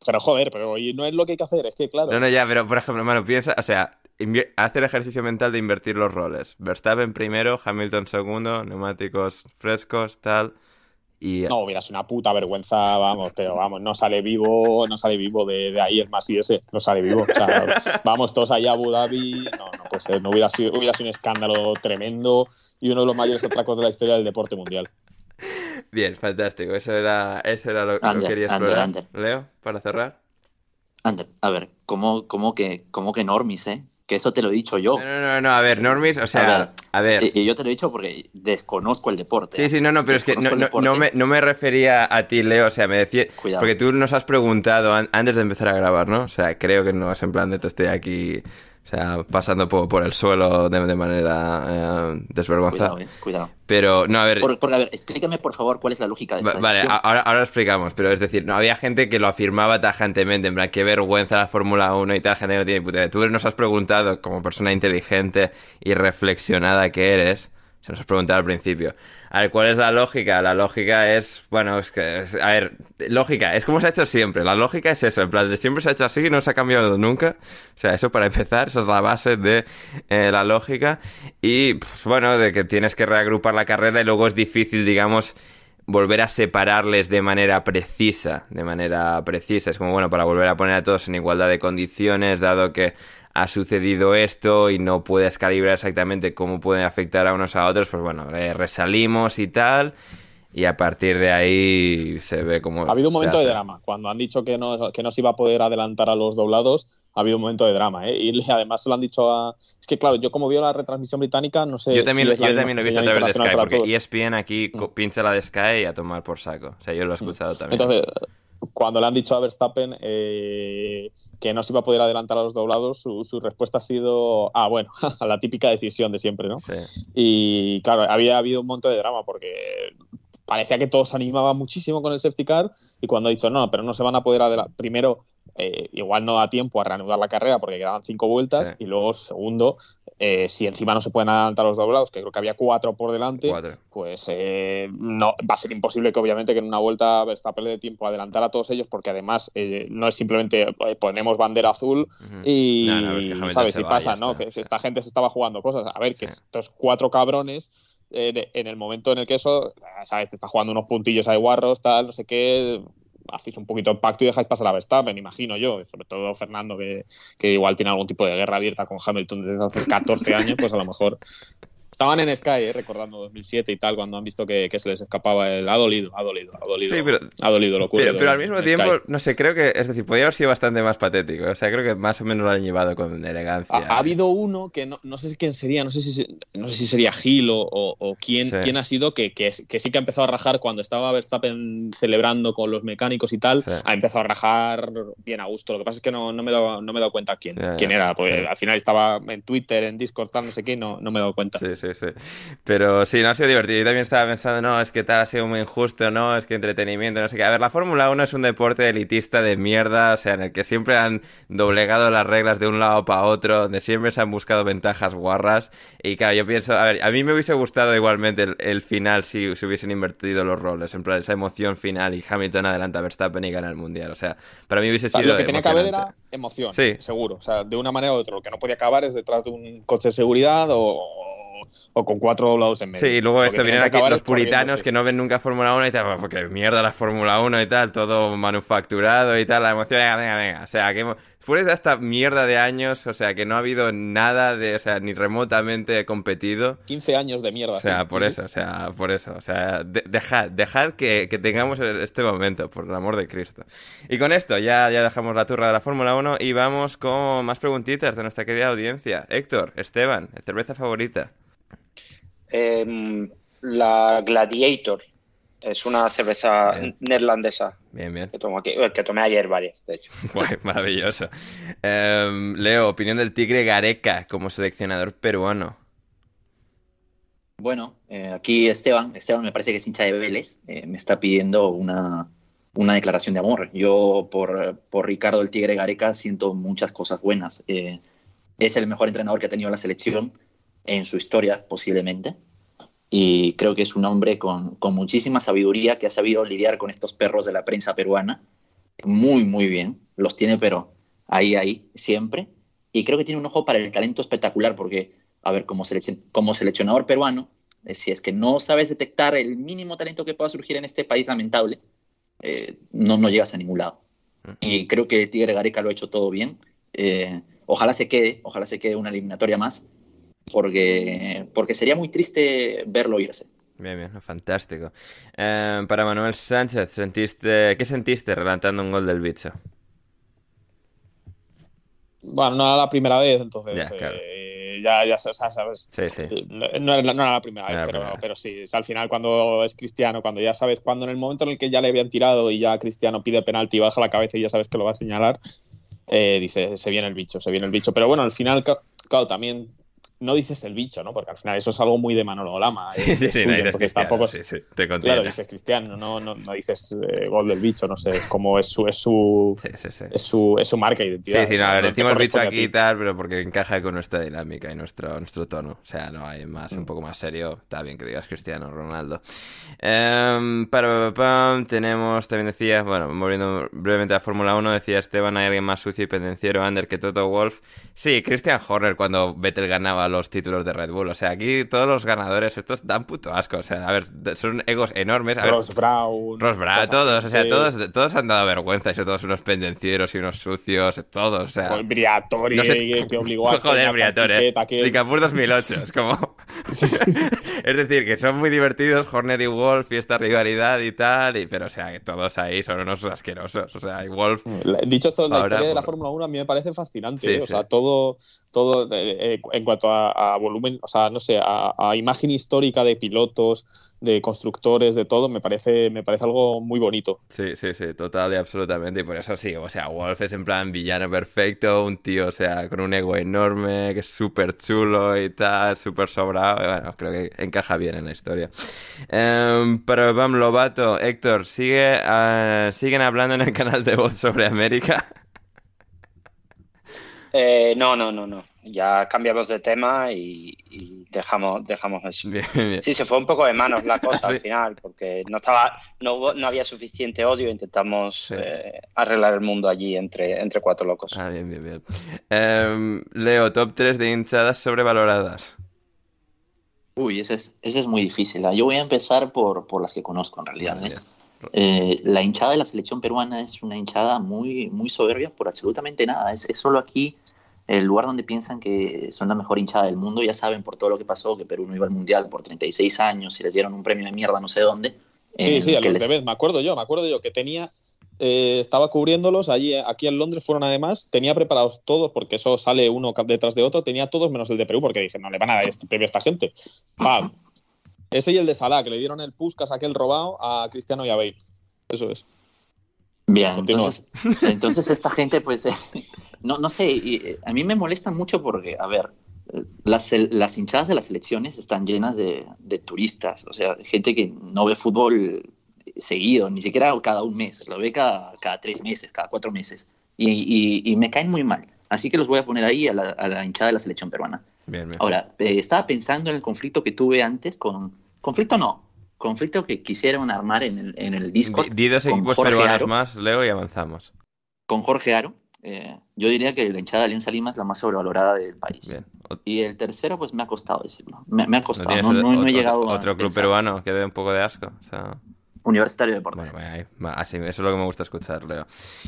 pero joder, pero no es lo que hay que hacer, es que claro. No, no, ya, pero por ejemplo, mano, piensa, o sea, haz el ejercicio mental de invertir los roles. Verstappen primero, Hamilton segundo, neumáticos frescos, tal. Y... No, mira, es una puta vergüenza, vamos, pero vamos, no sale vivo, no sale vivo de, de ahí el Masi ese, no sale vivo. O sea, vamos todos allá a Abu Dhabi, no, no puede ser, no hubiera sido, hubiera sido un escándalo tremendo y uno de los mayores atracos de la historia del deporte mundial. Bien, fantástico, eso era, eso era lo, Ander, lo que quería explorar. Ander, Ander. Leo, para cerrar. Ander, a ver, ¿cómo, cómo, que, cómo que normis, eh? Que eso te lo he dicho yo. No, no, no, no, a ver, normis, o sea, a ver. A ver. Y, y yo te lo he dicho porque desconozco el deporte. Sí, sí, no, no, pero es que no, no, no, me, no me refería a ti, Leo, o sea, me decía... Cuidado. Porque tú nos has preguntado an- antes de empezar a grabar, ¿no? O sea, creo que no es en plan de te estoy aquí, o sea, pasando por, por el suelo de, de manera eh, desvergonzada. Cuidado, eh, cuidado. Pero, no, a ver... Por, porque, a ver, explícame, por favor, cuál es la lógica de esa Vale, decisión. ahora, ahora lo explicamos, pero es decir, no había gente que lo afirmaba tajantemente, en plan, qué vergüenza la Fórmula uno y tal, gente que no tiene ni puta idea. Tú nos has preguntado, como persona inteligente y reflexionada que eres, se nos has preguntado al principio. A ver, ¿cuál es la lógica? La lógica es, bueno, es que, es, a ver, lógica, es como se ha hecho siempre. La lógica es eso, en plan, de siempre se ha hecho así y no se ha cambiado nunca. O sea, eso para empezar, eso es la base de eh, la lógica. Y, pues, bueno, de que tienes que reagrupar la carrera y luego es difícil, digamos, volver a separarles de manera precisa, de manera precisa. Es como, bueno, para volver a poner a todos en igualdad de condiciones, dado que ha sucedido esto y no puedes calibrar exactamente cómo pueden afectar a unos a otros, pues bueno, eh, resalimos y tal, y a partir de ahí se ve como... Ha habido un momento hace. de drama. Cuando han dicho que no, que no se iba a poder adelantar a los doblados, ha habido un momento de drama, ¿eh? Y además se lo han dicho a... Es que claro, yo como vi la retransmisión británica, no sé... Yo también, si es la yo misma también lo he visto a señal través de Sky, internacional para porque todos. E S P N aquí Mm. co- pincha la de Sky y a tomar por saco. O sea, yo lo he escuchado también. Entonces, cuando le han dicho a Verstappen eh, que no se iba a poder adelantar a los doblados, su, su respuesta ha sido, ah, bueno, la típica decisión de siempre, ¿no? Sí. Y claro, había habido un montón de drama porque parecía que todos se animaban muchísimo con el safety car y cuando ha dicho, no, pero no se van a poder adelantar, primero, eh, igual no da tiempo a reanudar la carrera porque quedaban cinco vueltas Sí. y luego, segundo, eh, si encima no se pueden adelantar los doblados, que creo que había cuatro por delante, Cuatro. pues eh, no va a ser imposible que obviamente que en una vuelta Verstappen le dé tiempo a adelantar a todos ellos porque además eh, no es simplemente eh, ponemos bandera azul Ujú. y No, no, es que Hamilton sabes se si va, pasa, ya ¿no? está, Que, que sí. esta gente se estaba jugando cosas. A ver, que Sí. estos cuatro cabrones eh, de- en el momento en el que eso, sabes, te está jugando unos puntillos ahí guarros, tal, no sé qué, hacéis un poquito de pacto y dejáis pasar a Verstappen, imagino yo, sobre todo Fernando, que, que igual tiene algún tipo de guerra abierta con Hamilton desde hace catorce años, pues a lo mejor estaban en Sky, eh, recordando dos mil siete y tal, cuando han visto que, que se les escapaba el... Ha dolido, ha dolido, ha dolido. Sí, pero- ha dolido lo ocurrido Pero, pero al en- mismo en tiempo, Sky. no sé, creo que, es decir, podría haber sido bastante más patético. O sea, creo que más o menos lo han llevado con elegancia. Ha, ha habido uno que no, no sé quién sería, no sé si, no sé si sería Gil o, o, o quién, Sí. quién ha sido, que, que, que sí que ha empezado a rajar cuando estaba Verstappen celebrando con los mecánicos y tal, Sí. ha empezado a rajar bien a gusto. Lo que pasa es que no, no, me, he dado, no me he dado cuenta quién, Ya, ya, quién era. Pues sí. al final estaba en Twitter, en Discord, tal, no sé qué, no, no me he dado cuenta. Sí, sí, sí. Pero sí, no ha sido divertido. Yo también estaba pensando, no, es que tal ha sido muy injusto, no, es que entretenimiento, no sé qué. A ver, la Fórmula uno es un deporte elitista de mierda, o sea, en el que siempre han doblegado las reglas de un lado para otro, donde siempre se han buscado ventajas guarras. Y claro, yo pienso, a ver, a mí me hubiese gustado igualmente el, el final si se hubiesen invertido los roles, en plan, esa emoción final y Hamilton adelanta a Verstappen y gana el Mundial. O sea, para mí hubiese O sea, sido lo que tenía que haber emocionante. era emoción, Sí. seguro. O sea, de una manera u otra. Lo que no podía acabar es detrás de un coche de seguridad o, o con cuatro doblados en medio. Sí, y luego Lo que esto tenía vienen que aquí acabar los es puritanos corriéndose. que no ven nunca Fórmula uno y tal, porque mierda la Fórmula uno y tal, todo manufacturado y tal, la emoción, venga, venga, venga. O sea, que hemos- después de esta mierda de años, o sea, que no ha habido nada de, o sea, ni remotamente competido. quince años de mierda. O sea, sí. por eso, o sea, por eso. O sea, de- dejad, dejad que, que tengamos este momento, por el amor de Cristo. Y con esto ya, ya dejamos la turra de la Fórmula uno y vamos con más preguntitas de nuestra querida audiencia. Héctor, Esteban, cerveza favorita. Eh, la Gladiator es una cerveza Bien. neerlandesa Bien, bien. que, tomo aquí, eh, que tomé ayer varias, de hecho. Guay, maravilloso. Em, Leo, opinión del Tigre Gareca como seleccionador peruano. Bueno, eh, aquí Esteban, Esteban me parece que es hincha de Vélez, eh, me está pidiendo una, una declaración de amor. Yo por, por Ricardo el Tigre Gareca siento muchas cosas buenas. Eh, es el mejor entrenador que ha tenido la selección en su historia, posiblemente. Y creo que es un hombre con, con muchísima sabiduría que ha sabido lidiar con estos perros de la prensa peruana muy, muy bien. Los tiene, pero ahí, ahí, siempre. Y creo que tiene un ojo para el talento espectacular, porque, a ver, como, selec- como seleccionador peruano, eh, si es que no sabes detectar el mínimo talento que pueda surgir en este país lamentable, eh, no, no llegas a ningún lado. Y creo que Tigre Gareca lo ha hecho todo bien. Eh, ojalá se quede, ojalá se quede una eliminatoria más, porque, porque sería muy triste verlo irse. Bien, bien, fantástico. Eh, para Manuel Sánchez, ¿sentiste, ¿qué sentiste relatando un gol del bicho? Bueno, no era la primera vez, entonces Ya, claro. eh, ya, ya o sea, sabes. Sí, sí. No, no era, no era la primera No vez, era la pero, primera. pero sí, o sea, al final cuando es Cristiano, cuando ya sabes, cuando en el momento en el que ya le habían tirado y ya Cristiano pide penalti y baja la cabeza y ya sabes que lo va a señalar, eh, dice, se viene el bicho, se viene el bicho. Pero bueno, al final, ca- claro, también no dices el bicho, ¿no? Porque al final eso es algo muy de Manolo Lama. Sí, es- sí, es sí, suyo, no dices entonces Cristiano, tampoco es- sí, sí, te Claro, contienes. dices Cristiano, no, no, no dices eh, gol del bicho, no sé, es como es su, es su, Sí, sí, sí. es su, es su marca de identidad. Sí, sí, no, a ver, te decimos bicho corresponde a aquí ti. y tal, pero porque encaja con nuestra dinámica y nuestro, nuestro tono. O sea, no hay más, un poco más serio. Está bien que digas Cristiano Ronaldo. Em, para, pa, pam, tenemos, también decía, bueno, volviendo brevemente a Fórmula uno, decía Esteban, ¿hay alguien más sucio y pendenciero, under que Toto Wolff? Sí, Christian Horner cuando Vettel ganaba los títulos de Red Bull. O sea, aquí todos los ganadores, estos dan puto asco. O sea, a ver, son egos enormes. A ver, Ross Brown. Ross Brown, toda esa todos, o sea, gente, todos, todos han dado vergüenza y son todos unos pendencieros y unos sucios, todos, o sea... con Briatore, No sé, que, que obligó a joder, Peña Briatore, Santiquet, aquel- Singapur dos mil ocho, es como... Sí. Es decir, que son muy divertidos Horner y Wolf y esta rivalidad y tal, y, pero o sea, que todos ahí son unos asquerosos, o sea, y Wolf... La- Dicho esto, la Ahora, historia de la por- Fórmula uno a mí me parece fascinante. Sí, ¿eh? O sí. sea, todo, todo eh, eh, en cuanto a, a volumen, o sea, no sé, a, a imagen histórica de pilotos, de constructores, de todo, me parece, me parece algo muy bonito. Sí, sí, sí, total y absolutamente, y por eso sí, o sea, Wolf es en plan villano perfecto, un tío, o sea, con un ego enorme, que es súper chulo y tal, súper sobrado, y bueno, creo que encaja bien en la historia. Em, pero Pam Lobato, Héctor, sigue, ah, siguen hablando en el canal de voz sobre América. Eh, no, no, no, no. Ya cambiamos de tema y, y dejamos, dejamos eso. Bien, bien. Sí, se fue un poco de manos la cosa Sí. al final, porque no estaba, no hubo, no había suficiente odio. Intentamos Sí. eh, arreglar el mundo allí entre, entre cuatro locos. Ah, bien, bien, bien. Em, Leo, top tres de hinchadas sobrevaloradas. Uy, ese es, ese es muy difícil. ¿eh? Yo voy a empezar por, por las que conozco en realidad. Vale, ¿eh? Eh, la hinchada de la selección peruana es una hinchada muy, muy soberbia por absolutamente nada. Es, es solo aquí el lugar donde piensan que son la mejor hinchada del mundo. Ya saben por todo lo que pasó, que Perú no iba al Mundial por treinta y seis años y les dieron un premio de mierda no sé dónde. Sí, eh, sí, a que los les- debes, me acuerdo yo, me acuerdo yo que tenía, eh, estaba cubriéndolos allí, eh, aquí en Londres fueron además, tenía preparados todos, porque eso sale uno ca- detrás de otro, tenía todos menos el de Perú, porque dije, no le van a dar este premio a esta gente. ¡Pam! Ese y el de Salah, que le dieron el Puskás aquel robado a Cristiano y a Bale. Eso es. Bien, Continúa. entonces, entonces esta gente, pues, eh, no, no sé, y, eh, a mí me molesta mucho porque, a ver, eh, las, sel- las hinchadas de las selecciones están llenas de, de turistas, o sea, de gente que no ve fútbol seguido, ni siquiera cada un mes, lo ve cada, cada tres meses, cada cuatro meses, y, y- y me caen muy mal. Así que los voy a poner ahí a la, a la hinchada de la selección peruana. Bien, bien. Ahora, eh, estaba pensando en el conflicto que tuve antes con... Conflicto no, conflicto que quisieron armar en el, en el Discord Di, di dos con equipos Jorge peruanos Aro. más, Leo, y avanzamos. Con Jorge Aro. Eh, yo diría que la hinchada de Alianza Lima es la más sobrevalorada del país. Bien. O- Y el tercero, pues me ha costado decirlo. Me, me ha ¿No costado. tienes No, no- otro, no he otro- llegado a otro club pensar. peruano que dé un poco de asco? O sea... Universitario de Deportes. Bueno, ahí, va, así, eso es lo que me gusta escuchar, Leo.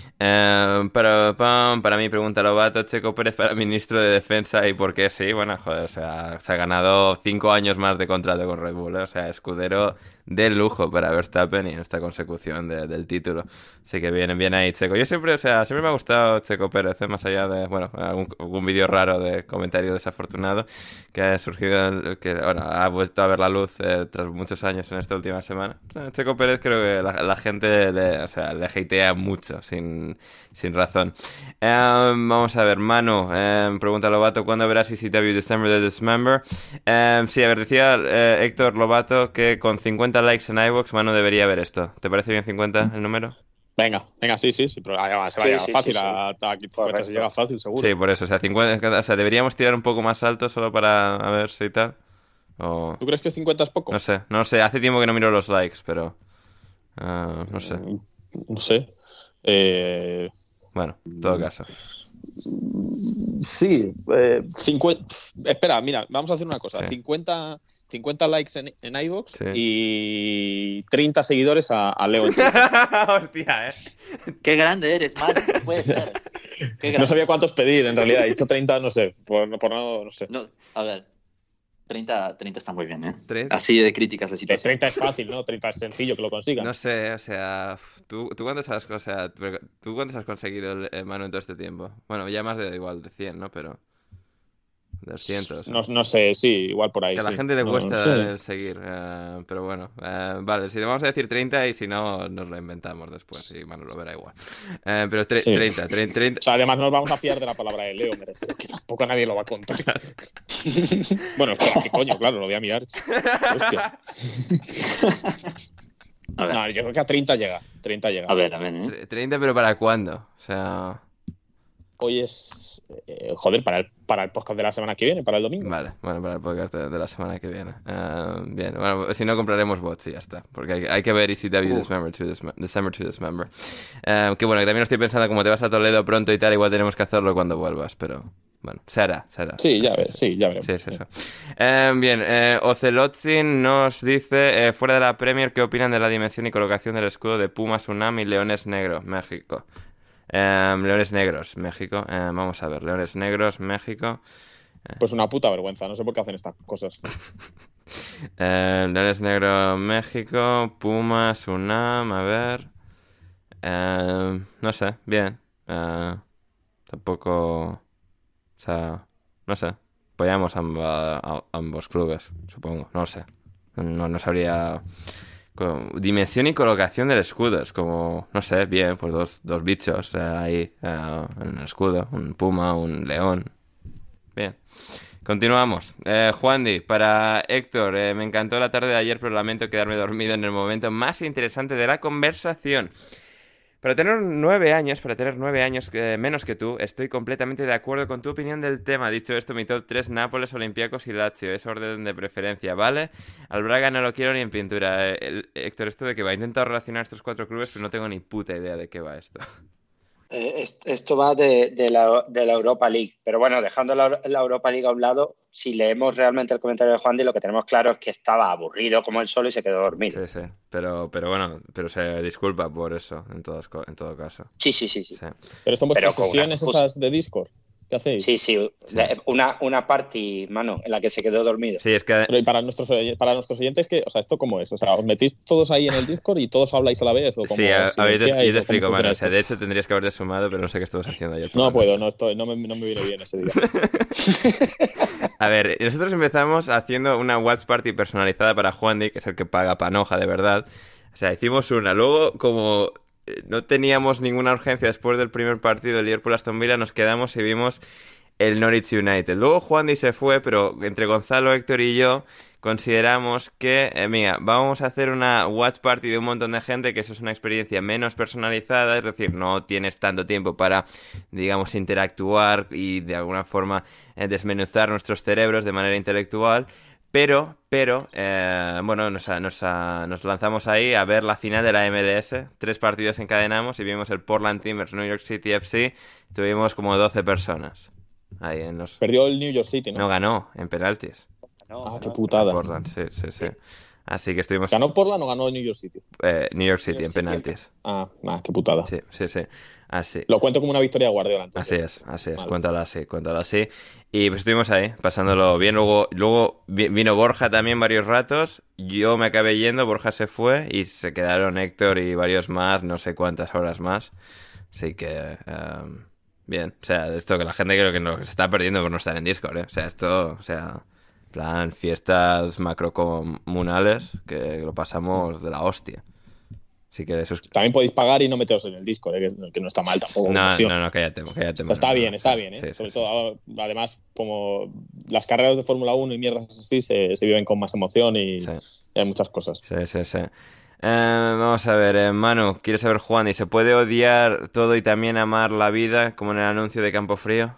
Eh, para, pam, para mí, pregunta Lobato, Checo Pérez para ministro de Defensa, ¿y por qué sí? Bueno, joder, o sea, se ha ganado cinco años más de contrato con Red Bull, ¿eh? O sea, escudero de lujo para Verstappen y en esta consecución de- del título. Así que viene bien ahí Checo. Yo siempre, o sea, siempre me ha gustado Checo Pérez, ¿eh? Más allá de, bueno, algún, algún vídeo raro de comentario desafortunado que ha surgido, que, bueno, ha vuelto a ver la luz eh, tras muchos años en esta última semana. O sea, Checo Pérez creo que la, la gente le, o sea, le hatea mucho, sin, sin razón. Eh, vamos a ver, Manu, eh, pregunta Lobato, ¿cuándo verás E C W December de Dismember? Eh, sí, a ver, decía eh, Héctor Lobato que con cincuenta likes en iVoox Manu debería ver esto. ¿Te parece bien cincuenta el número? Venga, venga, sí, sí, sí, pero además se va a Sí, llegar sí, fácil sí, sí. a, a aquí cincuenta, Correcto. se llega fácil, seguro. Sí, por eso, o sea, cincuenta, o sea, deberíamos tirar un poco más alto solo para a ver si tal. O... ¿Tú crees que cincuenta es poco? No sé, no sé, hace tiempo que no miro los likes, pero... ah, no sé. Mm, No sé. Eh... Bueno, en todo caso. Sí, eh, cincuenta... Espera, mira, vamos a hacer una cosa. Sí. cincuenta, cincuenta likes en, en iVoox Sí. y treinta seguidores a, a Leo. Hostia, eh. Qué grande eres, man. No puede ser. Qué grande. No sabía cuántos pedir, en realidad. He dicho treinta, no sé. Por, por no, no sé. No, a ver, treinta, treinta está muy bien, ¿eh? treinta. Así de críticas la situación. treinta es fácil, ¿no? treinta es sencillo que lo consigan. No sé, o sea, ¿tú, tú cuántos has, o sea, ¿tú cuántos has conseguido, eh, Manu, en todo este tiempo? Bueno, ya más de igual de cien, ¿no? Pero doscientos. No, no sé, sí, igual por ahí. Que a la sí. gente le No, cuesta no sé. el seguir, uh, pero bueno, uh, vale, si vamos a decir treinta y si no, nos lo inventamos después y Manu lo verá igual. Uh, pero tre- Sí. treinta, treinta, treinta. O sea, además nos vamos a fiar de la palabra de Leo, me refiero, que tampoco nadie lo va a contar. Bueno, espera, ¿qué coño? Claro, lo voy a mirar. Hostia. A ver, No, yo creo que a treinta llega. treinta llega. a ver, a ver, ¿eh? Tre- treinta, pero ¿para cuándo? O sea, Hoy es. eh, joder, para el, para el podcast de la semana que viene, para el domingo. vale, bueno, para el podcast de, de la semana que viene. Uh, bien, bueno, si no compraremos bots y ya está, porque hay, hay que ver E C W Uh. December to December, December to December. Uh, que bueno, que también estoy pensando, como te vas a Toledo pronto y tal, igual tenemos que hacerlo cuando vuelvas, pero bueno, se hará, se hará. Sí, ya ves, sí, ya ves. Sí, sí, sí. Eh, bien, eh, Ocelotzin nos dice, eh, fuera de la Premier, ¿qué opinan de la dimensión y colocación del escudo de Puma, Tsunami y Leones Negros, México? Eh, Leones Negros, México. Eh, vamos a ver, Leones Negros, México. Pues una puta vergüenza, no sé por qué hacen estas cosas. Eh, Leones Negros, México. Puma, Tsunami, a ver. Eh, no sé, bien. Eh, tampoco... O sea, no sé. Apoyamos amba- a ambos clubes, supongo. No lo sé. No, no sabría... Con- dimensión y colocación del escudo. Es como, no sé, bien, pues dos, dos bichos eh, ahí eh, en el escudo. Un puma, un león. Bien. Continuamos. Eh, Juandi, para Héctor, eh, me encantó la tarde de ayer, pero lamento quedarme dormido en el momento más interesante de la conversación. Para tener nueve años, para tener nueve años eh, menos que tú, estoy completamente de acuerdo con tu opinión del tema. Dicho esto, mi top tres, Nápoles, Olympiacos y Lazio. Es orden de preferencia, ¿vale? Al Braga no lo quiero ni en pintura. Eh, el- Héctor, ¿esto de qué va? He intentado relacionar estos cuatro clubes, pero no tengo ni puta idea de qué va esto. Eh, est- esto va de, de la, de la Europa League. Pero bueno, dejando la, la Europa League a un lado, si leemos realmente el comentario de Juan, lo que tenemos claro es que estaba aburrido como el solo y se quedó dormido. Sí, sí. Pero, pero bueno, pero se disculpa por eso, en, todos, co- en todo caso. Sí, sí, sí. sí. Sí. Pero esto en vuestras Pero con sesiones una excusa. esas de Discord, ¿qué hacéis? Sí, sí. Sí. de- Una, una party, mano, en la que se quedó dormido. Sí, es que... Pero y para nuestros, oy- para nuestros oyentes, ¿qué? O sea, ¿esto cómo es? O sea, ¿os metís todos ahí en el Discord y todos habláis a la vez? ¿O cómo Sí, a, a ver, yo te, yo silenciáis, te o cómo explico, funciona Manu. O esto? sea, de hecho tendrías que haberte sumado, pero no sé qué estabas haciendo ayer. por No la puedo, noche. no, estoy, no, me, no me viene bien ese día. A ver, nosotros empezamos haciendo una Watch Party personalizada para Juandi, que es el que paga panoja de verdad. O sea, hicimos una. Luego, como eh, no teníamos ninguna urgencia después del primer partido del Liverpool-Aston Villa, nos quedamos y vimos el Norwich United. Luego Juandi se fue, pero entre Gonzalo, Héctor y yo consideramos que, eh, mira, vamos a hacer una watch party de un montón de gente, que eso es una experiencia menos personalizada, es decir, no tienes tanto tiempo para, digamos, interactuar y de alguna forma eh, desmenuzar nuestros cerebros de manera intelectual, pero, pero, eh, bueno, nos, nos, nos lanzamos ahí a ver la final de la M L S, tres partidos encadenamos y vimos el Portland Timbers, New York City F C, tuvimos como doce personas. Ahí en los... Perdió el New York City, ¿no? No ganó, en penaltis. No, Ah, no. qué putada. Portland, sí, sí, sí. Así que estuvimos... ¿Ganó Portland o ganó New York City? eh, New York City New York en City. penaltis. Ah, ah, qué putada. Sí, sí, sí. Así. Lo cuento como una victoria de Guardiola. Así entonces. es, así es. Vale. Cuéntalo así, cuéntalo así. Y pues estuvimos ahí, pasándolo bien. Luego, luego vi- vino Borja también varios ratos. Yo me acabé yendo, Borja se fue y se quedaron Héctor y varios más, no sé cuántas horas más. Así que... em, bien, o sea, esto que la gente creo que nos está perdiendo por no estar en Discord, ¿eh? O sea, esto, o sea, plan fiestas macrocomunales que lo pasamos de la hostia. Así que eso es... También podéis pagar y no meteros en el Discord, ¿eh? que, que no está mal tampoco. como No, opción. no, no, cállate, cállate. Está no, bien, no, está sí, bien, ¿eh? sí, sí, Sobre sí. todo, además, como las carreras de Fórmula uno y mierdas así se, se viven con más emoción y, Sí. y hay muchas cosas. Sí, sí, sí. Eh, vamos a ver, eh, Manu, ¿quieres saber, Juan? ¿Y se puede odiar todo y también amar la vida, como en el anuncio de Campo Frío?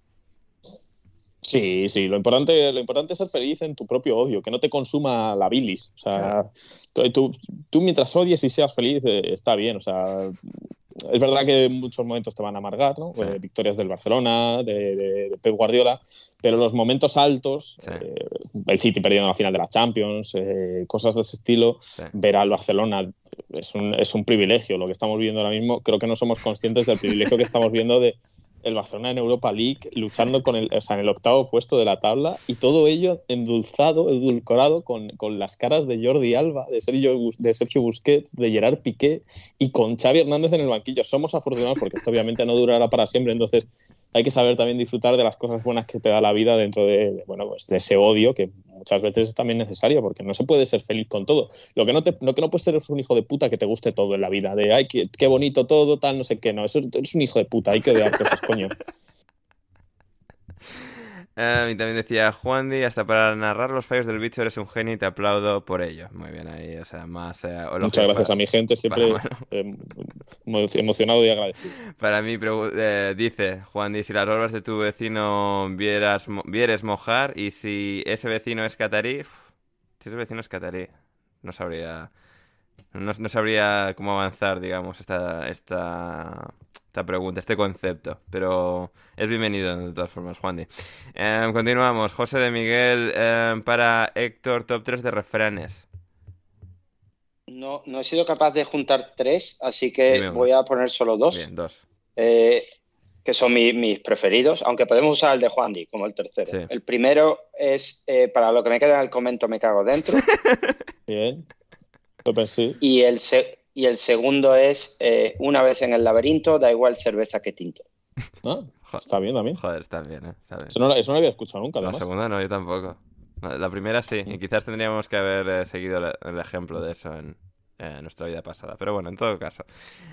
Sí, sí, lo importante, lo importante es ser feliz en tu propio odio, que no te consuma la bilis. O sea, tú, tú, tú mientras odies y seas feliz, eh, está bien. O sea, es verdad que en muchos momentos te van a amargar, ¿no? Sí. Eh, victorias del Barcelona, de, de, de Pep Guardiola, pero los momentos altos, sí. eh, el City perdiendo la final de la Champions, eh, cosas de ese estilo, sí. ver al Barcelona es un, es un privilegio. Lo que estamos viendo ahora mismo, creo que no somos conscientes del privilegio que estamos viendo de el Barcelona en Europa League, luchando con el, o sea, en el octavo puesto de la tabla, y todo ello endulzado, edulcorado con, con las caras de Jordi Alba, de Sergio, de Sergio Busquets, de Gerard Piqué, y con Xavi Hernández en el banquillo. Somos afortunados porque esto obviamente no durará para siempre, entonces hay que saber también disfrutar de las cosas buenas que te da la vida dentro de, de, bueno, pues de ese odio que muchas veces es también necesario, porque no se puede ser feliz con todo. Lo que no, te, lo que no puedes ser es un hijo de puta que te guste todo en la vida, de ay, qué, qué bonito todo, tal, no sé qué, no, eso es un hijo de puta, hay que odiar cosas, coño. Uh, y también decía Juan Di, hasta para narrar los fallos del bicho eres un genio y te aplaudo por ello. Muy bien ahí, o sea, más... Eh, Muchas gracias para, a mi gente, siempre para, bueno. eh, emocionado y agradecido. Para mí, eh, dice Juan Di, si las ropas de tu vecino vieras, vieres mojar y si ese vecino es catarí, uff, si ese vecino es catarí, no sabría... No, no sabría cómo avanzar, digamos, esta, esta, esta pregunta, este concepto. Pero es bienvenido de todas formas, Juandi. Eh, continuamos. José de Miguel, eh, para Héctor, top tres de refranes. No, no he sido capaz de juntar tres, así que voy a poner solo dos. Bien, dos. Eh, que son mi, mis preferidos, aunque podemos usar el de Juandi como el tercero. Sí. El primero es, eh, para lo que me queda en el comento me cago dentro. Bien. Pues sí. Y el, se- y el segundo es eh, una vez en el laberinto, da igual cerveza que tinto. Ah, está bien también. Joder, está bien, ¿eh? Está bien. Eso, no, eso no lo había escuchado nunca, además. La segunda no, yo tampoco. La primera sí, y quizás tendríamos que haber eh, seguido la, el ejemplo de eso en eh, nuestra vida pasada. Pero bueno, en todo caso.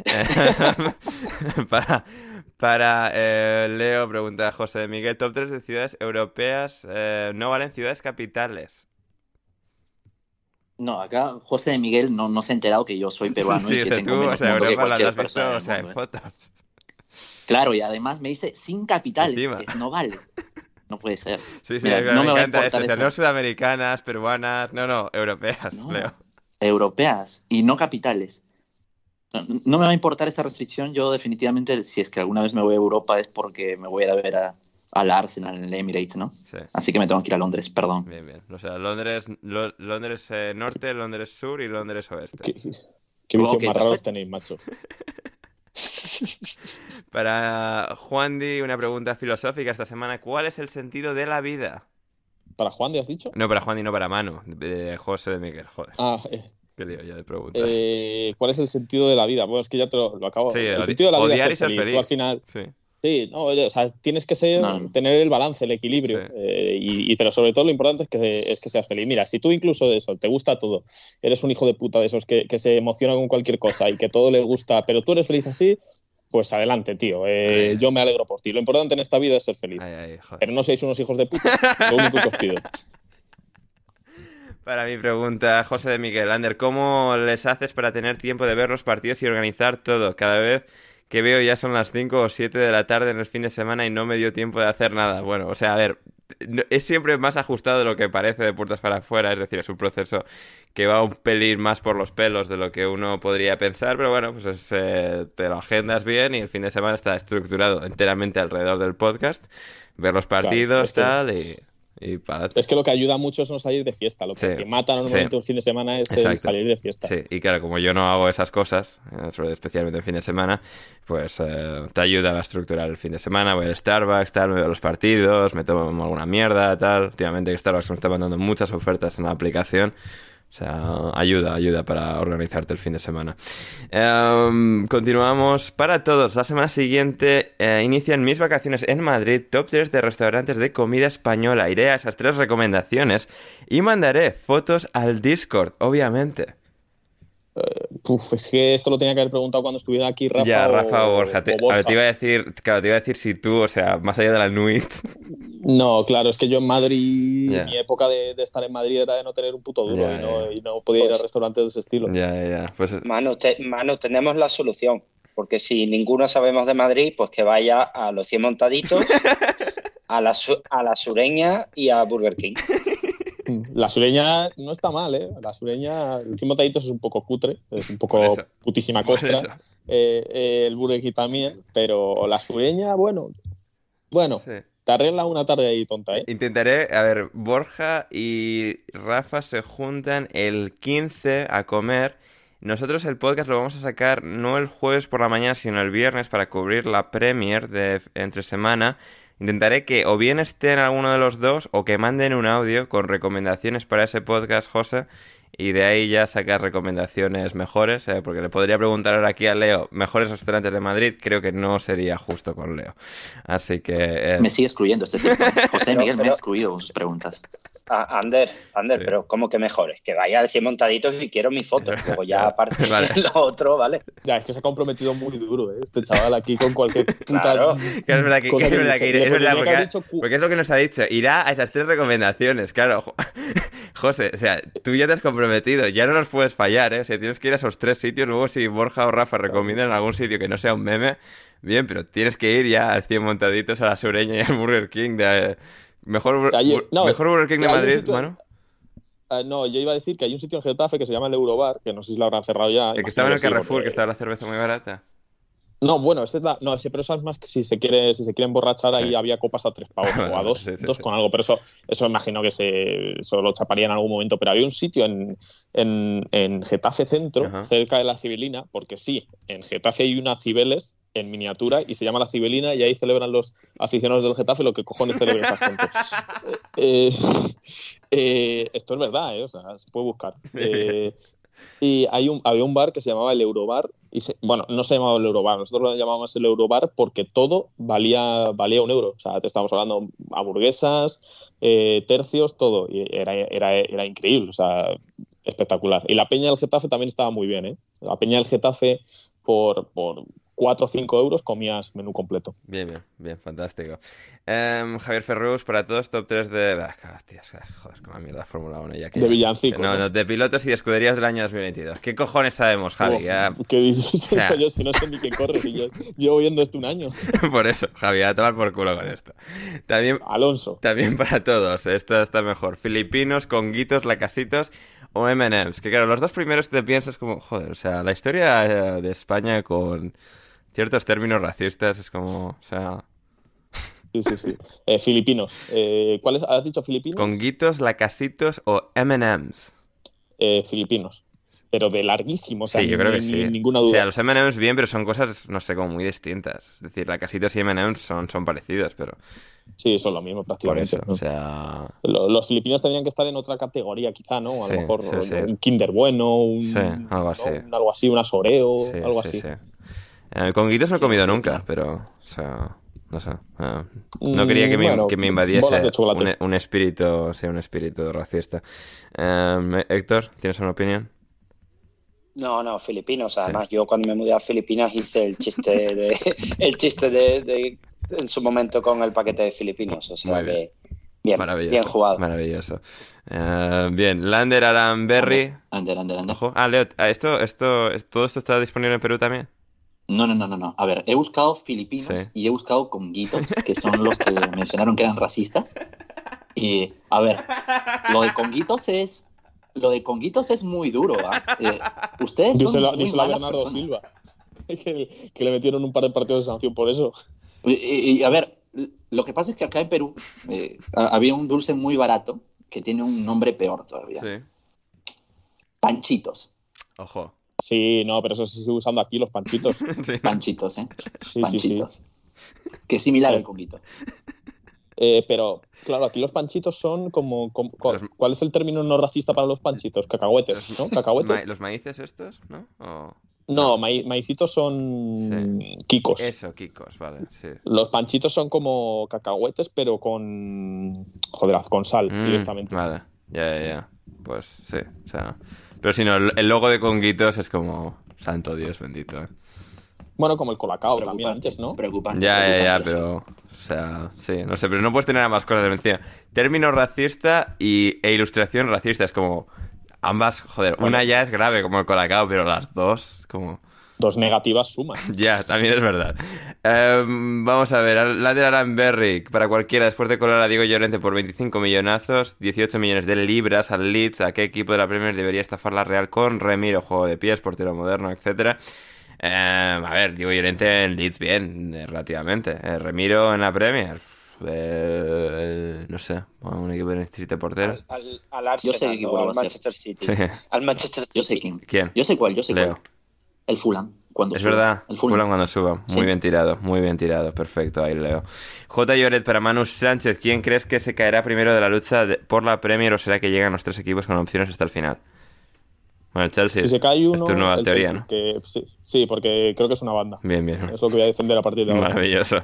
para para eh, Leo, pregunta José de Miguel, top tres de ciudades europeas, eh, no valen ciudades capitales. No, acá José de Miguel no, no se ha enterado que yo soy peruano sí, y que o sea, tengo tú, menos o sea, mundo que Europa cualquier la has visto, persona o sea, en mundo, ¿eh? fotos. Claro, y además me dice sin capitales, Encima. que no vale. No puede ser. Sí, sí, Mira, claro, no me, me encanta va a esto. O sea, eso. no sudamericanas, peruanas, no, no, europeas, No, Leo. Europeas y no capitales. No, no me va a importar esa restricción. Yo definitivamente, si es que alguna vez me voy a Europa es porque me voy a ir a ver a, al Arsenal en el Emirates, ¿no? Sí. Así que me tengo que ir a Londres, perdón. Bien, bien. O sea, Londres, lo, Londres eh, norte, Londres sur y Londres oeste. Qué, qué visión Okay, más raros perfecto. tenéis, macho. Para Juandi, una pregunta filosófica esta semana. ¿Cuál es el sentido de la vida? ¿Para Juan, has dicho? No, para Juandi, no para Manu. De José de Miguel, joder. Ah, eh. Qué lío ya de preguntas. Eh, ¿Cuál es el sentido de la vida? Bueno, es que ya te lo, lo acabo. Sí, el odi- sentido de la vida odiar es y ser ser feliz. feliz. Tú al final... Sí. Sí, no, o sea, tienes que ser, No. tener el balance, el equilibrio, Sí. eh, y, y, pero sobre todo lo importante es que, es que seas feliz. Mira, si tú incluso de eso, te gusta todo, eres un hijo de puta de esos que, que se emociona con cualquier cosa y que todo le gusta, pero tú eres feliz así, pues adelante, tío. Eh, yo me alegro por ti. Lo importante en esta vida es ser feliz. Ay, ay, joder. Pero no seáis unos hijos de puta, lo único que os pido. Para mi pregunta, José de Miguel, Ander, ¿cómo les haces para tener tiempo de ver los partidos y organizar todo? Cada vez que veo ya son las cinco o siete de la tarde en el fin de semana y no me dio tiempo de hacer nada. Bueno, o sea, a ver, no- es siempre más ajustado de lo que parece de puertas para afuera, es decir, es un proceso que va un pelín más por los pelos de lo que uno podría pensar, pero bueno, pues es, eh, te lo agendas bien y el fin de semana está estructurado enteramente alrededor del podcast, ver los partidos, Claro, es que- tal, y... y pa- Es que lo que ayuda mucho es no salir de fiesta. Lo que Sí. te mata normalmente Sí. un fin de semana es el Exacto. salir de fiesta. Sí, y claro, como yo no hago esas cosas, eh, sobre- especialmente el fin de semana, pues eh, te ayuda a estructurar el fin de semana. Voy al Starbucks, tal, me veo los partidos, me tomo alguna mierda, tal. Últimamente Starbucks me está mandando muchas ofertas en la aplicación. O sea, ayuda, ayuda para organizarte el fin de semana. Em, continuamos. Para todos, la semana siguiente eh, inician mis vacaciones en Madrid. Top tres de restaurantes de comida española. Iré a esas tres recomendaciones y mandaré fotos al Discord, obviamente. Uf, es que esto lo tenía que haber preguntado cuando estuviera aquí Rafa, Ya, Rafa o o, Borja. Te, o Borja. a ver, te iba a decir, claro, te iba a decir si tú, o sea, más allá de la N U I T. No, claro, es que yo en Madrid, Ya. mi época de, de estar en Madrid era de no tener un puto duro Ya, y, no, ya. y no podía ir a Pues- restaurantes de ese estilo. Ya, ya, ya. Pues Manu, te- Manu, tenemos la solución. Porque si ninguno sabemos de Madrid, pues que vaya a los cien montaditos, a la, su- a la sureña y a Burger King. La sureña no está mal, ¿eh? La sureña, el cien montaditos es un poco cutre, es un poco putísima costra. Eh, eh, el Burger King también, pero la sureña, bueno, bueno, sí. Te arregla una tarde ahí tonta, ¿eh? Intentaré, a ver, Borja y Rafa se juntan el quince a comer. Nosotros el podcast lo vamos a sacar no el jueves por la mañana, sino el viernes para cubrir la Premier de entre semana. Intentaré que o bien estén alguno de los dos o que manden un audio con recomendaciones para ese podcast, José, y de ahí ya sacar recomendaciones mejores, ¿eh? Porque le podría preguntar ahora aquí a Leo, mejores restaurantes de Madrid, creo que no sería justo con Leo. Así que... Eh... Me sigue excluyendo este tipo. José Miguel pero, me ha excluido con sus preguntas. A Ander, Ander, sí. Pero ¿cómo que mejores? Que vaya al cien montaditos y quiero mi foto. Luego ya aparte vale. de lo otro, ¿vale? Ya, es que se ha comprometido muy duro, ¿eh? Este chaval aquí con cualquier puta... Claro. Que es verdad que, que, es, verdad que, que es verdad porque, dicho... porque es lo que nos ha dicho. Irá a esas tres recomendaciones, claro. José, o sea, tú ya te has comprometido, ya no nos puedes fallar, ¿eh? O sea, tienes que ir a esos tres sitios. Luego si Borja o Rafa recomiendan algún sitio que no sea un meme, bien, pero tienes que ir ya al cien montaditos, a la Sureña y al Burger King de... Mejor, Ayer, no, mejor Burger King de Madrid, sitio, Manu. Uh, no, yo iba a decir que hay un sitio en Getafe que se llama el Eurobar, que no sé si lo habrán cerrado ya. El que estaba en el Carrefour, porque... que estaba la cerveza muy barata. No, bueno, ese es la, no, ese, pero eso es más que si se quiere, si se quiere emborrachar, sí. Ahí había copas a tres pavos o a dos, sí, sí, dos sí. Con algo, pero eso, eso imagino que se eso lo chaparía en algún momento. Pero había un sitio en, en, en Getafe Centro, ajá, cerca de la Cibelina, porque sí, en Getafe hay una Cibeles en miniatura y se llama la Cibelina y ahí celebran los aficionados del Getafe lo que cojones celebra esa gente. eh, eh, esto es verdad, ¿eh? O sea, se puede buscar. Eh, y hay un, había un bar que se llamaba el Eurobar y se, bueno, no se llamaba el Eurobar, nosotros lo llamábamos el Eurobar porque todo valía, valía un euro. O sea, te estábamos hablando hamburguesas, eh, tercios, todo. Y era, era, era increíble, o sea, espectacular. Y la peña del Getafe también estaba muy bien, ¿eh? La peña del Getafe por... por cuatro o cinco euros comías menú completo. Bien, bien, bien, fantástico. Um, Javier Ferrus, para todos, top tres de... Ah, hostias, joder, con la mierda de Fórmula uno ya que... De villancico. No, no, de pilotos y de escuderías del año dos mil veintidós. ¿Qué cojones sabemos, Javi? Oh, ya... ¿Qué dices? O sea... Yo si no sé ni qué corre, si yo llevo viendo esto un año. Por eso, Javi, a tomar por culo con esto. También, Alonso. También para todos, esto está mejor. Filipinos, conguitos, lacasitos o eme and ems. Que claro, los dos primeros te piensas como, joder, o sea, la historia de España con... ciertos términos racistas es como, o sea... Sí, sí, sí. Eh, filipinos. Eh, ¿Cuáles has dicho filipinos? Conguitos, lacasitos o eme and ems. Eh, filipinos. Pero de larguísimo, o sea, sí, yo creo que sí. Ninguna duda. O sea, los eme and ems bien, pero son cosas, no sé, como muy distintas. Es decir, lacasitos y eme and ems son, son parecidos, pero... Sí, son lo mismo prácticamente. Por eso, ¿no? O sea... Los, los filipinos tendrían que estar en otra categoría quizá, ¿no? A sí, lo mejor sí, sí. un Kinder Bueno, un... Sí, algo así. ¿no? Un, algo así, un Asoreo, sí, algo sí, así. Sí. Eh, conguitos no he comido nunca, pero, o sea, no sé. Uh, no quería que me, bueno, que me invadiese un, un espíritu, o sea, un espíritu racista. Um, Héctor, ¿tienes una opinión? No, no, filipinos. Además, sí. Yo cuando me mudé a Filipinas hice el chiste de, el chiste de, de, en su momento con el paquete de filipinos. O sea, muy bien. Que, bien, maravilloso, bien jugado. Maravilloso. Uh, bien, Lander Aranberry. Ander, Ander, Ander. Ojo. Ah, Leo, esto, esto, ¿todo esto está disponible en Perú también? No, no, no, no, no. A ver, he buscado filipinos, sí, y he buscado conguitos, que son los que mencionaron que eran racistas. Y, a ver, lo de conguitos es... Lo de conguitos es muy duro, ¿eh? eh ustedes son díselo, muy díselo a malas Bernardo personas. Silva, que, que le metieron un par de partidos de sanción por eso. Y, y, y a ver, lo que pasa es que acá en Perú eh, había un dulce muy barato que tiene un nombre peor todavía. Sí. Panchitos. Ojo. Sí, no, pero eso se sigue usando aquí, los panchitos. Sí. Panchitos, ¿eh? Sí, panchitos. Sí, sí. Que es similar al conguito. Eh, pero, claro, aquí los panchitos son como... como los... ¿Cuál es el término no racista para los panchitos? Cacahuetes, ¿no? Cacahuetes. Ma- ¿Los maíces estos, no? ¿O... No, ma- maicitos son sí. Kikos. Eso, kikos, vale, sí. Los panchitos son como cacahuetes, pero con... Joder, con sal, mm, directamente. Vale, ya, ya, ya. Pues sí, o sea... Pero si no, el logo de conguitos es como... Santo Dios bendito, ¿eh? Bueno, como el colacao también antes, ¿no? Preocupante. Ya, preocupante. ya, ya, pero... O sea, sí, no sé, pero no puedes tener ambas cosas de encima. Término racista y, e ilustración racista, es como... Ambas, joder, bueno, una ya es grave como el colacao, pero las dos, como... dos negativas suman. Ya, también es verdad. Um, vamos a ver, lateral Alan Berrick, para cualquiera, después de colar a Diego Llorente por veinticinco millonazos, dieciocho millones de libras al Leeds, ¿a qué equipo de la Premier debería estafar la Real con Remiro, juego de pies, portero moderno, etcétera? Um, a ver, Diego Llorente en Leeds bien, eh, relativamente. Eh, Remiro en la Premier, eh, no sé, un equipo que necesite portero. Al, al, al Arsenal, Yo sé qué equipo no, lo al va a Manchester City. Sí. Al Manchester City. Yo sé quién. ¿Quién? Yo sé cuál, yo sé Leo. cuál. El Fulham. Cuando Es suba. verdad, El Fulham Fulham. cuando suba. Muy Sí. bien tirado, muy bien tirado. Perfecto, ahí Leo. J. Lloret para Manu Sánchez. ¿Quién crees que se caerá primero de la lucha de- por la Premier o será que llegan los tres equipos con opciones hasta el final? Bueno, el Chelsea. Si se cae uno, es tu nueva el teoría, Chelsea, ¿no? que, sí, sí, porque creo que es una banda. Bien, bien. Es lo que voy a defender a partir de ahora. Maravilloso.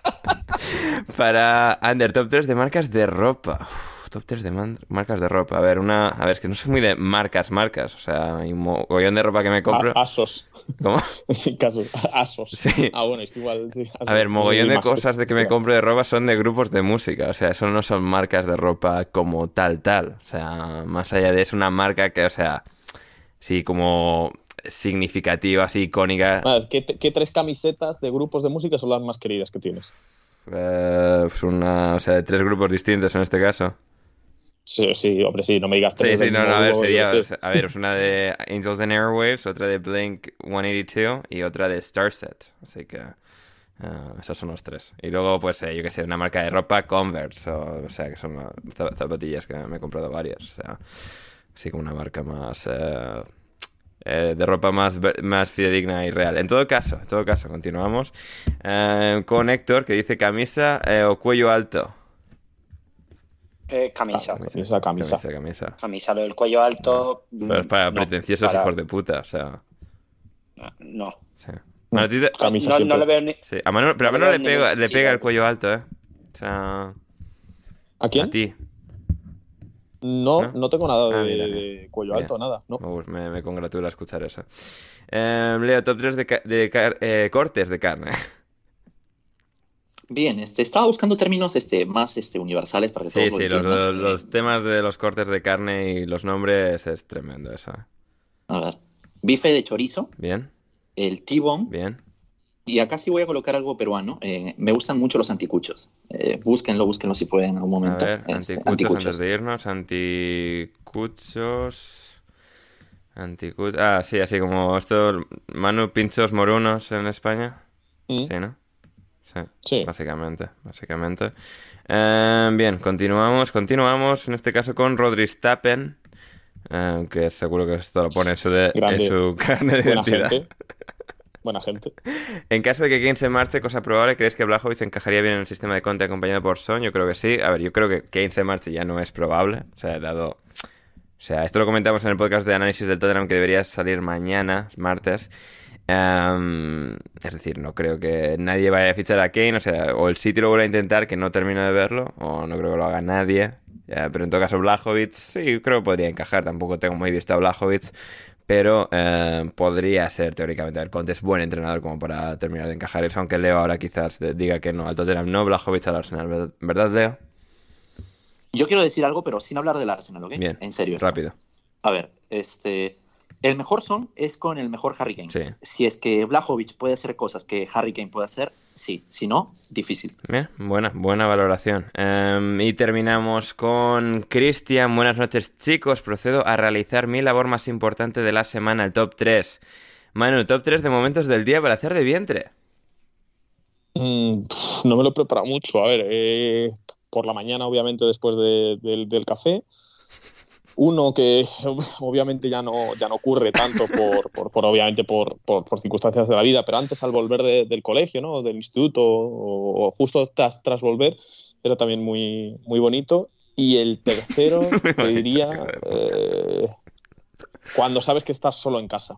Para Ander, top tres de marcas de ropa. Uf, top tres de man- marcas de ropa. A ver, una... A ver, es que no soy muy de marcas, marcas. O sea, hay un mogollón de ropa que me compro. A- Asos. ¿Cómo? En caso, Asos. Sí. Ah, bueno, es que igual sí. Asos. A ver, mogollón Sí, de imágenes. cosas de que me compro de ropa son de grupos de música. O sea, eso no son marcas de ropa como tal, tal. O sea, más allá de eso, una marca que, o sea, sí, como significativa, así, icónica. Ah, ¿qué, ¿Qué tres camisetas de grupos de música son las más queridas que tienes? Eh, pues una, o sea, de tres grupos distintos en este caso. Sí, sí, hombre, sí, no me digas Sí, tres sí, del no, mismo no, a ver, grupo, sería, sí. o sea, a ver, es una de Angels and Airwaves, otra de Blink ciento ochenta y dos y otra de Starset. Así que uh, esos son los tres. Y luego, pues, eh, yo qué sé, una marca de ropa, Converse, o, o sea, que son uh, zap- zapatillas que me he comprado varias. O sea, así como una marca más... eh, eh, de ropa más, ver- más fidedigna y real. En todo caso, en todo caso, continuamos eh, con Héctor, que dice camisa eh, o cuello alto. Eh, camisa. Ah, camisa, camisa. Camisa, camisa. Camisa, lo del cuello alto. Pero es para no, pretenciosos para- hijos de puta, o sea... No. Sí. Bueno, a ti te- Camisa No, siempre. no le veo ni. Sí, a Manu, pero a No Manu le le veo pega, ningún le pega el sentido. cuello alto, ¿eh? O sea, ¿A quién? a ti. No, ¿No? no tengo nada Ah, de, mira, de cuello bien. alto, nada. No. Me, gus- me, me congratula escuchar eso. Eh, Leo, top tres de, ca- de car- eh, cortes de carne. Bien, este, estaba buscando términos este, más este, universales para que Sí, todos sí, lo los, entiendan. los- los temas de los cortes de carne y los nombres es tremendo eso. ¿eh? A ver, bife de chorizo, Bien, el T-bone, bien. y acá sí voy a colocar algo peruano. Eh, me gustan mucho los anticuchos. Eh, búsquenlo, búsquenlo si pueden en algún A momento. ver, Este, anticuchos antes de irnos. Anticuchos. Anticuchos. Ah, sí, así como esto. Manu, pinchos morunos en España. Mm. Sí, ¿no? Sí, Sí. básicamente, básicamente. Eh, bien, continuamos, continuamos, en este caso con Rodri Stappen, eh, que seguro que esto lo pone en su, de- en Grande. su carne de Buena identidad. gente. Buena gente. En caso de que Kane se marche, cosa probable, ¿crees que Blajovic encajaría bien en el sistema de Conte acompañado por Son? Yo creo que sí. A ver, yo creo que Kane se marche ya no es probable. O sea, dado... O sea, esto lo comentamos en el podcast de análisis del Tottenham que debería salir mañana, martes. Um, es decir, no creo que nadie vaya a fichar a Kane. O sea, o el City lo vuelve a intentar, que no termino de verlo, o no creo que lo haga nadie. Ya, pero en todo caso, Blajovic sí, creo que podría encajar. Tampoco tengo muy visto a Blajovic. Pero eh, podría ser, teóricamente, el Conte es buen entrenador como para terminar de encajar eso, aunque Leo ahora quizás diga que no al Tottenham, no, Blajovic al Arsenal, ¿verdad, ¿verdad Leo? Yo quiero decir algo, pero sin hablar del Arsenal, ¿ok? Bien, En serio. esto. rápido. A ver, este... El mejor Son es con el mejor Harry Kane. Sí. Si es que Blajovic puede hacer cosas que Harry Kane puede hacer, sí. Si no, difícil. Bien, buena, buena valoración. Um, y terminamos con Cristian. Buenas noches, chicos. Procedo a realizar mi labor más importante de la semana, el top tres. Manu, top tres de momentos del día para hacer de vientre. Mm, pf, no me lo he preparado mucho. A ver, eh, por la mañana, obviamente, después de- del, del café. Uno que obviamente ya no, ya no ocurre tanto por, por, por obviamente por, por, por circunstancias de la vida, pero antes al volver de- del colegio, ¿no? Del instituto o, o justo tras, tras volver, era también muy, muy bonito. Y el tercero, te diría, eh, cuando sabes que estás solo en casa.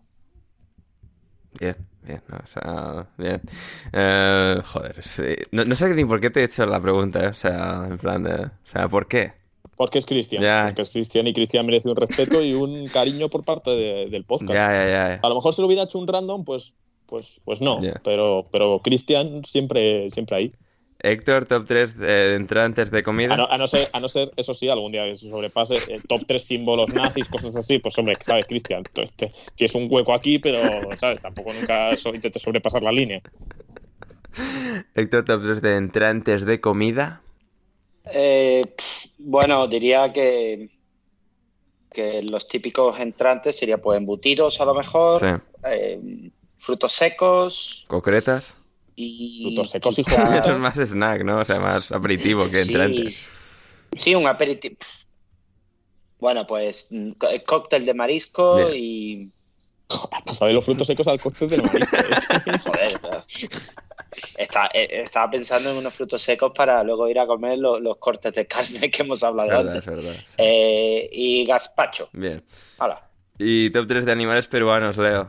Bien, bien, no, o sea, bien. Eh, joder, sí. No, no sé ni por qué te he hecho la pregunta, ¿eh? O sea, en plan de... O sea, ¿por qué? Porque es Cristian, Ya. porque es Cristian y Cristian merece un respeto y un cariño por parte de- del podcast. Ya, ya, ya. A lo mejor si lo hubiera hecho un random, pues, pues, pues no, Ya. pero, pero Cristian siempre, siempre ahí. Héctor, top tres de entrantes de comida. A no, a, no ser, a no ser, eso sí, algún día que se sobrepase, el top tres símbolos nazis, cosas así, pues hombre, sabes, Cristian, tienes un hueco aquí, pero, ¿sabes? Tampoco nunca so, intentes sobrepasar la línea. Héctor, top tres de entrantes de comida. Eh, pff, bueno, diría que, que los típicos entrantes serían pues embutidos a lo mejor, Sí. eh, frutos secos Concretas. y... Frutos secos y quizá- Eso es más snack, ¿no? O sea, más aperitivo que entrante. Sí, sí, un aperitivo. Bueno, pues mm, co- cóctel de marisco Bien. y... Ha pasado de los frutos secos al cóctel de marisco. ¿eh? Joder, claro. Está- eh, estaba pensando en unos frutos secos para luego ir a comer lo- los cortes de carne que hemos Es hablado verdad, antes. es verdad. Sí. Eh, y gazpacho. Bien. Hala. Y top tres de animales peruanos, Leo.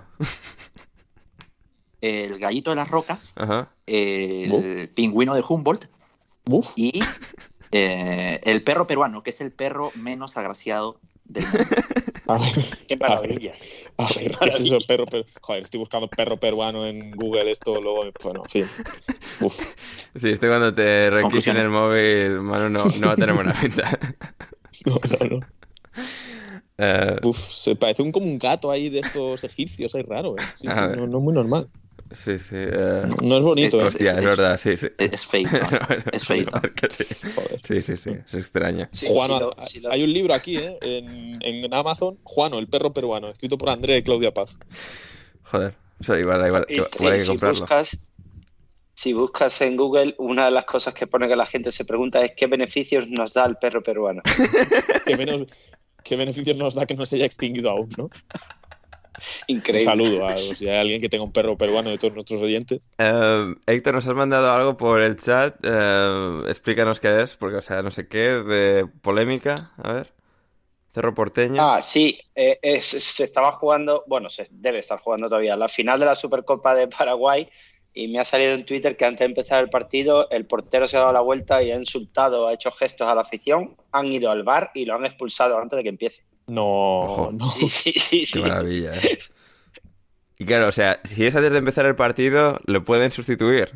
El gallito de las rocas, Ajá. el pingüino de Humboldt Uf. y eh, el perro peruano, que es el perro menos agraciado del mundo. A ver, Qué maravilla. a ver, ¿qué es eso? Perro, perro. Joder, estoy buscando perro peruano en Google, esto, luego, bueno, en fin. Uf. Sí, esto cuando te requisen Conclusiones. el móvil, mano, no, no va a tener buena pinta. No, no, no. Eh, Uf, se parece un, como un gato ahí de estos egipcios, es raro, ¿eh? Sí, sí, A ver. no, no es muy normal. sí, sí. eh, No es bonito, ¿eh? hostia, es, es- verdad, sí, sí. Es feito, es feito. Que sí. Joder. Sí, sí, sí, es extraño. Sí, Juano, sí lo- sí lo- hay un libro aquí, ¿eh? En, en Amazon, Juano, el perro peruano, escrito por André y Claudia Paz. Joder, o sea, igual, igual, Y- igual y hay que si comprarlo. buscas, si buscas en Google, una de las cosas que pone que la gente se pregunta es qué beneficios nos da el perro peruano. ¿Qué, menos, ¿Qué beneficios nos da que no se haya extinguido aún, no? Un Increíble. saludo a si hay alguien que tenga un perro peruano de todos nuestros oyentes. Eh, Héctor, nos has mandado algo por el chat. eh, explícanos qué es, porque, o sea, no sé qué, de polémica. A ver. Cerro Porteño. Ah, sí, eh, es- se estaba jugando, bueno, se debe estar jugando todavía, la final de la Supercopa de Paraguay y me ha salido en Twitter que antes de empezar el partido el portero se ha dado la vuelta y ha insultado, ha hecho gestos a la afición, han ido al V A R y lo han expulsado antes de que empiece. No, Ojo. no. Sí, sí, sí, Qué sí. maravilla, eh. Y claro, o sea, si es antes de empezar el partido, lo pueden sustituir.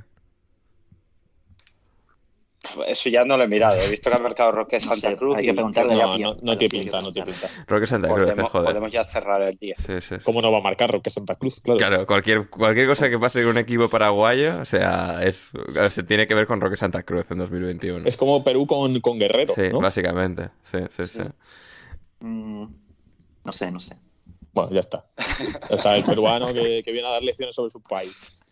Eso ya no lo he mirado, he visto que ha marcado Roque Santa sé, Cruz hay y que preguntarle a la No, FIA. no, no tiene pinta, no tiene pinta. Roque Santa Cruz, eh, podemos, joder. podemos ya cerrar el día. Sí, sí, sí. ¿Cómo no va a marcar Roque Santa Cruz? Claro. Claro, cualquier, cualquier cosa que pase con un equipo paraguayo, o sea, es, se tiene que ver con Roque Santa Cruz en dos mil veintiuno. Es como Perú con, con Guerrero, Sí, ¿no? básicamente. Sí, sí, sí. Mm, no sé, no sé. Bueno, ya está. Ya está el peruano que, que viene a dar lecciones sobre su país.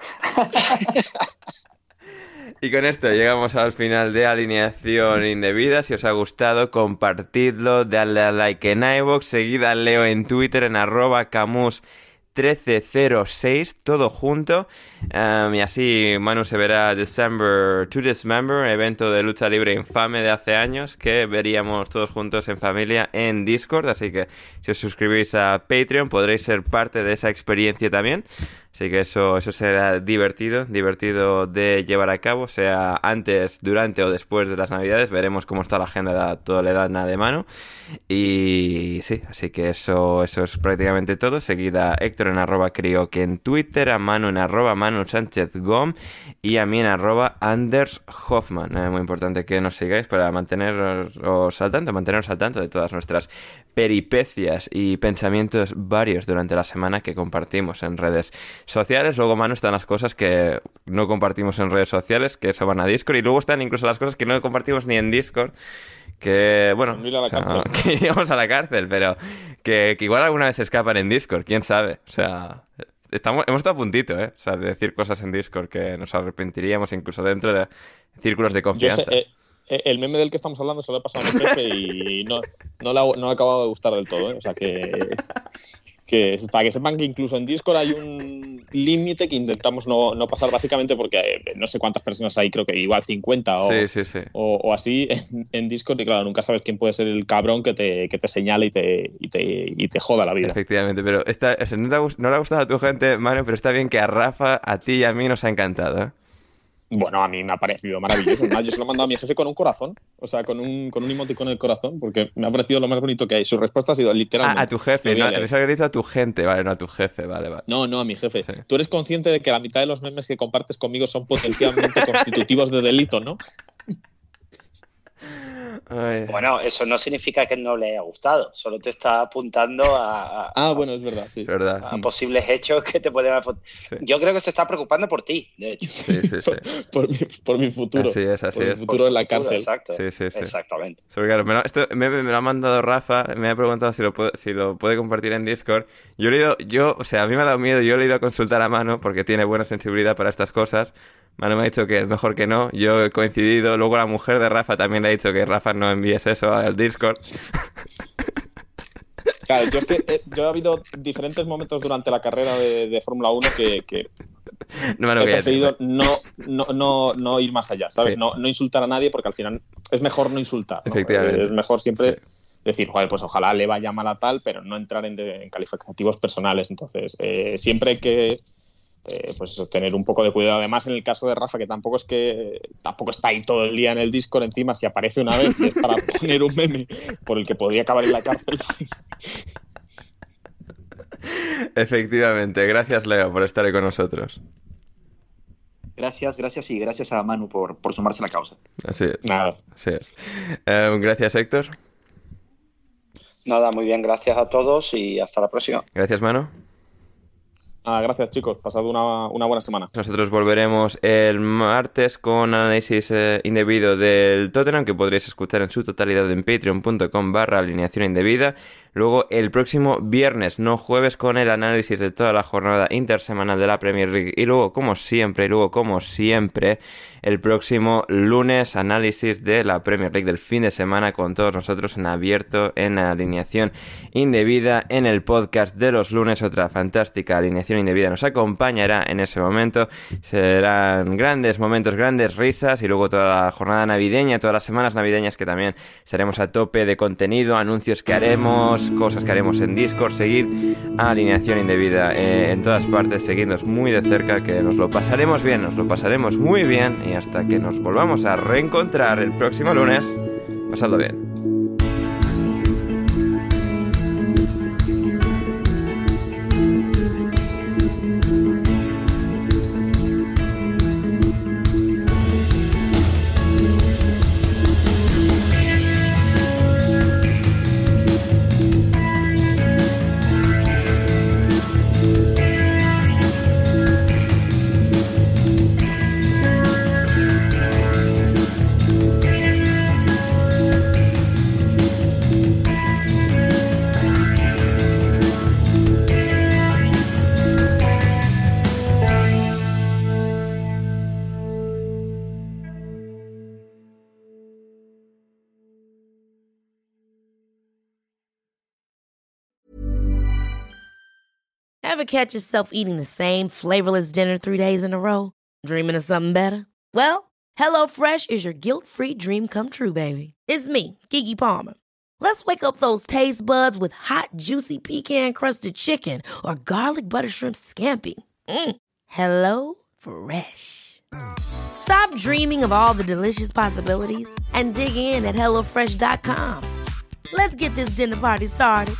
Y con esto llegamos al final de Alineación Indebida. Si os ha gustado, compartidlo, dadle a like en iVoox, seguid a Leo en Twitter en arroba camus trece cero seis, todo junto. Um, y así Manu se verá December to Dismember, evento de lucha libre infame de hace años que veríamos todos juntos en familia en Discord. Así que si os suscribís a Patreon podréis ser parte de esa experiencia también. Así que eso, eso será divertido, divertido de llevar a cabo, sea antes, durante o después de las Navidades. Veremos cómo está la agenda de Toledana de Manu. Y sí, así que eso, eso es prácticamente todo. Seguid a Héctor en arroba crioque en Twitter, a Manu en arroba Manu Sánchez Gom y a mí en arroba Anders Hoffman. Es muy importante que nos sigáis para manteneros al tanto, manteneros al tanto de todas nuestras peripecias y pensamientos varios durante la semana que compartimos en redes sociales. Luego, Manu, están las cosas que no compartimos en redes sociales, que eso van a Discord, y luego están incluso las cosas que no compartimos ni en Discord, que, bueno, No ir a la o sea, cárcel. que iríamos a la cárcel, pero que, que igual alguna vez se escapan en Discord, quién sabe. O sea, estamos, hemos estado a puntito, ¿eh? O sea, de decir cosas en Discord que nos arrepentiríamos incluso dentro de círculos de Yo confianza. sé, eh, el meme del que estamos hablando se lo he pasado a mi jefe y no, no, le ha, no le ha acabado de gustar del todo, ¿eh? O sea que, que para que sepan que incluso en Discord hay un límite que intentamos no, no pasar, básicamente porque eh, no sé cuántas personas hay, creo que igual cincuenta o, Sí, sí, sí. o, o así en, en Discord, y claro, nunca sabes quién puede ser el cabrón que te, que te señale y te, y, te, y te joda la vida. Efectivamente, pero esta, o sea, no, te ha, gust- no le ha gustado a tu gente, Manu, pero está bien que a Rafa, a ti y a mí nos ha encantado, ¿eh? Bueno, a mí me ha parecido maravilloso. ¿No? Yo se lo he mandado a mi jefe con un corazón, o sea, con un, con un emoticón en el corazón, porque me ha parecido lo más bonito que hay. Su respuesta ha sido literalmente... Ah, a tu jefe, no, pensaba que le dicho a tu gente, vale, no a tu jefe, vale, vale. No, no, a mi jefe. Sí. Tú eres consciente de que la mitad de los memes que compartes conmigo son potencialmente constitutivos de delito, ¿no? Ay. Bueno, eso no significa que no le haya gustado, solo te está apuntando a, a, ah, bueno, es verdad, sí. ¿verdad? a posibles hechos que te pueden... Sí. Yo creo que se está preocupando por ti, de hecho. Sí, sí, sí. por, por, mi, por mi futuro. Así es, así por es. mi futuro en la cárcel. Exacto. Sí, sí, sí. Exactamente. Sobre, claro, me, lo, esto, me, me lo ha mandado Rafa, me ha preguntado si lo, puedo, si lo puede compartir en Discord. Yo he ido, yo, o sea, a mí me ha dado miedo, yo le he ido a consultar a Manu porque tiene buena sensibilidad para estas cosas. Manu me ha dicho que es mejor que no, yo he coincidido. Luego la mujer de Rafa también le ha dicho que Rafa no envíes eso al Discord. Claro, yo, es que, eh, yo he habido diferentes momentos durante la carrera de, de Fórmula uno que, que no, Manu, he que preferido no, no, no, no ir más allá, ¿sabes? Sí. No, no insultar a nadie porque al final es mejor no insultar, ¿no? Efectivamente. Es mejor siempre... Sí. Decir, joder, pues ojalá le vaya mal a tal, pero no entrar en, de, en calificativos personales. Entonces, eh, siempre hay que eh, pues eso, tener un poco de cuidado. Además, en el caso de Rafa, que tampoco es que tampoco está ahí todo el día en el Discord, encima si aparece una vez es para poner un meme por el que podría acabar en la cárcel. Pues... Efectivamente. Gracias, Leo, por estar ahí con nosotros. Gracias, gracias y gracias a Manu por, por sumarse a la causa. Así es. Nada. Así es. Eh, gracias, Héctor. Nada, muy bien, gracias a todos y hasta la próxima. Gracias, Manu. Ah, gracias, chicos. Pasad una, una buena semana. Nosotros volveremos el martes con análisis eh, indebido del Tottenham, que podréis escuchar en su totalidad en patreon.com barra alineación indebida. Luego el próximo viernes, no jueves, con el análisis de toda la jornada intersemanal de la Premier League. Y luego, como siempre, y luego, como siempre, el próximo lunes, análisis de la Premier League del fin de semana con todos nosotros en abierto, en alineación indebida, en el podcast de los lunes. Otra fantástica alineación indebida nos acompañará en ese momento. Serán grandes momentos, grandes risas, y luego toda la jornada navideña, todas las semanas navideñas, que también estaremos a tope de contenido, anuncios que haremos, cosas que haremos en Discord. Seguid a Alineación Indebida eh, en todas partes, seguidnos muy de cerca, que nos lo pasaremos bien, nos lo pasaremos muy bien, y hasta que nos volvamos a reencontrar el próximo lunes, pasadlo bien. Ever catch yourself eating the same flavorless dinner three days in a row? Dreaming of something better? Well, HelloFresh is your guilt-free dream come true, baby. It's me, Keke Palmer. Let's wake up those taste buds with hot, juicy pecan-crusted chicken or garlic butter shrimp scampi. Mm. Hello Fresh. Stop dreaming of all the delicious possibilities and dig in at hello fresh dot com. Let's get this dinner party started.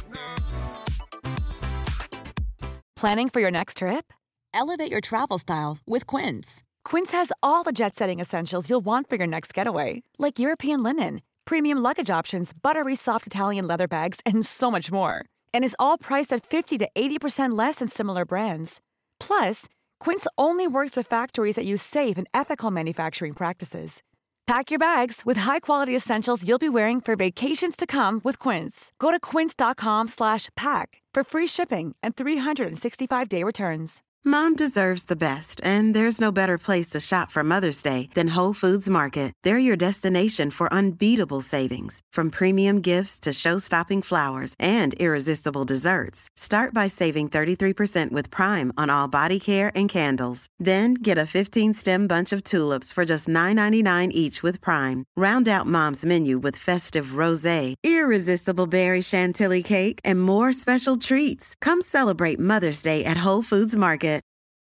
Planning for your next trip? Elevate your travel style with Quince. Quince has all the jet-setting essentials you'll want for your next getaway, like European linen, premium luggage options, buttery soft Italian leather bags, and so much more. And is all priced at fifty to eighty percent less than similar brands. Plus, Quince only works with factories that use safe and ethical manufacturing practices. Pack your bags with high-quality essentials you'll be wearing for vacations to come with Quince. Go to quince.com slash pack for free shipping and three sixty-five day returns. Mom deserves the best, and there's no better place to shop for Mother's Day than Whole Foods Market. They're your destination for unbeatable savings, from premium gifts to show-stopping flowers and irresistible desserts. Start by saving thirty-three percent with Prime on all body care and candles. Then get a fifteen-stem bunch of tulips for just nine ninety-nine each with Prime. Round out Mom's menu with festive rosé, irresistible berry chantilly cake, and more special treats. Come celebrate Mother's Day at Whole Foods Market.